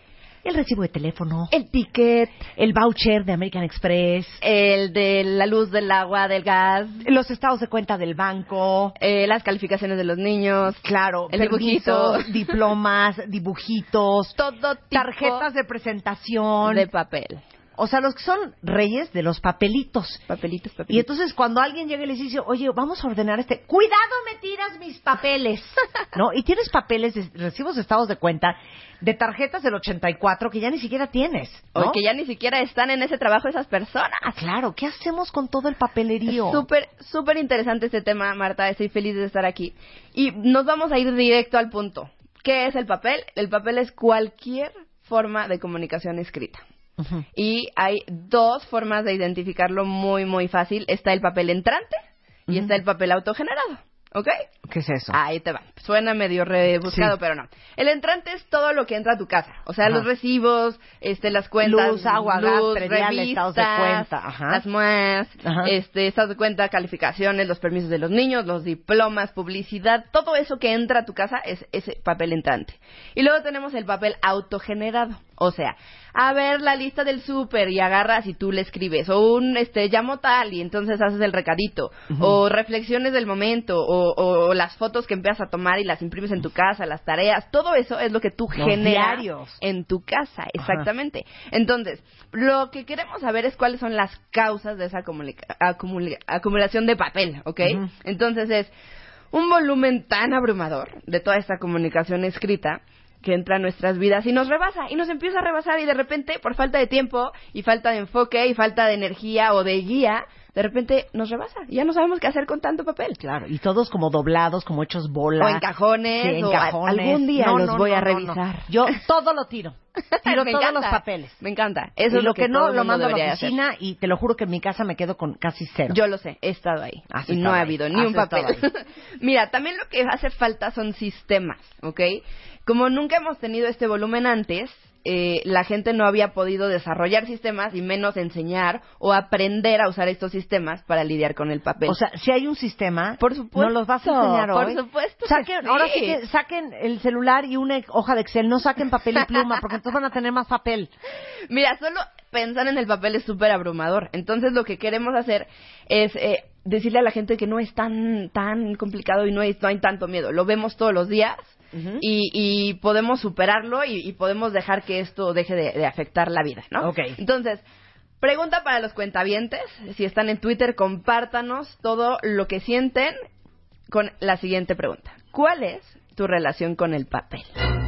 el recibo de teléfono, el ticket, el voucher de American Express, el de la luz, del agua, del gas, los estados de cuenta del banco, eh, las calificaciones de los niños, claro, el dibujito, diplomas, dibujitos, todo tipo tarjetas de presentación de papel. O sea, los que son reyes de los papelitos. Papelitos, papelitos. Y entonces cuando alguien llega y les dice, oye, vamos a ordenar este... ¡Cuidado, me tiras mis papeles! ¿No? Y tienes papeles, de recibos de estados de cuenta, de tarjetas del ochenta y cuatro que ya ni siquiera tienes, ¿no? O que ya ni siquiera están en ese trabajo esas personas. Ah, claro. ¿Qué hacemos con todo el papelerío? Súper, súper interesante este tema, Marta. Estoy feliz de estar aquí. Y nos vamos a ir directo al punto. ¿Qué es el papel? El papel es cualquier forma de comunicación escrita. Uh-huh. Y hay dos formas de identificarlo muy, muy fácil. Está el papel entrante y uh-huh. está el papel autogenerado. ¿Ok? ¿Qué es eso? Ahí te va. Suena medio rebuscado, sí. pero no. El entrante es todo lo que entra a tu casa. O sea, ajá. los recibos, este, las cuentas. Luz, agua, luz, gas, predial, revistas, estados de cuenta. Ajá. Las M U A S, este, estados de cuenta, calificaciones, los permisos de los niños, los diplomas, publicidad. Todo eso que entra a tu casa es ese papel entrante. Y luego tenemos el papel autogenerado. O sea, a ver la lista del súper y agarras y tú le escribes. O un, este, llamo tal y entonces haces el recadito. Uh-huh. O reflexiones del momento. O, o, o las fotos que empiezas a tomar y las imprimes en tu casa, las tareas. Todo eso es lo que tú Los generas diarios. En tu casa. Exactamente. Ajá. Entonces, lo que queremos saber es cuáles son las causas de esa acumula- acumula- acumulación de papel, ¿ok? Uh-huh. Entonces es un volumen tan abrumador de toda esta comunicación escrita que entra a nuestras vidas y nos rebasa, y nos empieza a rebasar, y de repente, por falta de tiempo, y falta de enfoque, y falta de energía o de guía, de repente nos rebasa, y ya no sabemos qué hacer con tanto papel. Claro, y todos como doblados, como hechos bolas. O en cajones, sí, en o cajones. A, algún día no, los no, voy no, a no, revisar. No, no. Yo todo lo tiro. Tiro todos encanta, los papeles. Me encanta. Eso y es lo lo que, que no, todo lo mando a la oficina hacer. Y te lo juro que en mi casa me quedo con casi cero. Yo lo sé, he estado ahí. Has y no ha habido ahí. ni Has un papel. Mira, también lo que hace falta son sistemas, ¿ok? Como nunca hemos tenido este volumen antes, eh, la gente no había podido desarrollar sistemas y menos enseñar o aprender a usar estos sistemas para lidiar con el papel. O sea, si hay un sistema, por supuesto, ¿nos los vas a enseñar hoy? Por supuesto. Saquen, sí. Ahora sí que saquen el celular y una hoja de Excel, no saquen papel y pluma, porque entonces van a tener más papel. Mira, solo pensar en el papel es súper abrumador. Entonces lo que queremos hacer es eh, decirle a la gente que no es tan tan complicado y no hay, no hay tanto miedo. Lo vemos todos los días. Uh-huh. y, y podemos superarlo y, y podemos dejar que esto deje de, de afectar la vida, ¿no? Okay. Entonces, pregunta para los cuentavientes. Si están en Twitter, compártanos todo lo que sienten con la siguiente pregunta. ¿Cuál es tu relación con el papel?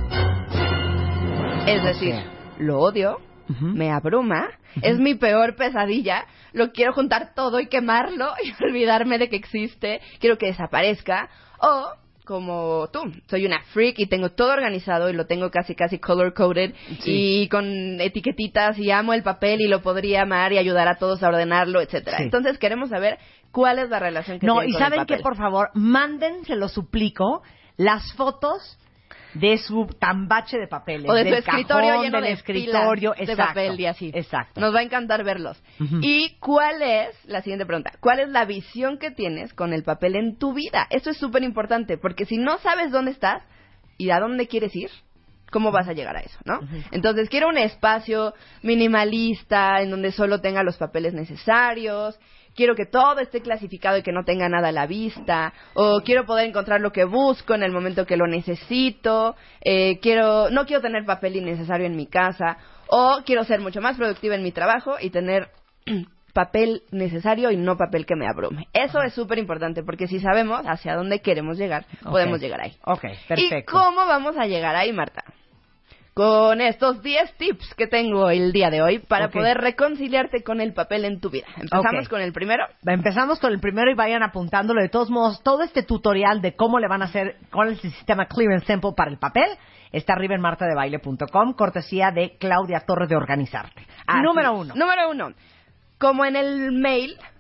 Es decir, lo odio, uh-huh. me abruma, uh-huh. es mi peor pesadilla, lo quiero juntar todo y quemarlo y olvidarme de que existe, quiero que desaparezca, o como tú, soy una freak y tengo todo organizado y lo tengo casi casi color coded sí. y con etiquetitas y amo el papel y lo podría amar y ayudar a todos a ordenarlo, etcétera. Sí. Entonces queremos saber cuál es la relación que no, tienen y con saben el papel. que por favor manden, se lo suplico, las fotos de su tambache de papeles, o de del su escritorio cajón, lleno del de escritorio, de papel y así. Exacto. Nos va a encantar verlos. Uh-huh. Y cuál es la siguiente pregunta, ¿cuál es la visión que tienes con el papel en tu vida? Esto es súper importante porque si no sabes dónde estás y a dónde quieres ir, ¿cómo vas a llegar a eso, no? Uh-huh. Entonces quiero un espacio minimalista en donde solo tenga los papeles necesarios. Quiero que todo esté clasificado y que no tenga nada a la vista, o quiero poder encontrar lo que busco en el momento que lo necesito, eh, quiero, no quiero tener papel innecesario en mi casa, o quiero ser mucho más productiva en mi trabajo y tener papel necesario y no papel que me abrume. Eso es súper importante, porque si sabemos hacia dónde queremos llegar, okay. podemos llegar ahí. Ok, perfecto. ¿Y cómo vamos a llegar ahí, Marta? Con estos diez tips que tengo el día de hoy para okay. poder reconciliarte con el papel en tu vida. ¿Empezamos okay. con el primero? Empezamos con el primero y vayan apuntándolo. De todos modos, todo este tutorial de cómo le van a hacer, cuál es el sistema Clear and Simple para el papel, está arriba en marta de baile punto com, cortesía de Claudia Torres de Organizarte. Así Número uno. Número uno. Como en el mail,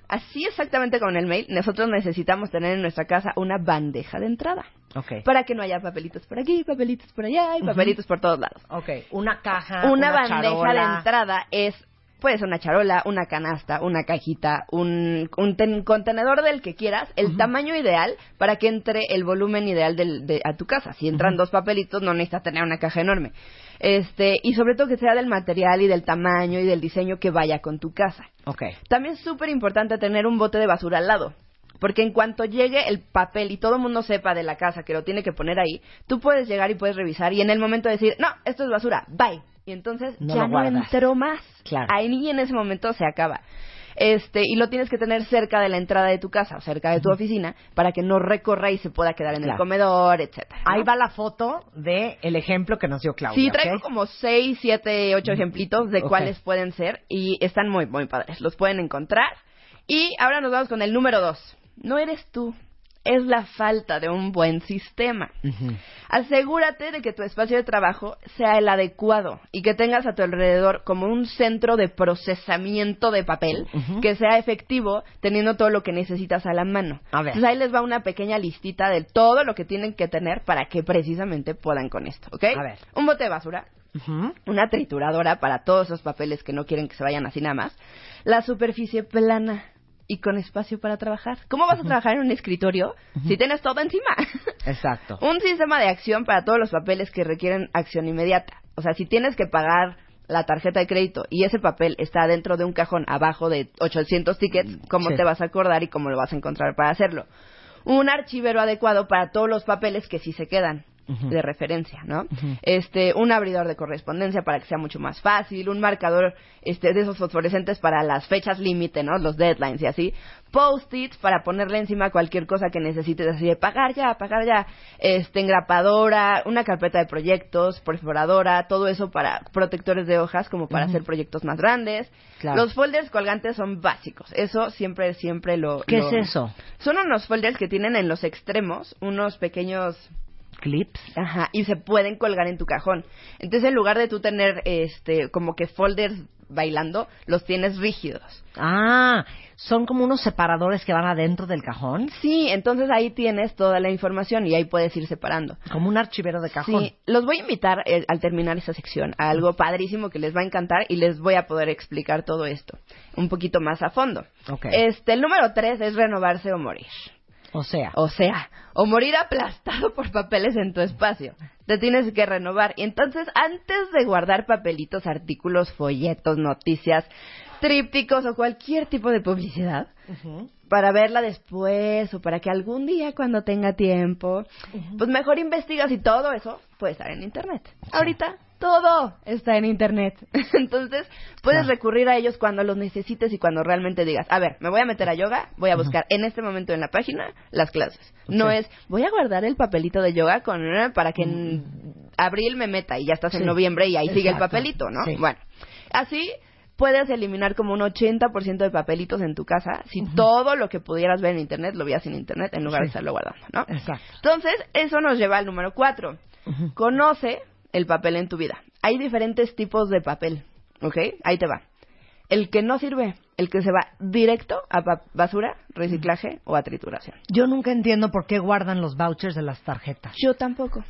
así exactamente como en el mail, nosotros necesitamos tener en nuestra casa una bandeja de entrada. Okay. Para que no haya papelitos por aquí, papelitos por allá y papelitos uh-huh. por todos lados. Okay. Una caja, una, una bandeja charola. de entrada es, puede ser una charola, una canasta, una cajita, un, un ten, contenedor del que quieras, el uh-huh. tamaño ideal para que entre el volumen ideal del, de, a tu casa. Si entran uh-huh. dos papelitos, no necesitas tener una caja enorme. Este, y sobre todo que sea del material y del tamaño y del diseño que vaya con tu casa. Okay. También es súper importante tener un bote de basura al lado. Porque en cuanto llegue el papel y todo el mundo sepa de la casa que lo tiene que poner ahí, tú puedes llegar y puedes revisar y en el momento decir, no, esto es basura, bye. Y entonces no ya no entró más. Claro. Ahí en ese momento se acaba. Este, y lo tienes que tener cerca de la entrada de tu casa o cerca de tu uh-huh. oficina para que no recorra y se pueda quedar en claro. el comedor, etcétera, ¿no? Ahí va la foto de el ejemplo que nos dio Claudia. Sí, traigo ¿okay? como seis, siete, ocho ejemplitos de okay. cuáles pueden ser y están muy, muy padres. Los pueden encontrar. Y ahora nos vamos con el número dos. No eres tú, es la falta de un buen sistema. Uh-huh. Asegúrate de que tu espacio de trabajo sea el adecuado y que tengas a tu alrededor como un centro de procesamiento de papel uh-huh. que sea efectivo teniendo todo lo que necesitas a la mano. A ver. Entonces ahí les va una pequeña listita de todo lo que tienen que tener para que precisamente puedan con esto, ¿ok? A ver. Un bote de basura. Uh-huh. Una trituradora para todos esos papeles que no quieren que se vayan así nada más. La superficie plana y con espacio para trabajar. ¿Cómo vas uh-huh. a trabajar en un escritorio uh-huh. si tienes todo encima? Exacto. Un sistema de acción para todos los papeles que requieren acción inmediata. O sea, si tienes que pagar la tarjeta de crédito y ese papel está dentro de un cajón abajo de ochocientos tickets, ¿cómo sí. te vas a acordar y cómo lo vas a encontrar para hacerlo? Un archivero adecuado para todos los papeles que sí se quedan. Uh-huh. De referencia, ¿no? Uh-huh. Este, un abridor de correspondencia para que sea mucho más fácil, un marcador este de esos fosforescentes para las fechas límite, ¿no? Los deadlines y así. Post-its para ponerle encima cualquier cosa que necesites, así de pagar ya, pagar ya. Este, engrapadora, una carpeta de proyectos, perforadora, todo eso para protectores de hojas como para uh-huh. hacer proyectos más grandes. Claro. Los folders colgantes son básicos. Eso siempre, siempre lo... ¿Qué lo... es eso? Son unos folders que tienen en los extremos unos pequeños... clips. Ajá, y se pueden colgar en tu cajón. Entonces, en lugar de tú tener este como que folders bailando, los tienes rígidos. Ah, son como unos separadores que van adentro del cajón. Sí, entonces ahí tienes toda la información y ahí puedes ir separando. Como un archivero de cajón. Sí, los voy a invitar eh, al terminar esta sección a algo padrísimo que les va a encantar y les voy a poder explicar todo esto un poquito más a fondo. Okay. Este, el número tres es renovarse o morir. O sea. O sea, o morir aplastado por papeles en tu espacio. Te tienes que renovar. Y entonces, antes de guardar papelitos, artículos, folletos, noticias, trípticos o cualquier tipo de publicidad, uh-huh. para verla después o para que algún día cuando tenga tiempo, uh-huh. pues mejor investigas y todo eso puede estar en Internet. Sí. Ahorita todo está en Internet. Entonces, puedes claro. recurrir a ellos cuando los necesites y cuando realmente digas, a ver, me voy a meter a yoga, voy a buscar uh-huh. en este momento en la página las clases. No sí. es, voy a guardar el papelito de yoga con para que en uh-huh. abril me meta y ya estás sí. en noviembre y ahí Exacto. sigue el papelito, ¿no? Sí. Bueno, así puedes eliminar como un ochenta por ciento de papelitos en tu casa si uh-huh. todo lo que pudieras ver en Internet lo veías en Internet en lugar sí. de estarlo guardando, ¿no? Exacto. Entonces, eso nos lleva al número cuatro. Uh-huh. Conoce el papel en tu vida. Hay diferentes tipos de papel, ¿ok? Ahí te va. El que no sirve, el que se va directo a pa- basura, reciclaje uh-huh. o a trituración. Yo nunca entiendo por qué guardan los vouchers de las tarjetas. Yo tampoco.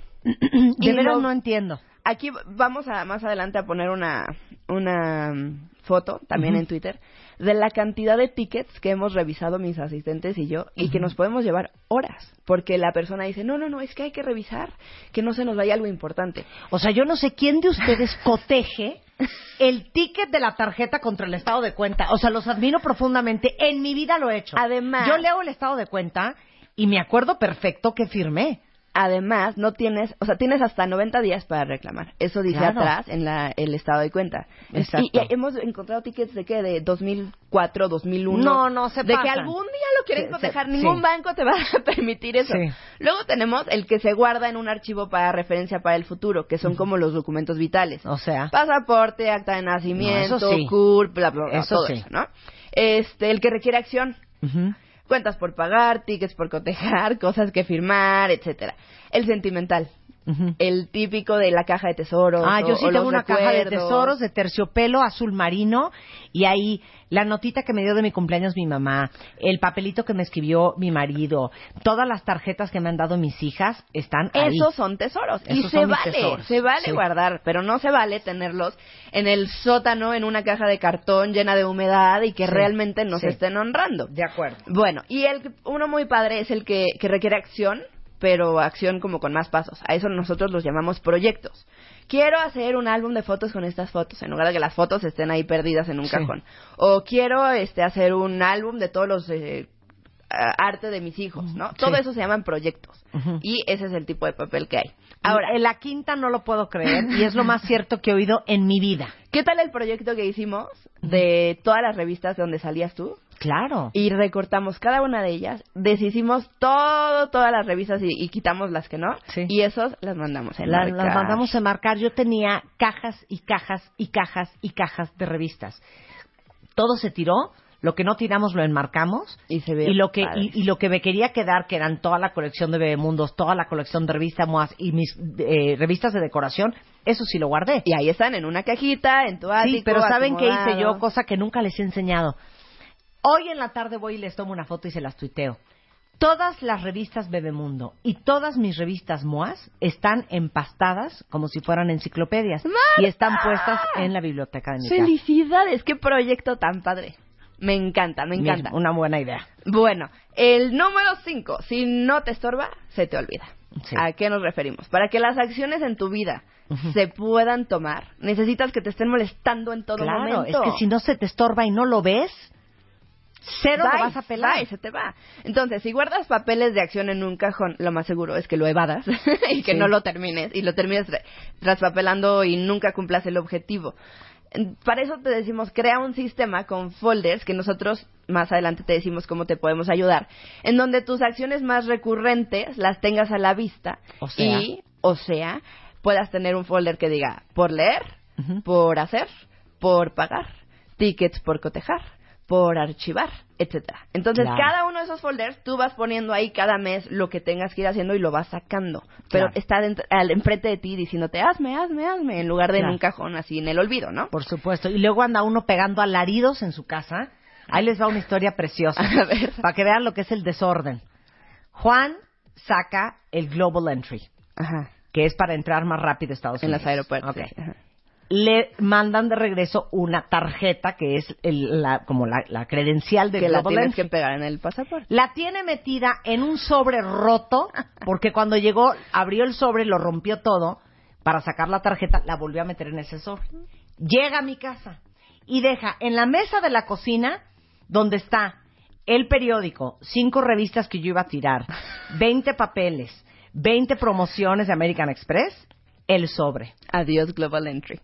De veras no entiendo. Aquí vamos a más adelante a poner una una um, foto también uh-huh. en Twitter de la cantidad de tickets que hemos revisado mis asistentes y yo y uh-huh. que nos podemos llevar horas porque la persona dice no no no es que hay que revisar que no se nos vaya algo importante. O sea, yo no sé quién de ustedes protege el ticket de la tarjeta contra el estado de cuenta. O sea, los admiro profundamente. En mi vida lo he hecho. Además, yo leo el estado de cuenta y me acuerdo perfecto que firmé. Además, no tienes, o sea, tienes hasta noventa días para reclamar. Eso dice claro. atrás en la, el estado de cuenta. Exacto. Y, y hemos encontrado tickets de qué, de dos mil cuatro, dos mil uno. No, no se De pasan. que algún día lo quieren Sí, cotejar. sí, Ningún sí. banco te va a permitir eso. Sí. Luego tenemos el que se guarda en un archivo para referencia para el futuro, que son como los documentos vitales. O sea. Pasaporte, acta de nacimiento, no, eso sí. C U R P, bla, bla, bla, eso todo sí. eso, ¿no? Este, el que requiere acción. Uh-huh. Cuentas por pagar, tickets por cotejar, cosas que firmar, etcétera. El sentimental, Uh-huh. El típico de la caja de tesoros. Ah, o, yo sí o tengo los una recuerdos. caja de tesoros de terciopelo azul marino y ahí la notita que me dio de mi cumpleaños mi mamá, el papelito que me escribió mi marido, todas las tarjetas que me han dado mis hijas están ahí. Esos son tesoros. Esos y se son mis vale, tesoros. se vale Sí. guardar, pero no se vale tenerlos en el sótano en una caja de cartón llena de humedad y que Sí. realmente no Sí. se estén honrando. De acuerdo. Bueno, y el uno muy padre es el que, que requiere acción, pero acción como con más pasos. A eso nosotros los llamamos proyectos. Quiero hacer un álbum de fotos con estas fotos, en lugar de que las fotos estén ahí perdidas en un Sí. cajón. O quiero este hacer un álbum de todos los eh, arte de mis hijos, ¿no? Sí. Todo eso se llaman proyectos. Uh-huh. Y ese es el tipo de papel que hay. Ahora, Ahora, en la quinta no lo puedo creer y es lo más cierto que he oído en mi vida. ¿qué tal el proyecto que hicimos de todas las revistas donde salías tú? Claro. Y recortamos cada una de ellas, deshicimos todo, todas las revistas y, y quitamos las que no, Sí. y esos las mandamos a La- enmarcar. las mandamos a marcar. Yo tenía cajas y cajas y cajas y cajas de revistas. Todo se tiró. Lo que no tiramos lo enmarcamos. Y se ve Y lo que padre. y, y lo que me quería quedar, que eran toda la colección de Bebemundos, toda la colección de revista Moas y mis eh, revistas de decoración, eso sí lo guardé. Y ahí están en una cajita, en tu ático, Sí, pero ¿saben qué hice acomodado. yo? Cosa que nunca les he enseñado. Hoy en la tarde voy y les tomo una foto y se las tuiteo. Todas las revistas Bebemundo y todas mis revistas Moas están empastadas como si fueran enciclopedias. ¡Marta! Y están puestas en la biblioteca de mi casa. ¡Felicidades! ¡Qué proyecto tan padre! Me encanta, me encanta. Mira, una buena idea. Bueno, el número cinco, si no te estorba, se te olvida. Sí. ¿A qué nos referimos? Para que las acciones en tu vida Ujú. se puedan tomar, necesitas que te estén molestando en todo Claro, momento. es que si no se te estorba y no lo ves, cero Bye, lo vas a pelar. bye, se te va. Entonces, si guardas papeles de acción en un cajón, lo más seguro es que lo evadas y que Sí. no lo termines y lo termines tra- traspapelando y nunca cumplas el objetivo. En- Para eso te decimos, crea un sistema con folders que nosotros más adelante te decimos cómo te podemos ayudar, en donde tus acciones más recurrentes las tengas a la vista O sea. y, o sea, puedas tener un folder que diga por leer, Ujú. por hacer, por pagar, tickets por cotejar, por archivar, etcétera. Entonces, Claro. cada uno de esos folders tú vas poniendo ahí cada mes lo que tengas que ir haciendo y lo vas sacando. Pero Claro. está dentro, al, enfrente de ti diciéndote, hazme, hazme, hazme, en lugar de Claro. en un cajón así en el olvido, ¿no? Por supuesto. Y luego anda uno pegando alaridos en su casa. Ahí les va una historia preciosa. A ver. Para que vean lo que es el desorden. Juan saca el Global Entry, Ajá. que es para entrar más rápido a Estados En Unidos. los aeropuertos. Ok. sí, ajá. Le mandan de regreso una tarjeta que es el- la, como la, la credencial del Que la Global tienes Entry. que pegar en el pasaporte. La tiene metida en un sobre roto, porque cuando llegó, abrió el sobre, lo rompió todo, para sacar la tarjeta, la volvió a meter en ese sobre. Llega a mi casa y deja en la mesa de la cocina, donde está el periódico, cinco revistas que yo iba a tirar, veinte papeles, veinte promociones de American Express, el sobre. Adiós, Global Entry.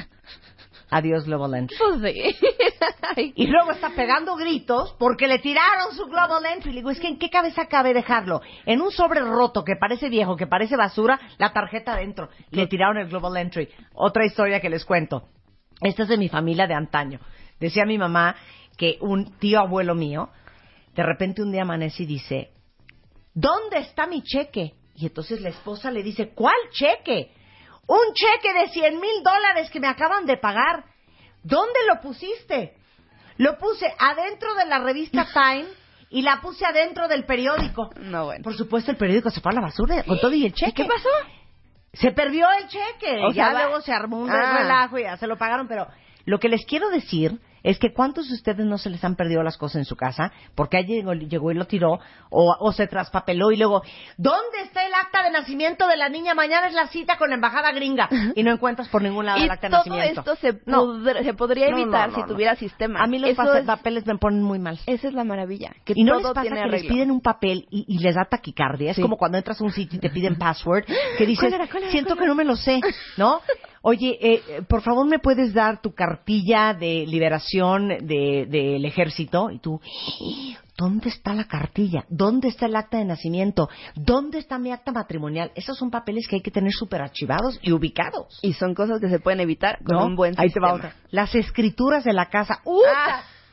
Adiós, Global Entry. Pues sí. Ay, Y luego está pegando gritos porque le tiraron su Global Entry. Le digo, es que ¿en qué cabeza cabe dejarlo? En un sobre roto que parece viejo, que parece basura, la tarjeta adentro. Le tiraron el Global Entry. Otra historia que les cuento. Esta es de mi familia de antaño. Decía mi mamá que un tío abuelo mío, de repente un día amanece y dice, ¿dónde está mi cheque? Y entonces la esposa le dice, ¿cuál cheque? Un cheque de cien mil dólares que me acaban de pagar. ¿Dónde lo pusiste? Lo puse adentro de la revista Time y la puse adentro del periódico. No, bueno. Por supuesto, el periódico se fue a la basura con todo y el cheque. ¿Y qué pasó? Se perdió el cheque. O ya sea, va- luego se armó un Ah. relajo y ya se lo pagaron. Pero lo que les quiero decir es que ¿cuántos de ustedes no se les han perdido las cosas en su casa? Porque ahí llegó, llegó y lo tiró, o, o se traspapeló y luego, ¿dónde está el acta de nacimiento de la niña? Mañana es la cita con la embajada gringa. Y no encuentras por ningún lado Y el acta de todo nacimiento. esto se, No. podr- se podría No, evitar no, no, si no. tuviera sistema. A mí los Eso pase- es- papeles me ponen muy mal. Esa es la maravilla. Que Y no todo les pasa tiene que les arreglo. piden un papel y, y les da taquicardia. Es Sí. como cuando entras a un sitio y te piden password, que dices, ¿Cuál era, cuál era, siento cuál que no me lo sé, ¿no? Oye, eh, eh, por favor, ¿me puedes dar tu cartilla de liberación de- del ejército? Y tú, ¿dónde está la cartilla? ¿Dónde está el acta de nacimiento? ¿Dónde está mi acta matrimonial? Esos son papeles que hay que tener súper archivados y ubicados. Y son cosas que se pueden evitar con ¿No? un buen Ahí te va sistema. otra. Las escrituras de la casa. ¡Uta! Ah.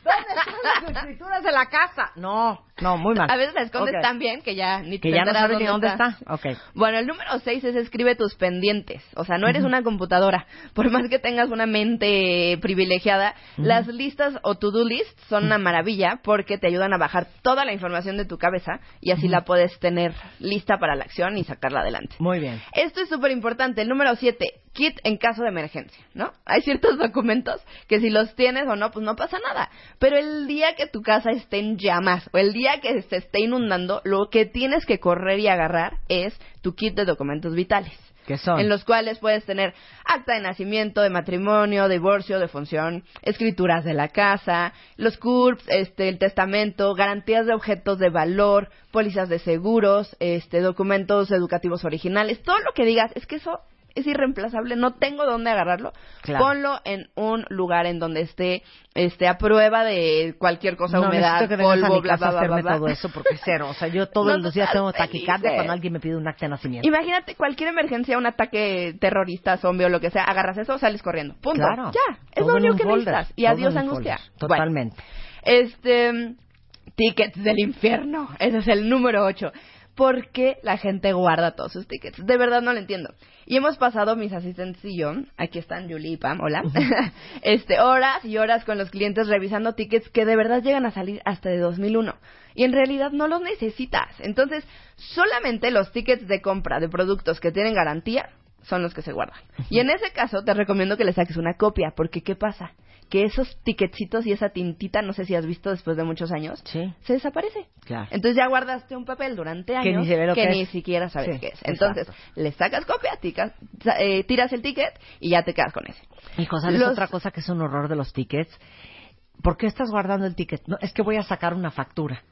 ¿Dónde están las escrituras de la casa? No, no, muy mal. A veces la escondes Okay. tan bien que ya ni te Que ya no enteras sabes ni dónde está. Okay. Bueno, el número seis es escribe tus pendientes. O sea, no eres uh-huh. una computadora. Por más que tengas una mente privilegiada, uh-huh. las listas o to-do lists son uh-huh. una maravilla porque te ayudan a bajar toda la información de tu cabeza y así uh-huh. la puedes tener lista para la acción y sacarla adelante. Muy bien. Esto es súper importante. El número siete, kit en caso de emergencia, ¿no? Hay ciertos documentos que si los tienes o no, pues no pasa nada. Pero el día que tu casa esté en llamas o el día que se esté inundando, lo que tienes que correr y agarrar es tu kit de documentos vitales. ¿Qué son? En los cuales puedes tener acta de nacimiento, de matrimonio, divorcio, de función, escrituras de la casa, los C U R Ps, este, el testamento, garantías de objetos de valor, pólizas de seguros, este, documentos educativos originales, todo lo que digas, es que eso es irreemplazable, no tengo dónde agarrarlo. Claro. Ponlo en un lugar en donde esté este a prueba de cualquier cosa, no, humedad, que polvo, bla, bla, bla, bla, bla. todo eso porque cero, o sea, yo todos no, los días tengo felices. taquicardia cuando alguien me pide un acta de nacimiento. Imagínate cualquier emergencia, un ataque terrorista, zombie o lo que sea, agarras eso, sales corriendo. Punto. Claro. Ya, es lo único que necesitas. Y adiós angustia. Totalmente. Bueno, este tickets del infierno, ese es el número ocho. ¿Por qué la gente guarda todos sus tickets? De verdad no lo entiendo. Y hemos pasado, mis asistentes y yo, aquí están Julie y Pam, hola, uh-huh. este, horas y horas con los clientes revisando tickets que de verdad llegan a salir hasta de dos mil uno. Y en realidad no los necesitas. Entonces, solamente los tickets de compra de productos que tienen garantía son los que se guardan. Uh-huh. Y en ese caso te recomiendo que le saques una copia, porque ¿qué pasa? Que esos ticketcitos y esa tintita, no sé si has visto después de muchos años, sí. se desaparece. Claro. Entonces ya guardaste un papel durante años que ni, se ve lo que, que ni siquiera sabes sí, qué es. Entonces, exacto. le sacas copia, ticas, eh, tiras el ticket y ya te quedas con ese. Hijo, ¿sabes los... otra cosa que es un horror de los tickets? ¿Por qué estás guardando el ticket? No, es que voy a sacar una factura.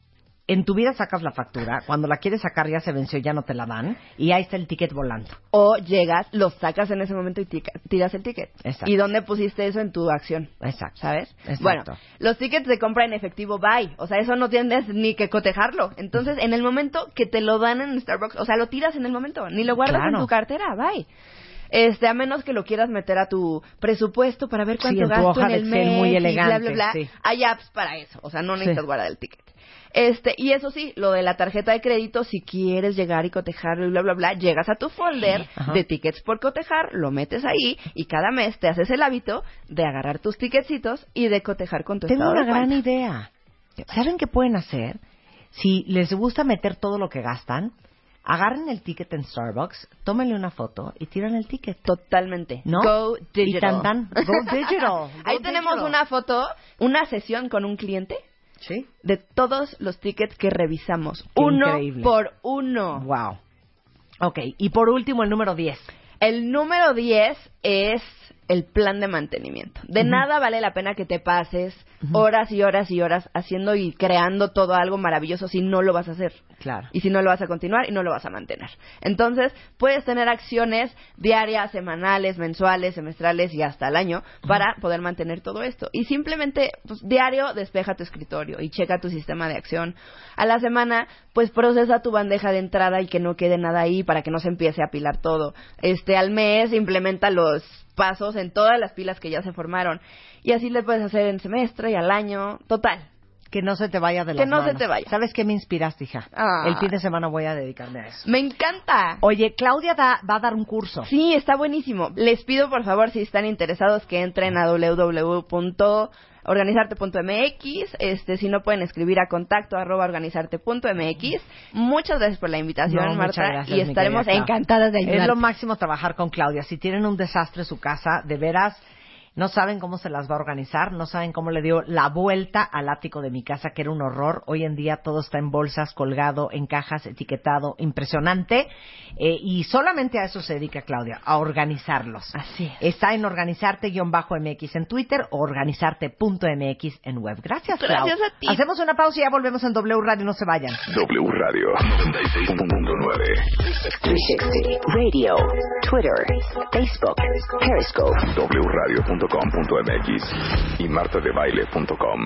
En tu vida sacas la factura, cuando la quieres sacar ya se venció, ya no te la dan, y ahí está el ticket volando. O llegas, lo sacas en ese momento y tica, tiras el ticket. Exacto. ¿Y dónde pusiste eso en tu acción? Exacto. ¿Sabes? Exacto. Bueno, los tickets de compra en efectivo, bye. O sea, eso no tienes ni que cotejarlo. Entonces, en el momento que te lo dan en Starbucks, o sea, lo tiras en el momento, ni lo guardas claro. en tu cartera, bye. Este, a menos que lo quieras meter a tu presupuesto para ver cuánto sí, gasto en el mes muy elegante, y bla, bla, bla. Sí. Hay apps para eso. O sea, no necesitas sí. guardar el ticket. Este, y eso sí, lo de la tarjeta de crédito, si quieres llegar y cotejarlo y bla, bla, bla, llegas a tu folder sí, de tickets por cotejar, lo metes ahí y cada mes te haces el hábito de agarrar tus ticketcitos y de cotejar con tu Tengo estado de una gran cuenta. idea. ¿Saben qué pueden hacer? Si les gusta meter todo lo que gastan, agarren el ticket en Starbucks, tómenle una foto y tiran el ticket. Totalmente. ¿No? Go digital. Y tan, tan, go digital. Go ahí digital. tenemos una foto, una sesión con un cliente. ¿Sí? De todos los tickets que revisamos. Qué uno increíble. por uno. Wow. Ok, y por último el número diez. El número diez es el plan de mantenimiento. De uh-huh. nada vale la pena que te pases uh-huh. horas y horas y horas haciendo y creando todo algo maravilloso si no lo vas a hacer. Claro. Y si no lo vas a continuar y no lo vas a mantener. Entonces, puedes tener acciones diarias, semanales, mensuales, semestrales y hasta el año uh-huh. para poder mantener todo esto. Y simplemente, pues, diario, despeja tu escritorio y checa tu sistema de acción. A la semana, pues, procesa tu bandeja de entrada y que no quede nada ahí para que no se empiece a apilar todo. Este, al mes, implementa los pasos en todas las pilas que ya se formaron. Y así le puedes hacer en semestre y al año. Total. Que no se te vaya de las Que no manos. se te vaya. ¿Sabes qué me inspiraste, hija? Ah. El fin de semana voy a dedicarme a eso. Me encanta. Oye, Claudia da, va a dar un curso. Sí, está buenísimo. Les pido, por favor, si están interesados, que entren a doble u doble u doble u punto organizarte punto eme equis. Este, si no, pueden escribir a contacto arroba organizarte punto eme equis. Muchas gracias por la invitación, no, Marta. Gracias, y estaremos encantadas de ayudar. Es lo máximo trabajar con Claudia. Si tienen un desastre en su casa, de veras, no saben cómo se las va a organizar, no saben cómo le dio la vuelta al ático de mi casa, que era un horror. Hoy en día todo está en bolsas, colgado, en cajas, etiquetado, impresionante. Eh, y solamente a eso se dedica Claudia, a organizarlos. Así es. Está en organizarte-eme equis en Twitter o organizarte punto eme equis en web. Gracias, Clau. Gracias a ti. Hacemos una pausa y ya volvemos en W Radio, no se vayan. W Radio noventa y seis punto nueve. trescientos sesenta Radio, Twitter, Facebook, Periscope, w radio punto com punto eme equis y marta de baile punto com.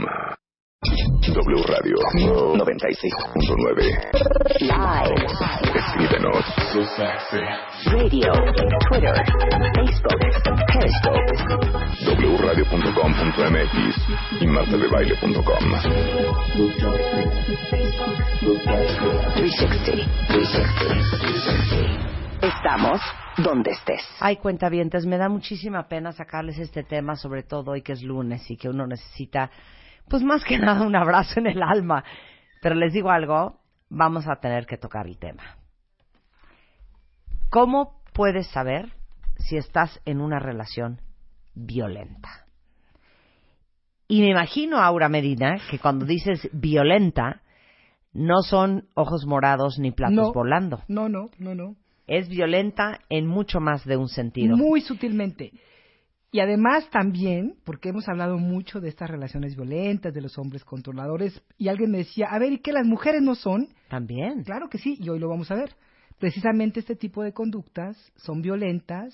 W Radio noventa y seis punto nueve. Live. Escríbenos. Radio, Twitter, Facebook, Periscope. w radio punto com punto punto m x y marta de baile punto com. trescientos sesenta. Estamos donde estés. Ay, cuentavientes, me da muchísima pena sacarles este tema, sobre todo hoy que es lunes y que uno necesita, pues más que nada, un abrazo en el alma. Pero les digo algo, vamos a tener que tocar el tema. ¿Cómo puedes saber si estás en una relación violenta? Y me imagino, Aura Medina, que cuando dices violenta, no son ojos morados ni platos no, volando. No, no, no, no. Es violenta en mucho más de un sentido. Muy sutilmente. Y además también, porque hemos hablado mucho de estas relaciones violentas, de los hombres controladores, y alguien me decía, a ver, ¿y qué las mujeres no son? También. Claro que sí, y hoy lo vamos a ver. Precisamente este tipo de conductas son violentas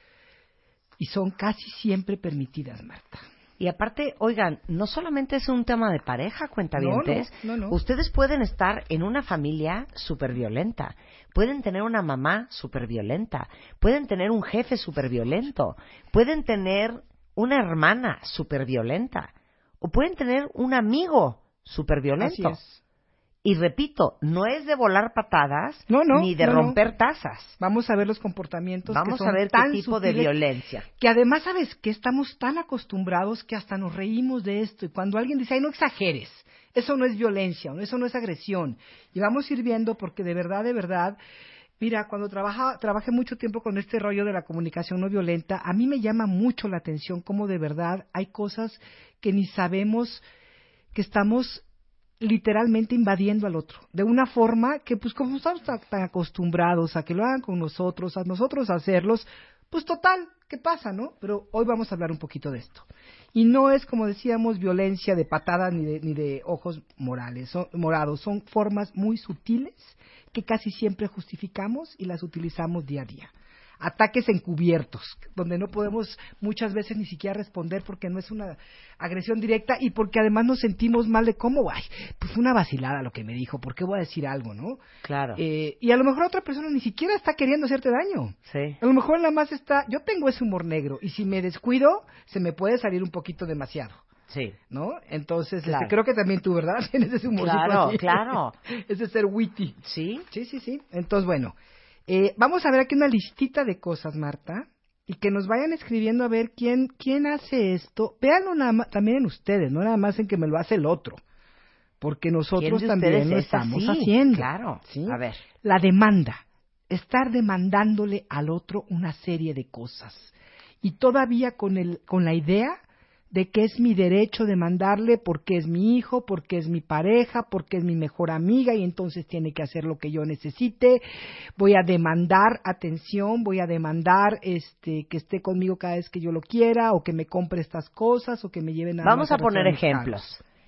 y son casi siempre permitidas, Marta. Y aparte, oigan, no solamente es un tema de pareja, cuentavientes. No, no, no, no. Ustedes pueden estar en una familia súper violenta. Pueden tener una mamá súper violenta. Pueden tener un jefe súper violento. Pueden tener una hermana súper violenta. O pueden tener un amigo súper violento. Así es. Y repito, no es de volar patadas no, no, ni de no, romper no. tazas. Vamos a ver los comportamientos Vamos que son a ver tan qué tipo sutiles, de violencia. Que además, ¿sabes qué? Estamos tan acostumbrados que hasta nos reímos de esto. Y cuando alguien dice, ay, no exageres, eso no es violencia, eso no es agresión. Y vamos a ir viendo porque de verdad, de verdad, mira, cuando trabaja, trabajé mucho tiempo con este rollo de la comunicación no violenta, a mí me llama mucho la atención cómo de verdad hay cosas que ni sabemos que estamos literalmente invadiendo al otro, de una forma que pues como estamos tan, tan acostumbrados a que lo hagan con nosotros, a nosotros hacerlos, pues total, ¿qué pasa, no? Pero hoy vamos a hablar un poquito de esto. Y no es, como decíamos, violencia de patada ni de, ni de ojos morales, son, morados, son formas muy sutiles que casi siempre justificamos y las utilizamos día a día. Ataques encubiertos, donde no podemos muchas veces ni siquiera responder porque no es una agresión directa y porque además nos sentimos mal de cómo, ay, pues fue una vacilada lo que me dijo, ¿por qué voy a decir algo, no? Claro. Eh, y a lo mejor otra persona ni siquiera está queriendo hacerte daño. Sí. A lo mejor nada más está, yo tengo ese humor negro y si me descuido, se me puede salir un poquito demasiado. Sí. ¿No? Entonces, claro. este, creo que también tú, ¿verdad? Tienes ese humor. Claro, así. claro. Ese ser witty. Sí. Sí, sí, sí. Entonces, bueno. Eh, vamos a ver aquí una listita de cosas, Marta, y que nos vayan escribiendo a ver quién quién hace esto. Véanlo nada más, también en ustedes, no nada más en que me lo hace el otro, porque nosotros también lo estamos así? haciendo. Claro, ¿sí? A ver. La demanda, estar demandándole al otro una serie de cosas, y todavía con el con la idea de que es mi derecho demandarle porque es mi hijo, porque es mi pareja, porque es mi mejor amiga y entonces tiene que hacer lo que yo necesite. Voy a demandar atención, voy a demandar este que esté conmigo cada vez que yo lo quiera o que me compre estas cosas o que me lleven a... Vamos a poner ejemplos.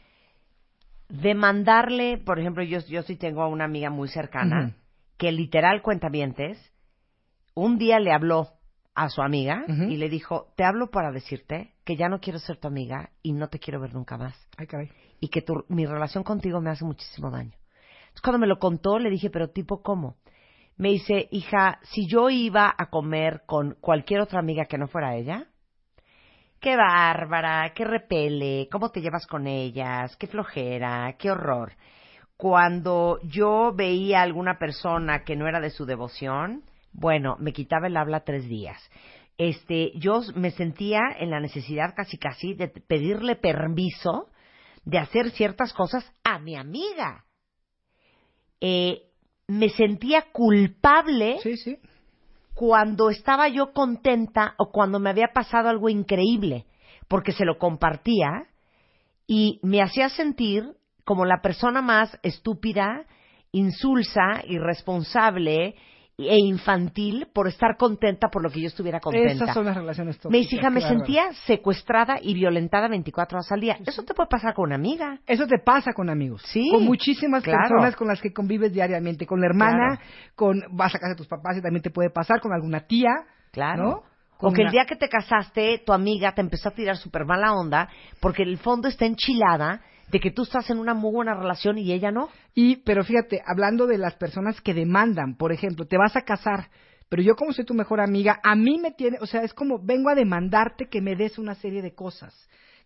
Demandarle, por ejemplo, yo, yo sí tengo a una amiga muy cercana uh-huh. que literal, cuentavientes, un día le habló a su amiga uh-huh. y le dijo, te hablo para decirte que ya no quiero ser tu amiga y no te quiero ver nunca más. Ay, caray. Y que tu, mi relación contigo me hace muchísimo daño. Entonces, cuando me lo contó, le dije, pero tipo, ¿cómo? Me dice, hija, si yo iba a comer con cualquier otra amiga que no fuera ella, qué bárbara, qué repele, cómo te llevas con ellas, qué flojera, qué horror. Cuando yo veía a alguna persona que no era de su devoción, bueno, me quitaba el habla tres días. Este, yo me sentía en la necesidad casi casi de pedirle permiso de hacer ciertas cosas a mi amiga. Eh, me sentía culpable sí, sí. cuando estaba yo contenta o cuando me había pasado algo increíble, porque se lo compartía y me hacía sentir como la persona más estúpida, insulsa, irresponsable e infantil por estar contenta por lo que yo estuviera contenta. Esas son las relaciones tóxicas. Me hija, me claro. sentía secuestrada y violentada veinticuatro horas al día. Eso te puede pasar con una amiga. Eso te pasa con amigos. Sí. Con muchísimas claro. personas con las que convives diariamente. Con la hermana, claro. con vas a casa de tus papás y también te puede pasar con alguna tía. Claro. ¿no? O que una... el día que te casaste, tu amiga te empezó a tirar súper mala onda porque en el fondo está enchilada de que tú estás en una muy buena relación y ella no. Y, pero fíjate, hablando de las personas que demandan, por ejemplo, te vas a casar, pero yo como soy tu mejor amiga, a mí me tiene, o sea, es como vengo a demandarte que me des una serie de cosas,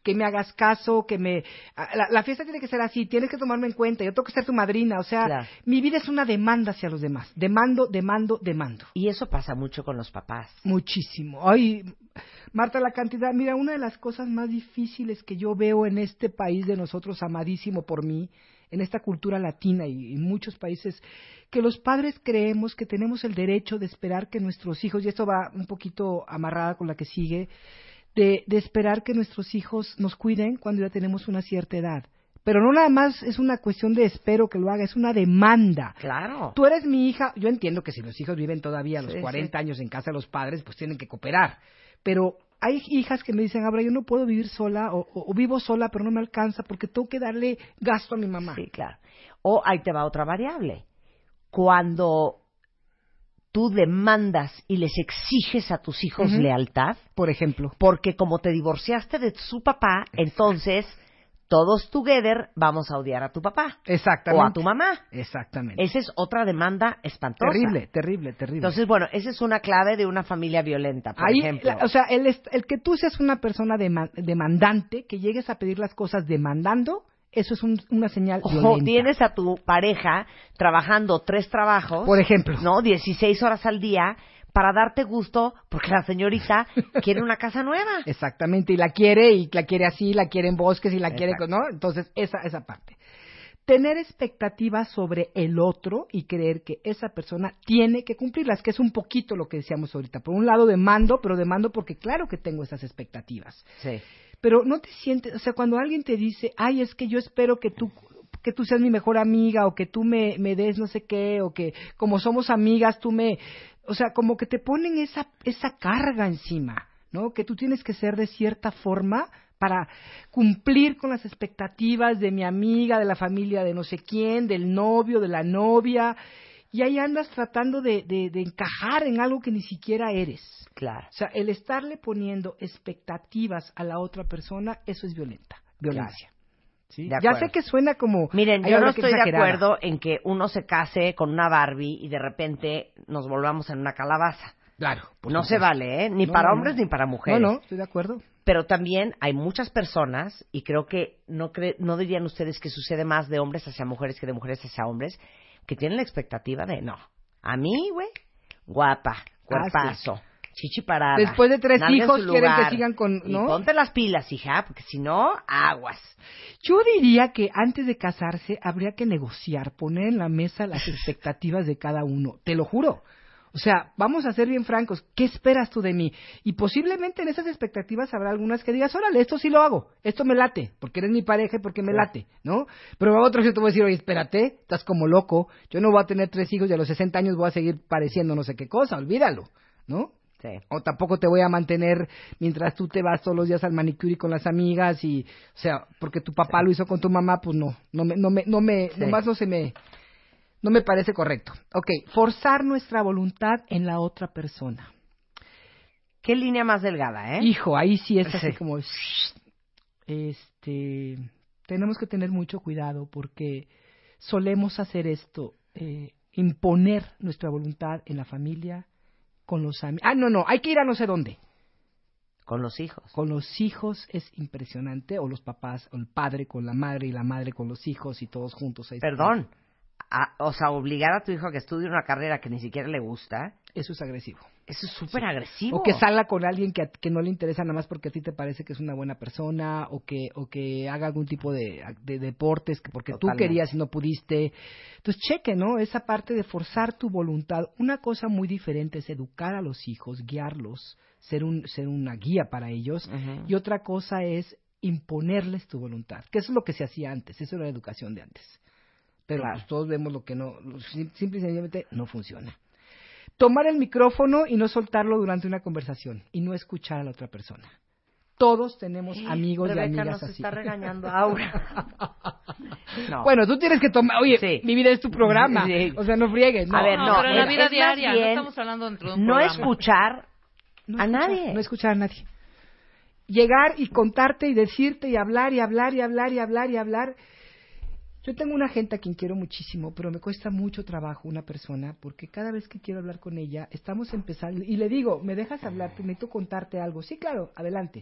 que me hagas caso, que me... La, la fiesta tiene que ser así, tienes que tomarme en cuenta, yo tengo que ser tu madrina, o sea, claro. Mi vida es una demanda hacia los demás, demando, demando, demando. Y eso pasa mucho con los papás. Muchísimo. Ay, Marta, la cantidad, mira, una de las cosas más difíciles que yo veo en este país de nosotros, amadísimo por mí, en esta cultura latina y en muchos países, que los padres creemos que tenemos el derecho de esperar que nuestros hijos, y esto va un poquito amarrada con la que sigue, de, de esperar que nuestros hijos nos cuiden cuando ya tenemos una cierta edad. Pero no nada más es una cuestión de espero que lo haga, es una demanda. Claro. Tú eres mi hija, yo entiendo que si los hijos viven todavía a los sí, cuarenta sí. años en casa de los padres, pues tienen que cooperar. Pero hay hijas que me dicen, Abra, yo no puedo vivir sola, o, o, o vivo sola, pero no me alcanza porque tengo que darle gasto a mi mamá. Sí, claro. O ahí te va otra variable. Cuando tú demandas y les exiges a tus hijos uh-huh. lealtad, por ejemplo, porque como te divorciaste de su papá, entonces todos together vamos a odiar a tu papá. Exactamente. O a tu mamá. Exactamente. Esa es otra demanda espantosa. Terrible, terrible, terrible. Entonces, bueno, esa es una clave de una familia violenta, por Ahí, ejemplo. La, o sea, el, el que tú seas una persona dema- demandante, que llegues a pedir las cosas demandando, eso es un, una señal violenta. O tienes a tu pareja trabajando tres trabajos. Por ejemplo. ¿No? dieciséis horas al día para darte gusto porque la señorita quiere una casa nueva. Exactamente, y la quiere, y la quiere así, la quiere en bosques, y la Exacto. quiere, ¿no? Entonces, esa, esa parte. Tener expectativas sobre el otro y creer que esa persona tiene que cumplirlas, que es un poquito lo que decíamos ahorita. Por un lado demando, pero demando porque claro que tengo esas expectativas. Sí. Pero no te sientes, o sea, cuando alguien te dice, ay, es que yo espero que tú que tú seas mi mejor amiga, o que tú me, me des no sé qué, o que como somos amigas tú me... O sea, como que te ponen esa, esa carga encima, ¿no? Que tú tienes que ser de cierta forma para cumplir con las expectativas de mi amiga, de la familia de no sé quién, del novio, de la novia, y ahí andas tratando de, de, de encajar en algo que ni siquiera eres. Claro. O sea, el estarle poniendo expectativas a la otra persona, eso es violenta, violencia. Claro. ¿Sí? Ya sé que suena como... Miren, yo no estoy de acuerdo en que uno se case con una Barbie y de repente nos volvamos en una calabaza. Claro. No se vale, ¿eh? Ni no, para no, hombres no. ni para mujeres. No, no, estoy de acuerdo. Pero también hay muchas personas, y creo que no, cre- no dirían ustedes que sucede más de hombres hacia mujeres que de mujeres hacia hombres, que tienen la expectativa de, no, a mí, güey, guapa, cuerpazo. Ah, sí. Chichi parada. Después de tres hijos quieren que sigan con... ¿no? Y ponte las pilas, hija, porque si no, aguas. Yo diría que antes de casarse habría que negociar, poner en la mesa las expectativas de cada uno. Te lo juro. O sea, vamos a ser bien francos. ¿Qué esperas tú de mí? Y posiblemente en esas expectativas habrá algunas que digas, órale, esto sí lo hago. Esto me late, porque eres mi pareja y porque me late, ¿no? Pero a otros yo te voy a decir, oye, espérate, estás como loco. Yo no voy a tener tres hijos y a los sesenta años voy a seguir pareciendo no sé qué cosa. Olvídalo, ¿no? Sí. O tampoco te voy a mantener mientras tú te vas todos los días al manicure con las amigas y, o sea, porque tu papá sí. lo hizo con tu mamá, pues no, no me, no me, no me, sí. nomás no se me, no me parece correcto. Okay, forzar nuestra voluntad en la otra persona. Qué línea más delgada, ¿eh? Hijo, ahí sí es así sí. como, este, tenemos que tener mucho cuidado porque solemos hacer esto, eh, imponer nuestra voluntad en la familia, con los amigos. Ah, no, no, hay que ir a no sé dónde. Con los hijos. Con los hijos es impresionante, o los papás, o el padre con la madre y la madre con los hijos y todos juntos. Ahí Perdón, a, o sea, obligar a tu hijo a que estudie una carrera que ni siquiera le gusta. Eso es agresivo. Eso es súper sí. agresivo. O que salga con alguien que, que no le interesa nada más porque a ti te parece que es una buena persona, o que o que haga algún tipo de, de deportes que porque Totalmente. tú querías y no pudiste. Entonces, cheque, ¿no? Esa parte de forzar tu voluntad. Una cosa muy diferente es educar a los hijos, guiarlos, ser un ser una guía para ellos. Uh-huh. Y otra cosa es imponerles tu voluntad, que eso es lo que se hacía antes, eso era la educación de antes. Pero claro. pues, todos vemos lo que no, simple y sencillamente no funciona. Tomar el micrófono y no soltarlo durante una conversación y no escuchar a la otra persona. Todos tenemos amigos Rebeca, y amigas nos así. Está regañando Aura. No. Bueno, tú tienes que tomar. Oye, sí. mi vida es tu programa. Sí. O sea, no friegues. No. A ver, no, no pero en la vida es diaria, bien, no estamos hablando dentro de un no programa. Escuchar no a escuchar, nadie. No escuchar a nadie. Llegar y contarte y decirte y hablar y hablar y hablar y hablar y hablar. Yo tengo una gente a quien quiero muchísimo, pero me cuesta mucho trabajo una persona, porque cada vez que quiero hablar con ella, estamos empezando, y le digo, ¿me dejas hablar? Te necesito contarte algo. Sí, claro, adelante.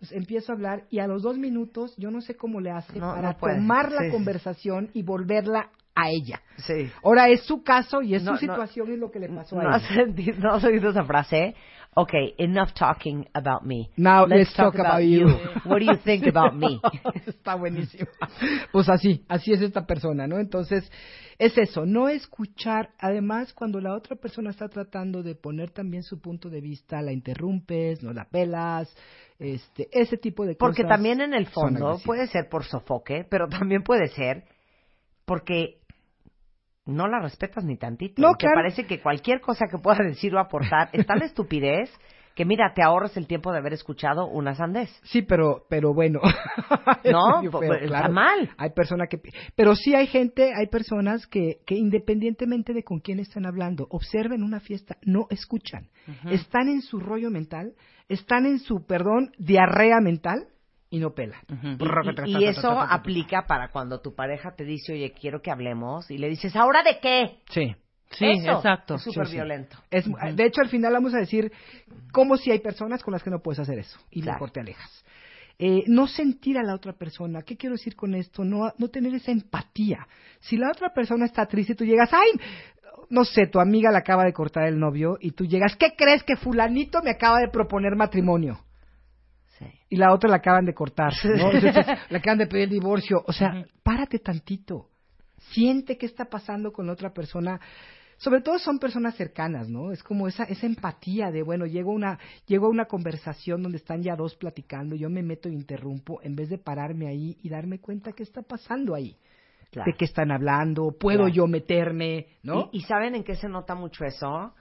Entonces empiezo a hablar y a los dos minutos yo no sé cómo le hace No, para no puede. tomar la Sí. conversación y volverla a ella. Sí. Ahora es su caso y es No, su no. situación y lo que le pasó ¿No a has, ella. senti- ¿No has oído esa frase? Okay, enough talking about me. Now let's, talk, about, you. What do you think about me? Está buenísimo. Pues así, así es esta persona, ¿no? Entonces, es eso, no escuchar. Además, cuando la otra persona está tratando de poner también su punto de vista, la interrumpes, no la pelas, este, ese tipo de cosas. Porque también en el son fondo agresivas. puede ser por sofoque, pero también puede ser porque no la respetas ni tantito. No, Y te claro. parece que cualquier cosa que pueda decir o aportar es tal estupidez que mira, te ahorras el tiempo de haber escuchado una sandez. Sí, pero, pero bueno. No, Es medio pues, feo, está claro. mal. Hay personas que, pero sí hay gente, hay personas que, que independientemente de con quién están hablando, observen una fiesta, no escuchan. Ujú. Están en su rollo mental, están en su, perdón, diarrea mental y no pelan. Y, y eso aplica para cuando tu pareja te dice, oye, quiero que hablemos, y le dices, ¿ahora de qué? Sí. Sí, Eso exacto. Es súper Sí, sí. violento. Es, Ujú. De hecho, al final vamos a decir cómo si hay personas con las que no puedes hacer eso y Claro. mejor te alejas. Eh, no sentir a la otra persona. ¿Qué quiero decir con esto? No, no tener esa empatía. Si la otra persona está triste y tú llegas, ¡ay! No sé, tu amiga le acaba de cortar el novio y tú llegas, ¿qué crees que fulanito me acaba de proponer matrimonio? Sí. Y la otra la acaban de cortar, ¿no? Entonces, le acaban de pedir el divorcio. O sea, párate tantito. Siente qué está pasando con la otra persona. Sobre todo son personas cercanas, ¿no? Es como esa esa empatía de, bueno, llego a una llego a una conversación donde están ya dos platicando, yo me meto e interrumpo en vez de pararme ahí y darme cuenta qué está pasando ahí. Claro. De qué están hablando, puedo Claro. yo meterme, ¿no? ¿Y, y saben en qué se nota mucho eso?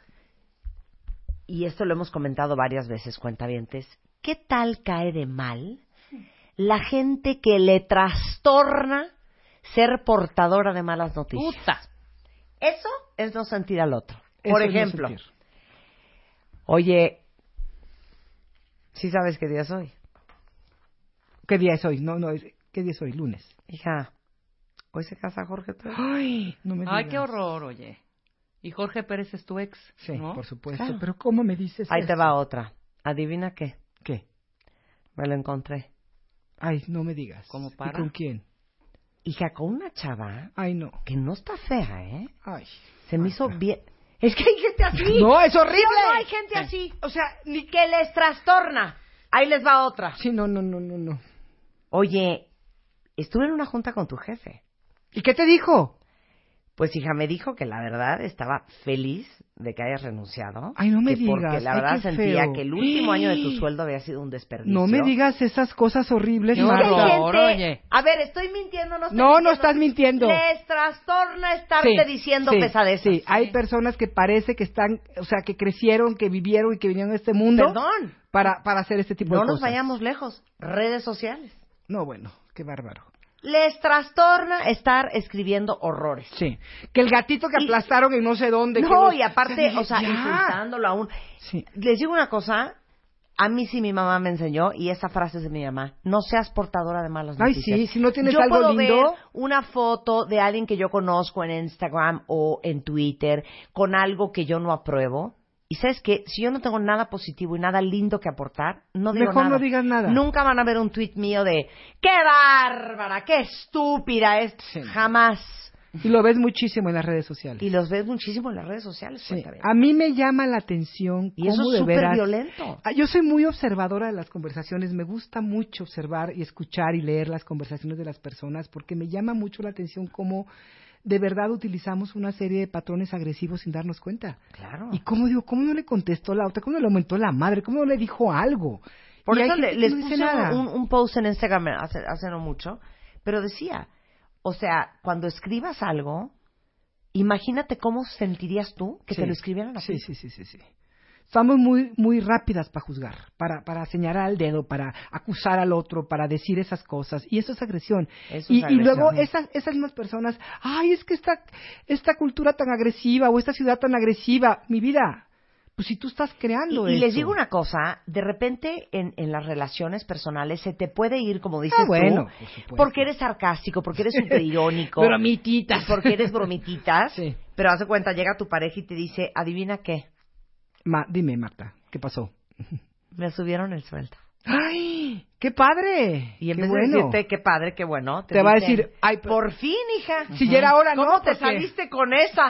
Y esto lo hemos comentado varias veces, cuentavientes. ¿Qué tal cae de mal la gente que le trastorna ser portadora de malas noticias? Puta. Eso es no sentir al otro. Eso Por es no ejemplo, sentir. oye, ¿sí sabes qué día es hoy? ¿Qué día es hoy? No, no, es- ¿qué día es hoy? Lunes. Hija, hoy se casa Jorge Pérez. Ay, no me digas. Ay, qué horror, oye. Y Jorge Pérez es tu ex, Sí, ¿no? por supuesto. Claro. Pero ¿cómo me dices Ahí te eso? va otra. ¿Adivina qué? ¿Qué? Me lo encontré. Ay, no me digas. ¿Cómo ¿Y para? con quién? Hija, con una chava Ay, no. que no está fea, ¿eh? Ay. Se me hizo bien. Es que hay gente así. No, es horrible. No, no, hay gente así. O sea, ni que les trastorna. Ahí les va otra. Sí, no, no, no, no, no. Oye, estuve en una junta con tu jefe. ¿Y qué te dijo? Pues hija, me dijo que la verdad estaba feliz de que hayas renunciado. Ay, no me que Porque digas. la Ay, verdad qué sentía feo. que el último año de tu sueldo había sido un desperdicio. No me digas esas cosas horribles, Qué Es que hay Marta. horror, gente- oye. A ver, estoy mintiendo, no estoy No, mintiendo. no estás mintiendo. Les trastorna estarte Sí, diciendo sí, pesadezas. Sí, hay personas que parece que están, o sea, que crecieron, que vivieron y que vinieron a este mundo Perdón. para, para hacer este tipo No de nos cosas. vayamos lejos. Redes sociales. No, bueno, qué bárbaro. Les trastorna estar escribiendo horrores. Sí, que el gatito que Y- aplastaron en no sé dónde. que No, los- y aparte, o sea, ya. insultándolo aún. Sí. Les digo una cosa, a mí sí mi mamá me enseñó, y esa frase es de mi mamá, no seas portadora de malas Ay, noticias. sí, si no tienes yo algo puedo lindo. ver una foto de alguien que yo conozco en Instagram o en Twitter con algo que yo no apruebo. Y sabes que si yo no tengo nada positivo y nada lindo que aportar, no digo Mejor nada. no digas nada. Nunca van a ver un tweet mío de ¡qué bárbara! ¡Qué estúpida es! Sí. Jamás. Y lo ves muchísimo en las redes sociales. Y los ves muchísimo en las redes sociales. Sí. cuenta bien. A mí me llama la atención Y eso cómo es de súper veras- violento. Ah, Yo soy muy observadora de las conversaciones. Me gusta mucho observar y escuchar y leer las conversaciones de las personas porque me llama mucho la atención cómo de verdad utilizamos una serie de patrones agresivos sin darnos cuenta. Claro. Y cómo digo, cómo no le contestó la otra, cómo no le aumentó la madre, cómo no le dijo algo. Por Y hay eso gente le- que les no dice puse nada. un, un post en Instagram hace, hace no mucho, pero decía, o sea, cuando escribas algo, imagínate cómo sentirías tú que Sí. te lo escribieran así. Sí, sí, sí, sí, sí. Estamos muy muy rápidas para juzgar, para para señalar al dedo, para acusar al otro, para decir esas cosas, y eso es agresión. Eso y, es y agresión. luego esas esas mismas personas, ay, es que esta esta cultura tan agresiva o esta ciudad tan agresiva, mi vida, pues si tú estás creando Y, y eso. les digo una cosa, de repente en, en las relaciones personales se te puede ir, como dices Ah, bueno, tú, por supuesto. porque eres sarcástico, porque eres súper irónico. Bromititas. y Porque eres bromititas. Sí. Pero haz de cuenta, llega tu pareja y te dice, adivina qué, Ma, dime, Marta, ¿qué pasó? me subieron el sueldo. ¡Ay! ¡Qué padre! Y en qué vez bueno. de decirte qué padre, qué bueno, te, te va a dicen, decir, ay, por fin, hija. Si ya era hora, ¿Cómo no, te porque... saliste con esa?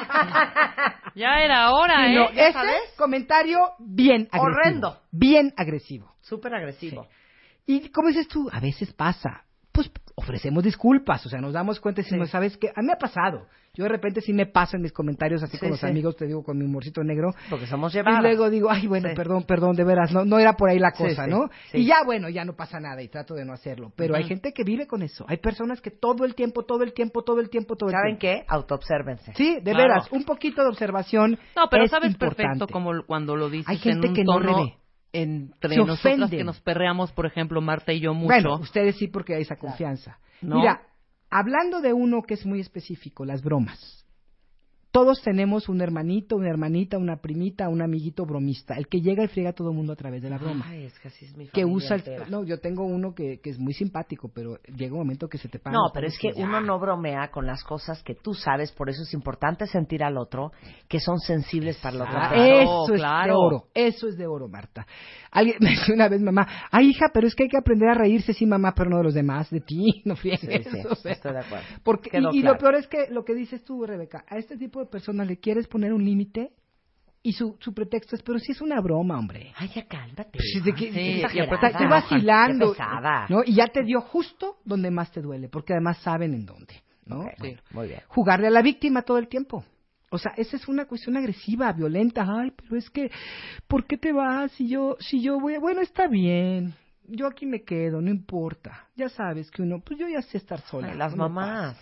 Ya era hora, sí, ¿eh? no, ese sabes? comentario bien agresivo. Horrendo. Bien agresivo. Súper agresivo. Sí. Y como dices tú, a veces pasa. Pues ofrecemos disculpas, o sea, nos damos cuenta y decimos, sí. ¿sabes qué? A mí me ha pasado. Yo de repente sí me paso en mis comentarios así sí, con los sí. amigos, te digo, con mi humorcito negro. Porque somos llevadas. Y luego digo, ay, bueno, sí. perdón, perdón, de veras, no, no era por ahí la cosa, sí, sí, ¿no? Sí. Y ya, bueno, ya no pasa nada y trato de no hacerlo. Pero uh-huh. hay gente que vive con eso. Hay personas que todo el tiempo, todo el tiempo, todo el tiempo, todo el ¿Saben tiempo. ¿Saben qué? Autoobsérvense. Sí, de claro. veras, un poquito de observación. No, pero es sabes importante. perfecto como cuando lo dices hay gente en un que tono... no revé. Entre se nosotras ofenden. Que nos perreamos, por ejemplo, Marta y yo mucho. Bueno, ustedes sí porque hay esa confianza. ¿No? Mira, hablando de uno que es muy específico, las bromas. Todos tenemos un hermanito, una hermanita, una primita, un amiguito bromista, el que llega y friega a todo el mundo a través de la broma. Ay, es que así es mi familia que usa el, entera. No, yo tengo uno que, que es muy simpático, pero llega un momento que se te paga. No, pero es que ya. uno no bromea con las cosas que tú sabes, por eso es importante sentir al otro, que son sensibles para la otra persona. Eso es claro. de oro, eso es de oro, Marta. Alguien me decía una vez, mamá, ay, hija, pero es que hay que aprender a reírse, sí, mamá, pero no de los demás, de ti, no friegues. Sí, sí, o sea, estoy de acuerdo. Porque, y, claro. y lo peor es que lo que dices tú, Rebeca, a este tipo de personas le quieres poner un límite y su, su pretexto es, pero si es una broma, hombre. Ay, ya cálmate. Pues, de que, sí, estoy vacilando. Qué pesada. ¿No? Y ya te dio justo donde más te duele, porque además saben en dónde, ¿no? Okay, bueno, muy bien. Jugarle a la víctima todo el tiempo. O sea, esa es una cuestión agresiva, violenta. Ay, pero es que, ¿por qué te vas? Si yo, si yo voy, bueno, está bien. Yo aquí me quedo, no importa. Ya sabes que uno, pues yo ya sé estar sola. Ay, las mamás.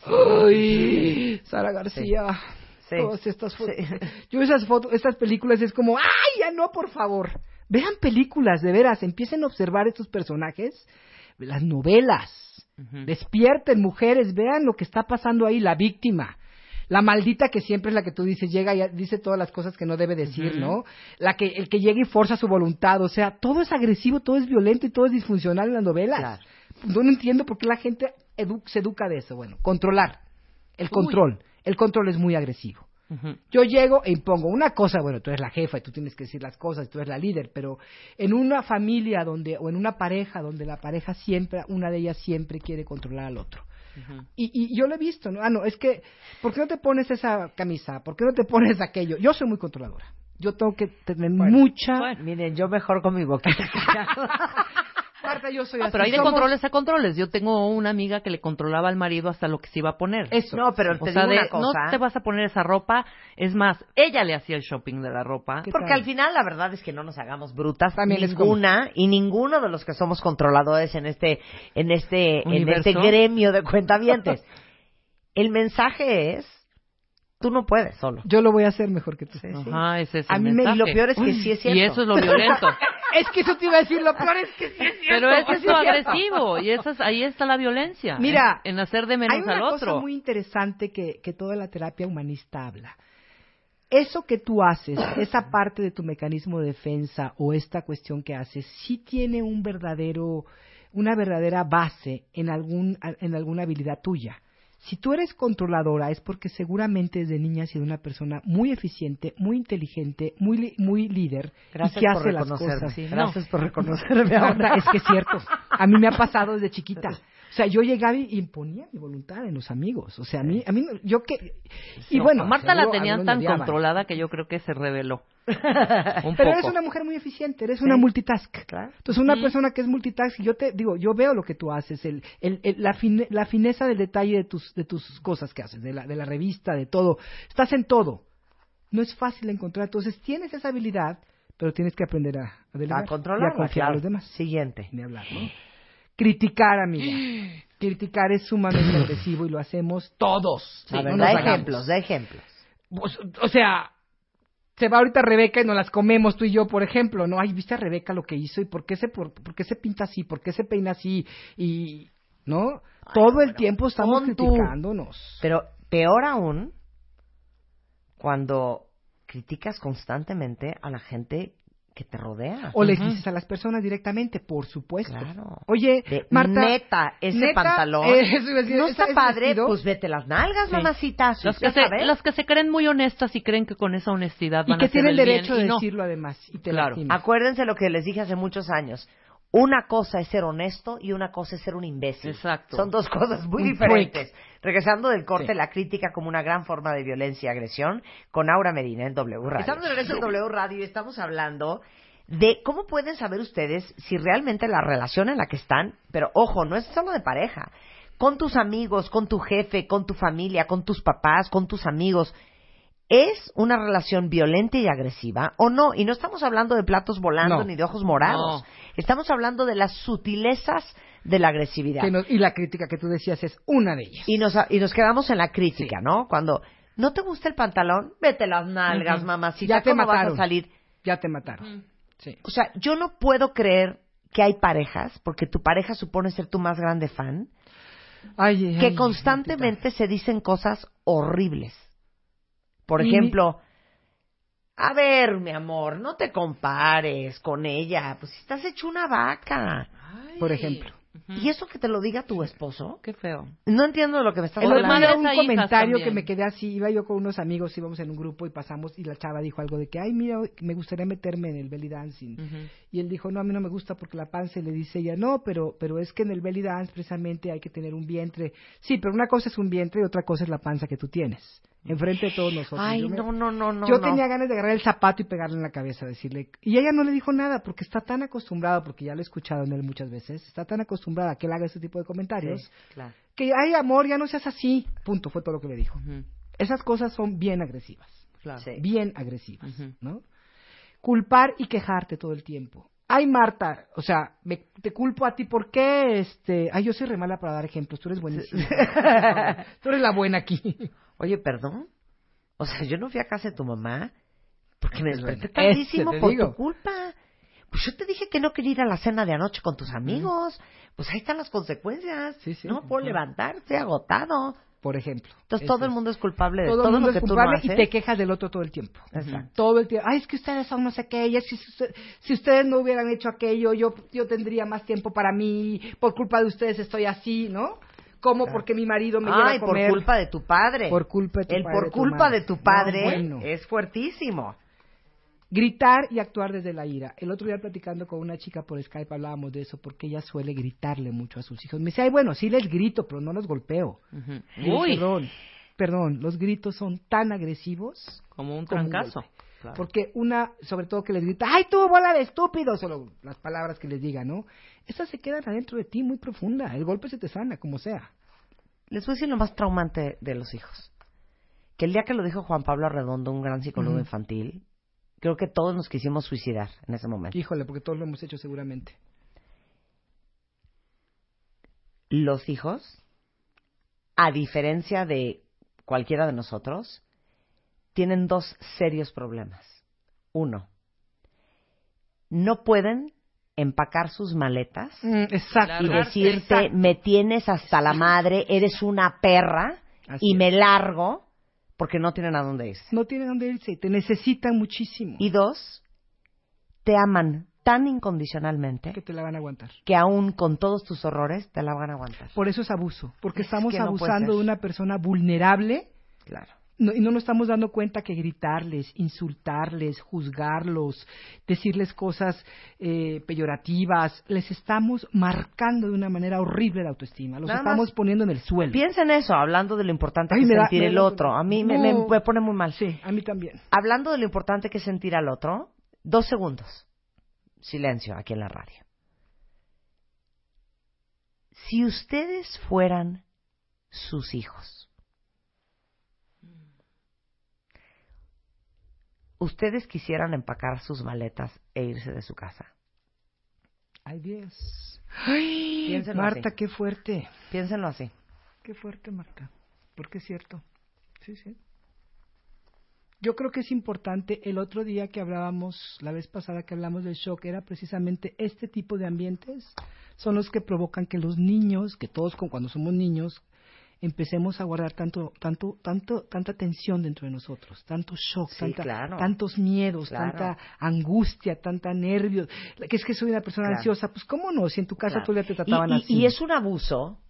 Ay, Sara García. Sí. Todas estas fotos. Sí. Yo esas fotos, estas películas es como, ay, ya no, por favor. Vean películas, de veras, empiecen a observar estos personajes, las novelas. Uh-huh. Despierten, mujeres, vean lo que está pasando ahí, la víctima. La maldita que siempre es la que tú dices, llega y dice todas las cosas que no debe decir, uh-huh. ¿no? La que, el que llega y forza su voluntad, o sea, todo es agresivo, todo es violento y todo es disfuncional en las novelas. Claro. No, no entiendo por qué la gente edu- se educa de eso. Bueno, controlar, el control, Uy. el control es muy agresivo. Uh-huh. Yo llego e impongo una cosa, bueno, tú eres la jefa y tú tienes que decir las cosas, tú eres la líder, pero en una familia donde, o en una pareja donde la pareja siempre, una de ellas siempre quiere controlar al otro. Uh-huh. Y, y yo lo he visto, ¿no? Ah, no, es que, ¿por qué no te pones esa camisa? ¿Por qué no te pones aquello? Yo soy muy controladora. Yo tengo que tener bueno, mucha... Bueno, miren, yo mejor con mi boquita. Marta, yo soy no, así. Pero hay de Somos... controles a controles. Yo tengo una amiga que le controlaba al marido hasta lo que se iba a poner. Eso. No, pero te o sea, digo de, una cosa. No te vas a poner esa ropa. Es más, ella le hacía el shopping de la ropa. Porque al final la verdad es que no nos hagamos brutas. También ninguna es y ninguno de los que somos controladores en este, en este, en este gremio de cuentavientes. El mensaje es, tú no puedes solo. Yo lo voy a hacer mejor que tú. Sí, sí. Ajá, ese es el a mí me, y lo peor es que sí es cierto. Y eso es lo violento. Es que eso te iba a decir, lo peor es que sí es cierto. Pero eso es lo agresivo, y eso es, ahí está la violencia. Mira, en, en hacer de menos al otro. Hay una cosa muy interesante que, que toda la terapia humanista habla. Eso que tú haces, esa parte de tu mecanismo de defensa o esta cuestión que haces, sí tiene un verdadero, una verdadera base en algún, en alguna habilidad tuya. Si tú eres controladora es porque seguramente desde niña has sido una persona muy eficiente, muy inteligente, muy muy líder Gracias y que por hace las cosas. Sí, Gracias no. por reconocerme ahora. Es que es cierto. A mí me ha pasado desde chiquita. O sea, yo llegaba y imponía mi voluntad en los amigos. O sea, a mí, a mí yo que y bueno, a Marta la tenían tan controlada que yo creo que se rebeló. Un Pero poco. eres una mujer muy eficiente, eres sí. una multitask. Claro. Entonces, una mm. persona que es multitask, yo te digo, yo veo lo que tú haces, el, el, el, la, fine, la fineza del detalle de tus, de tus cosas que haces, de la, de la revista, de todo. Estás en todo. No es fácil encontrar. Entonces, tienes esa habilidad, pero tienes que aprender a, a delegar. A controlar, y a confiar claro. a los demás. Siguiente. Ni hablar, ¿no? Criticar, amiga. Criticar es sumamente agresivo y lo hacemos todos. Sí, a ver, no da nos ejemplos, hagamos. da ejemplos. Pues, o sea, se va ahorita Rebeca y nos las comemos tú y yo, por ejemplo, ¿no? Ay, ¿viste a Rebeca lo que hizo? ¿Y por qué se, por, por qué se pinta así? ¿Por qué se peina así? Y, ¿no? Ay, Todo bueno, el tiempo estamos criticándonos. Tú. Pero peor aún, cuando criticas constantemente a la gente que te rodea. O uh-huh. les dices a las personas directamente, por supuesto. Claro. Oye, de, Marta, neta, ese neta, pantalón eh, eso iba a decir, no ¿esa, está padre, vestido? Pues vete las nalgas, sí. mamacita. Las que, se, las que se creen muy honestas y creen que con esa honestidad van y que a hacer tienen el derecho bien, de y no. decirlo además. Y te claro. lastimas. Acuérdense lo que les dije hace muchos años. Una cosa es ser honesto y una cosa es ser un imbécil. Exacto. Son dos cosas muy Un diferentes. Regresando del corte, Sí. la crítica como una gran forma de violencia y agresión, con Aura Medina en W Radio. Estamos de regreso en W Radio y estamos hablando de cómo pueden saber ustedes si realmente la relación en la que están, pero ojo, no es solo de pareja, con tus amigos, con tu jefe, con tu familia, con tus papás, con tus amigos, ¿es una relación violenta y agresiva o no? Y no estamos hablando de platos volando No. ni de ojos morados. No. Estamos hablando de las sutilezas de la agresividad. Que nos- y la crítica que tú decías es una de ellas. Y nos, y nos quedamos en la crítica, ¿no? Cuando no te gusta el pantalón, vete las nalgas, Ujú. mamacita. Ya te ¿Cómo mataron. vas a salir? Ya te mataron. Sí. O sea, yo no puedo creer que hay parejas, porque tu pareja supone ser tu más grande fan, Ay, ay, que ay, constantemente se dicen cosas horribles. Por Y ejemplo, a ver, mi amor, no te compares con ella, pues si estás hecho una vaca. Por ejemplo. ¿Y eso que te lo diga tu esposo? Qué feo. No entiendo lo que me estás El otro hablando. día un Madres a hijas comentario también. que me quedé así, iba yo con unos amigos, íbamos en un grupo y pasamos y la chava dijo algo de que, ay, mira, me gustaría meterme en el belly dancing. Ujú. Y él dijo, no, a mí no me gusta porque la panza, y le dice ella, no, pero pero es que en el belly dance precisamente hay que tener un vientre. Sí, pero una cosa es un vientre y otra cosa es la panza que tú tienes, enfrente de todos nosotros. Ay, Yo me- no, no, no, no. Yo no. tenía ganas de agarrar el zapato y pegarle en la cabeza, decirle. Y ella no le dijo nada porque está tan acostumbrada, porque ya lo he escuchado en él muchas veces, está tan acostumbrada a que él haga ese tipo de comentarios, Sí, claro. que, ay, amor, ya no seas así. Punto, fue todo lo que le dijo. Ujú. Esas cosas son bien agresivas. Claro. Sí. Bien agresivas, Ujú. ¿no? Culpar y quejarte todo el tiempo. Ay, Marta, o sea, me, te culpo a ti, ¿por qué? Este, ay, yo soy re mala para dar ejemplos, tú eres buenísima. Tú eres la buena aquí. Oye, perdón. O sea, yo no fui a casa de tu mamá porque me Pues desperté bueno, tardísimo ese te por digo. tu culpa. Pues yo te dije que no quería ir a la cena de anoche con tus amigos. Pues ahí están las consecuencias. Sí, sí. No me puedo levantar, estoy agotado. Por ejemplo. Entonces Eso todo el es. mundo es culpable de Todo todo, el mundo lo es que tú no culpable haces. y te quejas del otro todo el tiempo. Exacto. Todo el tiempo. Ay, es que ustedes son no sé qué. Y es que si, usted- si ustedes no hubieran hecho aquello, yo, yo tendría más tiempo para mí. Por culpa de ustedes estoy así, ¿no? ¿Cómo? Claro. Porque mi marido me lleva Ay, a comer. por culpa de tu padre. Por culpa de tu El padre, por de tu culpa madre. de tu padre No, bueno. es fuertísimo. Gritar y actuar desde la ira. El otro día platicando con una chica por Skype hablábamos de eso porque ella suele gritarle mucho a sus hijos. Me dice, ay, bueno, sí les grito, pero no los golpeo. Ujú. Digo, Uy, Perdón, perdón, los gritos son tan agresivos como un como un trancazo. golpe. Claro. Porque una, sobre todo que les grita, ¡ay, tú, bola de estúpidos! Solo las palabras que les diga, ¿no? Esas se quedan adentro de ti muy profunda. El golpe se te sana, como sea. Les voy a decir lo más traumante de los hijos. Que el día que lo dijo Juan Pablo Arredondo, un gran psicólogo Ujú. infantil, creo que todos nos quisimos suicidar en ese momento. Híjole, porque todos lo hemos hecho seguramente. Los hijos, a diferencia de cualquiera de nosotros, tienen dos serios problemas. Uno, no pueden empacar sus maletas exacto. y decirte, me tienes hasta la madre, eres una perra, Así y es. me largo, porque no tienen a dónde irse. No tienen dónde irse, te necesitan muchísimo. Y dos, te aman tan incondicionalmente que te la van a aguantar. que aún con todos tus horrores te la van a aguantar. Por eso es abuso, porque Es estamos que no puede abusando ser. de una persona vulnerable. Claro. No, y no nos estamos dando cuenta que gritarles, insultarles, juzgarlos, decirles cosas eh, peyorativas, les estamos marcando de una manera horrible la autoestima, los Nada estamos más poniendo en el suelo. Piensa en eso, hablando de lo importante Ay, que es me da- sentir me el da- otro. A mí me, No. me- me pone muy mal. Sí, a mí también. Hablando de lo importante que es sentir al otro, dos segundos. Silencio aquí en la radio. Si ustedes fueran sus hijos, ¿ustedes quisieran empacar sus maletas e irse de su casa? Ay, Dios. Ay, Piénsenlo Marta, así. qué fuerte. Piénsenlo así. Qué fuerte, Marta. Porque es cierto. Sí, sí. Yo creo que es importante, el otro día que hablábamos, la vez pasada que hablamos del shock, era precisamente este tipo de ambientes, son los que provocan que los niños, que todos con- cuando somos niños, empecemos a guardar tanto, tanto, tanto, tanta tensión dentro de nosotros, tanto shock, Sí, tanta- claro. tantos miedos, Claro. tanta angustia, tanta nervios, que es que soy una persona Claro. ansiosa, pues cómo no, si en tu casa Claro. tú ya te trataban y, y- así. y es un abuso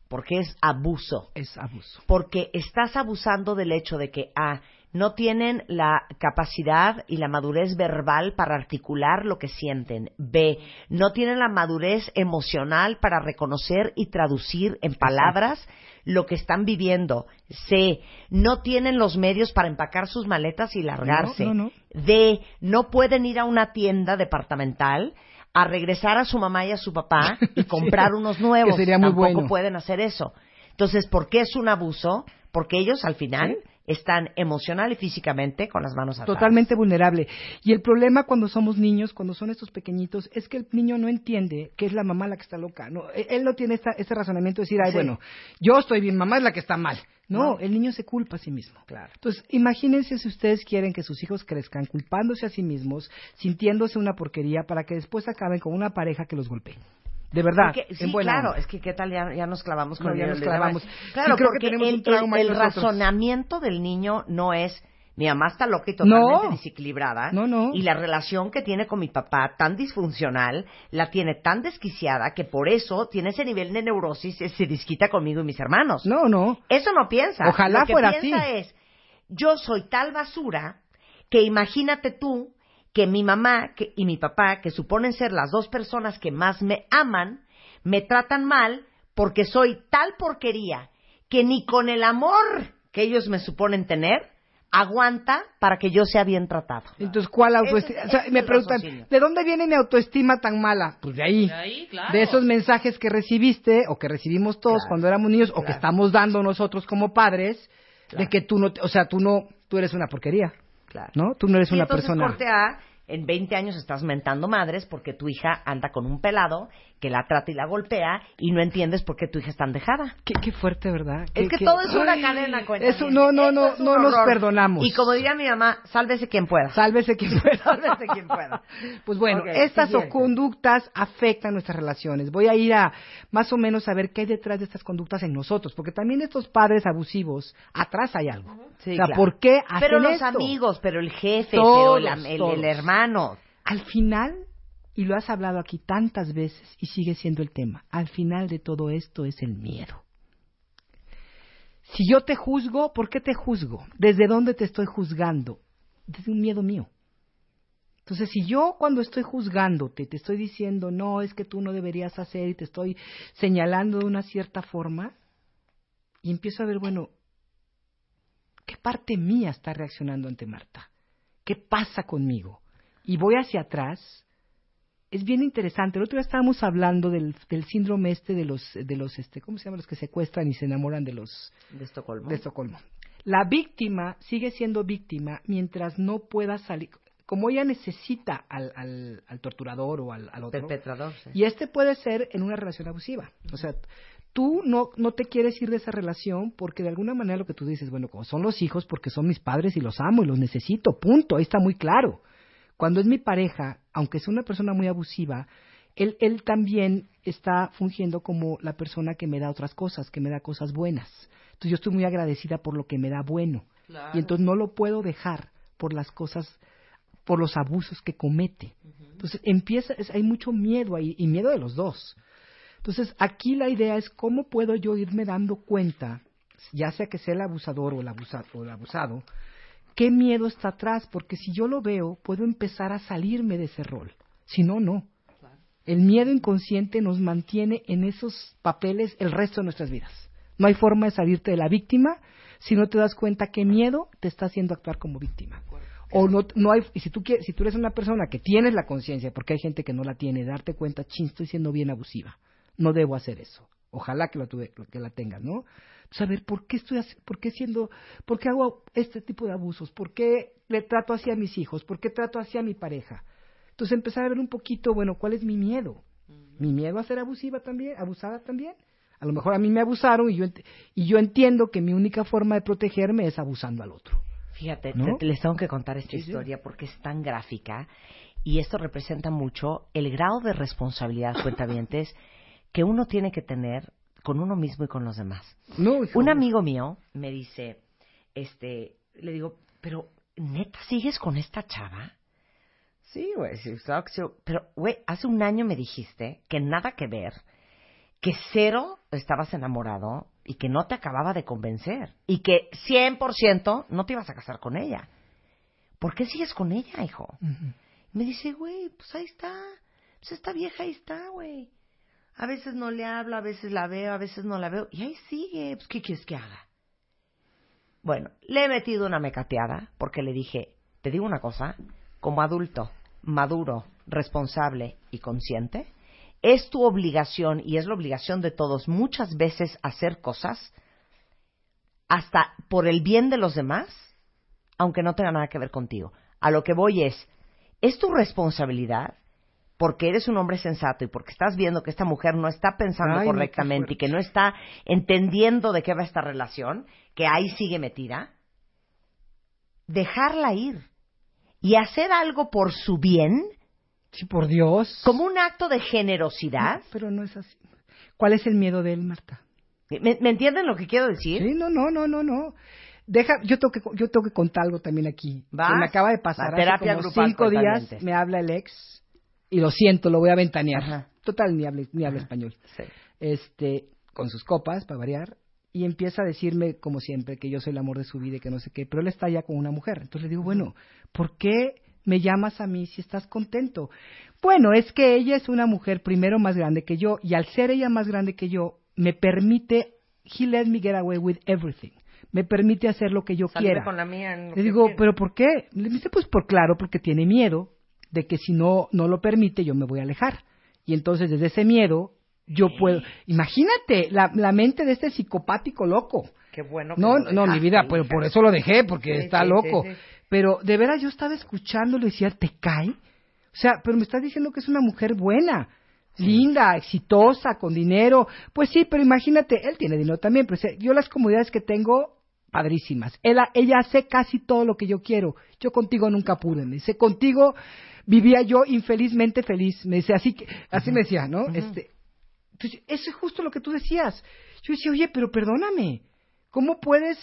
porque es abuso. Es abuso. Porque estás abusando del hecho de que, ah, no tienen la capacidad y la madurez verbal para articular lo que sienten. B, no tienen la madurez emocional para reconocer y traducir en palabras lo que están viviendo. C, no tienen los medios para empacar sus maletas y largarse. No, no, no. D, no pueden ir a una tienda departamental a regresar a su mamá y a su papá y comprar Sí, unos nuevos. que sería muy Tampoco bueno. pueden hacer eso. Entonces, ¿por qué es un abuso? Porque ellos al final están emocional y físicamente con las manos atadas. Totalmente vulnerable. Y el problema cuando somos niños, cuando son estos pequeñitos, es que el niño no entiende que es la mamá la que está loca. No, él él no tiene esta, este razonamiento de decir, ay, Sí. bueno, yo estoy bien, mamá es la que está mal. No, No. el niño se culpa a sí mismo. Claro. Entonces, imagínense si ustedes quieren que sus hijos crezcan culpándose a sí mismos, sintiéndose una porquería, para que después acaben con una pareja que los golpee. De verdad, Porque- sí, en buena claro, onda. es que qué tal ya, ya nos clavamos con No, el ya niño nos del clavamos. drama. Sí, Claro, creo que porque tenemos el, un trauma el- ahí el nosotros. razonamiento del niño no es mi mamá está loca y totalmente No. desequilibrada. No, no. Y la relación que tiene con mi papá tan disfuncional, la tiene tan desquiciada que por eso tiene ese nivel de neurosis, se desquita conmigo y mis hermanos. No, no. Eso no piensa. Ojalá Lo que fuera piensa así. es, yo soy tal basura que imagínate tú que mi mamá que, y mi papá, que suponen ser las dos personas que más me aman, me tratan mal porque soy tal porquería que ni con el amor que ellos me suponen tener aguanta para que yo sea bien tratado. Entonces, ¿cuál autoestima? Ese- O sea, ese me es el preguntan, raciocinio. ¿de dónde viene mi autoestima tan mala? Pues de ahí. De ahí, claro. De esos mensajes que recibiste o que recibimos todos Claro, cuando éramos niños o que claro. estamos dando nosotros como padres, Claro. de que tú no, te- o sea, tú no, tú eres una porquería, Claro. ¿no? Tú no eres Y una entonces, persona. corte A, en veinte años estás mentando madres porque tu hija anda con un pelado que la trata y la golpea y no entiendes por qué tu hija es tan dejada. Qué, qué fuerte, ¿verdad? Es Qué- que qué- todo es una Ay, cadena, cuenta. Eso no, no, no, no nos perdonamos. Y como diría mi mamá, sálvese quien pueda. Sálvese quien pueda. Sálvese quien pueda. Pues bueno, Ok, estas siguiente. conductas afectan nuestras relaciones. Voy a ir a más o menos a ver qué hay detrás de estas conductas en nosotros, porque también estos padres abusivos, atrás hay algo. Sí, o sea, claro. ¿por qué hacen Pero los esto? amigos, pero el jefe, Todos, pero el, am- el- todos. el hermano. Al final, y lo has hablado aquí tantas veces y sigue siendo el tema, al final de todo esto es el miedo. Si yo te juzgo, ¿por qué te juzgo? ¿Desde dónde te estoy juzgando? Desde un miedo mío. Entonces, si yo cuando estoy juzgándote, te estoy diciendo, no, es que tú no deberías hacer y te estoy señalando de una cierta forma, y empiezo a ver, bueno, ¿qué parte mía está reaccionando ante Marta? ¿Qué pasa conmigo? Y voy hacia atrás. Es bien interesante. El otro día estábamos hablando del, del síndrome este de los, de los, este, ¿cómo se llama? Los que secuestran y se enamoran de los De Estocolmo. de Estocolmo. La víctima sigue siendo víctima mientras no pueda salir. Como ella necesita al, al, al torturador o al, al otro. Perpetrador, sí. Y este puede ser en una relación abusiva. O sea, tú no, no te quieres ir de esa relación porque de alguna manera lo que tú dices, bueno, como son los hijos, porque son mis padres y los amo y los necesito, punto, ahí está muy claro. Cuando es mi pareja, aunque sea una persona muy abusiva, él, él también está fungiendo como la persona que me da otras cosas, que me da cosas buenas. Entonces yo estoy muy agradecida por lo que me da bueno. Claro. Y entonces no lo puedo dejar por las cosas, por los abusos que comete. Entonces empieza, es- hay mucho miedo ahí, y miedo de los dos. Entonces aquí la idea es cómo puedo yo irme dando cuenta, ya sea que sea el abusador o el abusado, o el abusado, qué miedo está atrás, porque si yo lo veo, puedo empezar a salirme de ese rol. Si no, no. El miedo inconsciente nos mantiene en esos papeles el resto de nuestras vidas. No hay forma de salirte de la víctima si no te das cuenta qué miedo te está haciendo actuar como víctima. O no, no hay, y si tú quieres, si tú eres una persona que tienes la conciencia, porque hay gente que no la tiene, darte cuenta, chin, estoy siendo bien abusiva, no debo hacer eso. Ojalá que la tuve, que la tengas, ¿no? Saber por qué estoy, haci- por qué siendo, por qué hago este tipo de abusos, por qué le trato así a mis hijos, por qué trato así a mi pareja. Entonces empezar a ver un poquito, bueno, ¿cuál es mi miedo? ¿Mi miedo a ser abusiva también, abusada también? A lo mejor a mí me abusaron y yo ent- y yo entiendo que mi única forma de protegerme es abusando al otro. Fíjate, ¿No? te- te- les tengo que contar esta Sí, sí. historia porque es tan gráfica y esto representa mucho el grado de responsabilidad, cuentavientes, que uno tiene que tener con uno mismo y con los demás. No, hijo, Un amigo mío me dice, este, le digo, pero ¿neta sigues con esta chava? Sí, güey, sí, claro que sí. Pero, güey, hace un año me dijiste que nada que ver, que cero estabas enamorado y que no te acababa de convencer y que cien por ciento no te ibas a casar con ella. ¿Por qué sigues con ella, hijo? Uh-huh. Me dice, güey, pues ahí está. Pues esta vieja ahí está, güey. A veces no le hablo, a veces la veo, a veces no la veo. Y ahí sigue. Pues, ¿qué quieres que haga? Bueno, le he metido una mecateada porque le dije, te digo una cosa, como adulto, maduro, responsable y consciente, es tu obligación y es la obligación de todos muchas veces hacer cosas hasta por el bien de los demás, aunque no tenga nada que ver contigo. A lo que voy es, es tu responsabilidad porque eres un hombre sensato y porque estás viendo que esta mujer no está pensando Ay, correctamente no, y que no está entendiendo de qué va esta relación, que ahí sigue metida, dejarla ir y hacer algo por su bien. Sí, por Dios. Como un acto de generosidad. No, pero no es así. ¿Cuál es el miedo de él, Marta? ¿Me, ¿Me entienden lo que quiero decir? Sí, no, no, no, no, no. Deja, yo tengo que, yo tengo que contar algo también aquí. ¿Vas? Que me acaba de pasar. La terapia hace como grupal, cinco días cuentavientes. me habla el ex y lo siento, lo voy a ventanear. Ajá. Total, ni habla, ni habla español. Sí. Este, con sus copas, para variar, y empieza a decirme, como siempre, que yo soy el amor de su vida y que no sé qué, pero él está ya con una mujer. Entonces le digo, bueno, ¿por qué me llamas a mí si estás contento? Bueno, es que ella es una mujer primero más grande que yo, y al ser ella más grande que yo, me permite, he let me get away with everything. Me permite hacer lo que yo Salirme quiera. con la mía en lo Le que digo, quiera. ¿pero por qué? Le dice, pues por claro, porque tiene miedo de que si no, no lo permite, yo me voy a alejar. Y entonces, desde ese miedo, yo puedo... Imagínate, la, la mente de este psicopático loco. Qué bueno que No, lo no, mi dejaste, vida, hija. pues por eso lo dejé, porque Sí, está sí, loco. sí, sí. Pero de veras yo estaba escuchándolo y decía, ¿te cae? O sea, pero me estás diciendo que es una mujer buena, sí, linda, exitosa, con dinero. Pues sí, pero imagínate, él tiene dinero también, pero yo las comodidades que tengo, padrísimas. Él, ella hace casi todo lo que yo quiero. Yo contigo nunca pude. Me dice, contigo vivía yo infelizmente feliz. Me dice, así que, así uh-huh. me decía, ¿no? Uh-huh. Este, entonces, eso es justo lo que tú decías. Yo decía, oye, pero perdóname, ¿cómo puedes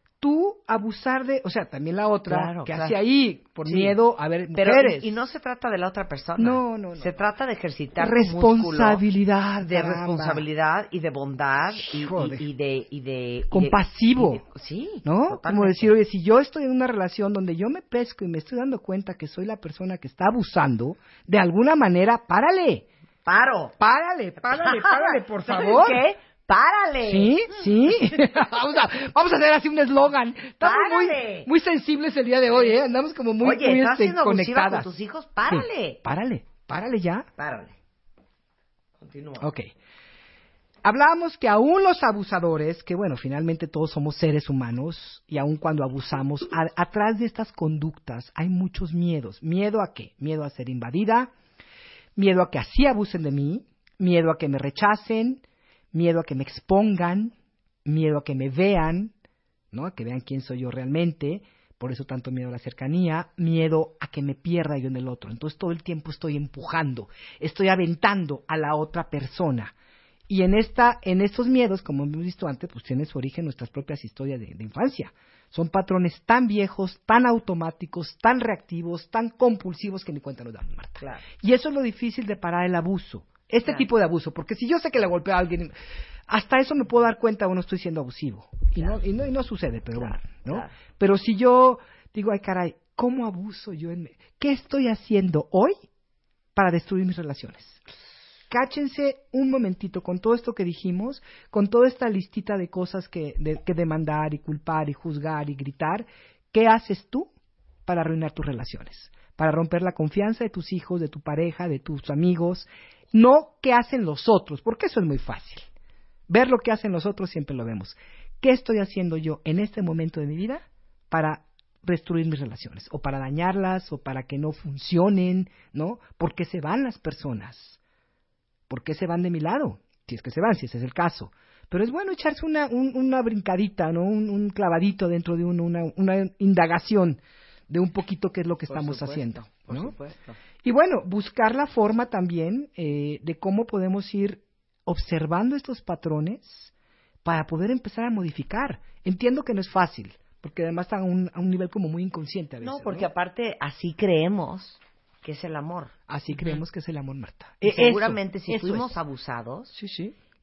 tú abusar de, o sea, también la otra, claro, que claro. hace ahí por sí. miedo a ver Pero, mujeres? Y, y no se trata de la otra persona. No, no, no. Se trata de ejercitar responsabilidad, tu músculo, de caramba. responsabilidad y de bondad y, y, y de y de compasivo, y de, y de, sí, ¿no? Totalmente. Como decir, oye, si yo estoy en una relación donde yo me pesco y me estoy dando cuenta que soy la persona que está abusando, de alguna manera, párale. Paro. Párale, párale, párale, por favor. ¿Qué? ¡Párale! Sí, sí. vamos, a, vamos a hacer así un eslogan. Estamos muy, muy sensibles el día de hoy, ¿eh? Andamos como muy, Oye, muy ¿estás este, siendo abusiva conectadas. con tus hijos? ¡Párale! Sí, párale, párale ya. Párale. Continúa. Ok. Hablábamos que aún los abusadores, que bueno, finalmente todos somos seres humanos, y aún cuando abusamos, a, atrás de estas conductas hay muchos miedos. ¿Miedo a qué? Miedo a ser invadida, miedo a que así abusen de mí, miedo a que me rechacen, miedo a que me expongan, miedo a que me vean, ¿no? A que vean quién soy yo realmente, por eso tanto miedo a la cercanía, miedo a que me pierda yo en el otro. Entonces todo el tiempo estoy empujando, estoy aventando a la otra persona. Y en esta, en estos miedos, como hemos visto antes, pues tiene su origen nuestras propias historias de, de infancia. Son patrones tan viejos, tan automáticos, tan reactivos, tan compulsivos que ni cuenta nos damos, Marta. Claro. Y eso es lo difícil de parar el abuso. Este claro. tipo de abuso, porque si yo sé que le golpeo a alguien, hasta eso me puedo dar cuenta o no estoy siendo abusivo. Y, claro. no, y, no, y no sucede, pero claro, bueno, ¿no? Claro. Pero si yo digo, ay caray, ¿cómo abuso yo? En... ¿Qué estoy haciendo hoy para destruir mis relaciones? Cáchense un momentito con todo esto que dijimos, con toda esta listita de cosas que, de, que demandar y culpar y juzgar y gritar. ¿Qué haces tú para arruinar tus relaciones? Para romper la confianza de tus hijos, de tu pareja, de tus amigos. No qué hacen los otros, porque eso es muy fácil. Ver lo que hacen los otros siempre lo vemos. ¿Qué estoy haciendo yo en este momento de mi vida para destruir mis relaciones? O para dañarlas, o para que no funcionen, ¿no? ¿Por qué se van las personas? ¿Por qué se van de mi lado? Si es que se van, si ese es el caso. Pero es bueno echarse una, un, una brincadita, ¿no? Un, un clavadito dentro de uno, una, una indagación de un poquito qué es lo que por estamos supuesto, haciendo, ¿no? Por supuesto. Y bueno, buscar la forma también eh, de cómo podemos ir observando estos patrones para poder empezar a modificar. Entiendo que no es fácil, porque además está a un, a un nivel como muy inconsciente a veces. No, porque ¿no? aparte así creemos que es el amor. Así uh-huh. creemos que es el amor, Marta. Y seguramente eso, si eso fuimos es. abusados, sí, sí.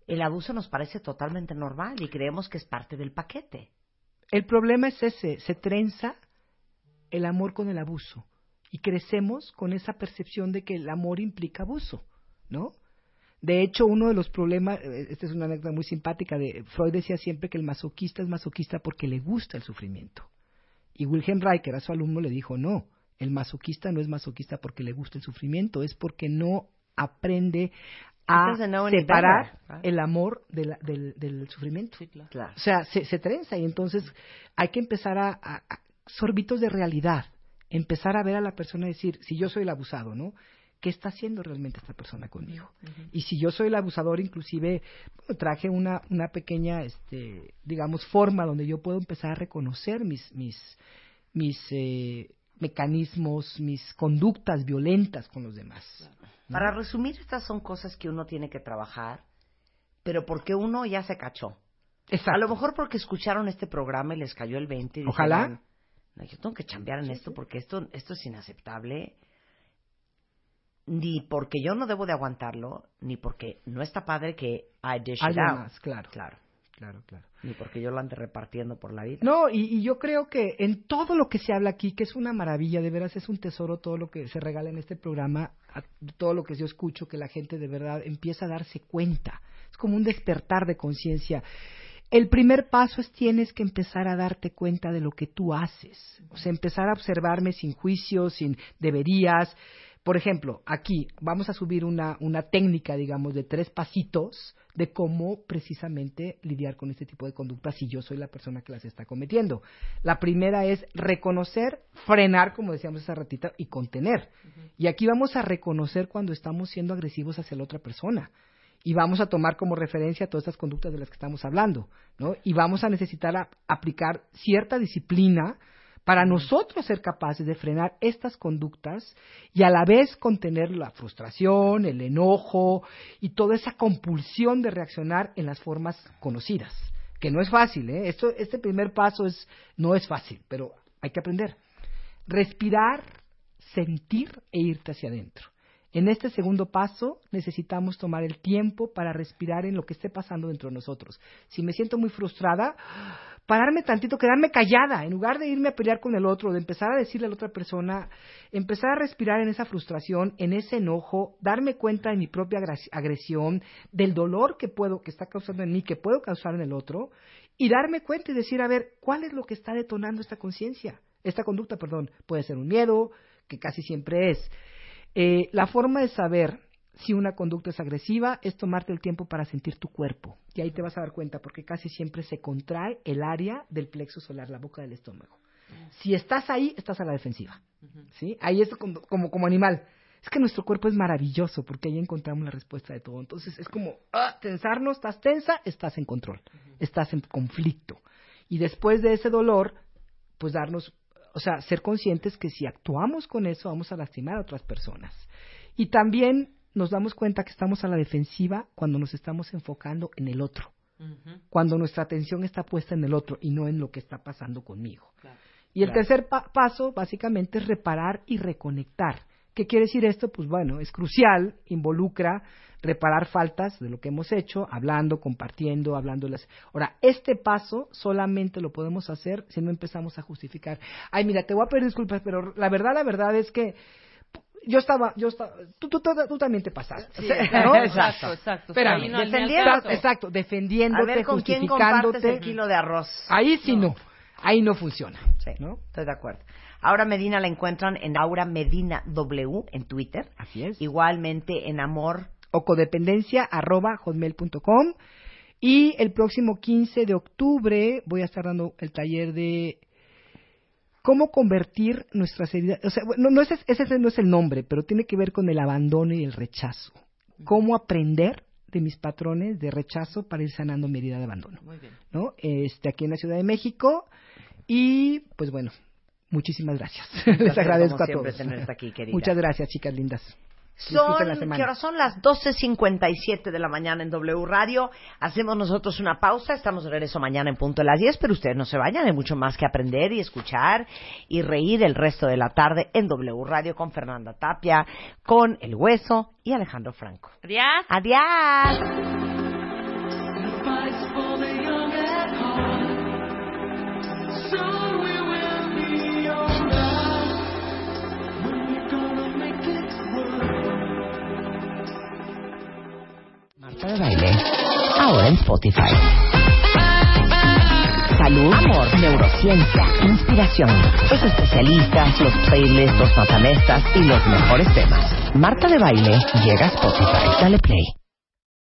el abuso nos parece totalmente normal y creemos que es parte del paquete. El problema es ese, se trenza el amor con el abuso y crecemos con esa percepción de que el amor implica abuso, ¿no? De hecho, uno de los problemas, esta es una anécdota muy simpática, de Freud decía siempre que el masoquista es masoquista porque le gusta el sufrimiento. Y Wilhelm Reich, que era su alumno, le dijo, no, el masoquista no es masoquista porque le gusta el sufrimiento, es porque no aprende a separar el amor de la, del, del sufrimiento. Sí, claro. O sea, se, se trenza y entonces hay que empezar a, a, a sorbitos de realidad, empezar a ver a la persona y decir, si yo soy el abusado, ¿no? ¿Qué está haciendo realmente esta persona conmigo? Uh-huh. Y si yo soy el abusador, inclusive bueno, traje una, una pequeña, este, digamos, forma donde yo puedo empezar a reconocer mis, mis, mis eh, mecanismos, mis conductas violentas con los demás. Claro. ¿No? Para resumir, estas son cosas que uno tiene que trabajar, pero porque uno ya se cachó. Exacto. A lo mejor porque escucharon este programa y les cayó el veinte. Y Ojalá. Dijeron, no, yo tengo que chambear en sí, esto sí. porque esto, esto es inaceptable. Ni porque yo no debo de aguantarlo, ni porque no está padre que I dish it out. Más, claro, claro, claro, claro. Ni porque yo lo ande repartiendo por la vida. No, y, y yo creo que en todo lo que se habla aquí, que es una maravilla, de veras es un tesoro todo lo que se regala en este programa, a, todo lo que yo escucho, que la gente de verdad empieza a darse cuenta. Es como un despertar de conciencia. El primer paso es tienes que empezar a darte cuenta de lo que tú haces. O sea, empezar a observarme sin juicios, sin deberías. Por ejemplo, aquí vamos a subir una, una técnica, digamos, de tres pasitos de cómo precisamente lidiar con este tipo de conductas si yo soy la persona que las está cometiendo. La primera es reconocer, frenar, como decíamos hace ratito, y contener. Uh-huh. Y aquí vamos a reconocer cuando estamos siendo agresivos hacia la otra persona. Y vamos a tomar como referencia todas estas conductas de las que estamos hablando, ¿no? Y vamos a necesitar a, aplicar cierta disciplina para nosotros ser capaces de frenar estas conductas y a la vez contener la frustración, el enojo y toda esa compulsión de reaccionar en las formas conocidas, que no es fácil, ¿eh? Esto, este primer paso es, no es fácil, pero hay que aprender. Respirar, sentir e irte hacia adentro. En este segundo paso necesitamos tomar el tiempo para respirar en lo que esté pasando dentro de nosotros. Si me siento muy frustrada, pararme tantito, quedarme callada, en lugar de irme a pelear con el otro, de empezar a decirle a la otra persona, empezar a respirar en esa frustración, en ese enojo, darme cuenta de mi propia agresión, del dolor que puedo, que está causando en mí, que puedo causar en el otro, y darme cuenta y decir, a ver, ¿cuál es lo que está detonando esta conciencia? Esta conducta, perdón, puede ser un miedo, que casi siempre es. Eh, la forma de saber si una conducta es agresiva es tomarte el tiempo para sentir tu cuerpo. Y ahí te vas a dar cuenta, porque casi siempre se contrae el área del plexo solar, la boca del estómago. Si estás ahí, estás a la defensiva. ¿Sí? Ahí es como, como, como animal. Es que nuestro cuerpo es maravilloso, porque ahí encontramos la respuesta de todo. Entonces es como, ah, tensarnos, estás tensa, estás en control, estás en conflicto. Y después de ese dolor, pues darnos... O sea, ser conscientes que si actuamos con eso vamos a lastimar a otras personas. Y también nos damos cuenta que estamos a la defensiva cuando nos estamos enfocando en el otro. Uh-huh. Cuando nuestra atención está puesta en el otro y no en lo que está pasando conmigo. Claro. Y el claro. tercer pa- paso, básicamente, es reparar y reconectar. ¿Qué quiere decir esto? Pues bueno, es crucial, involucra reparar faltas de lo que hemos hecho, hablando, compartiendo, hablándolas. Ahora, este paso solamente lo podemos hacer si no empezamos a justificar. Ay, mira, te voy a pedir disculpas, pero la verdad, la verdad es que yo estaba, yo estaba, tú, tú, tú, tú también te pasaste. Sí, ¿no? Exacto, exacto. Pero sí, no, defendiendo, exacto, defendiéndote, a ver, ¿con quién compartes el kilo de arroz? Ahí sí no, no. Ahí no funciona. Sí, ¿no? Estoy de acuerdo. Aura Medina la encuentran en Aura Medina W en Twitter. Así es. Igualmente en Amor o codependencia arroba hotmail punto com. Y el próximo quince de octubre voy a estar dando el taller de cómo convertir nuestras heridas. O sea, no, no ese, ese no es el nombre, pero tiene que ver con el abandono y el rechazo. Cómo aprender de mis patrones de rechazo para ir sanando mi herida de abandono. Muy bien. ¿No? Este, aquí en la Ciudad de México. Y pues bueno, muchísimas gracias. Les agradezco a todos. Tenerte aquí, querida. Muchas gracias, chicas lindas. Son, que ahora son las doce cincuenta y siete de la mañana en W Radio. Hacemos nosotros una pausa. Estamos de regreso mañana en punto de las diez, pero ustedes no se vayan. Hay mucho más que aprender y escuchar y reír el resto de la tarde en W Radio con Fernanda Tapia, con El Hueso y Alejandro Franco. Adiós. Adiós. Baile, ahora en Spotify. Salud, amor, neurociencia, inspiración. Los especialistas, los playlists, los matamestas y los mejores temas. Marta de Baile llega a Spotify. Dale play.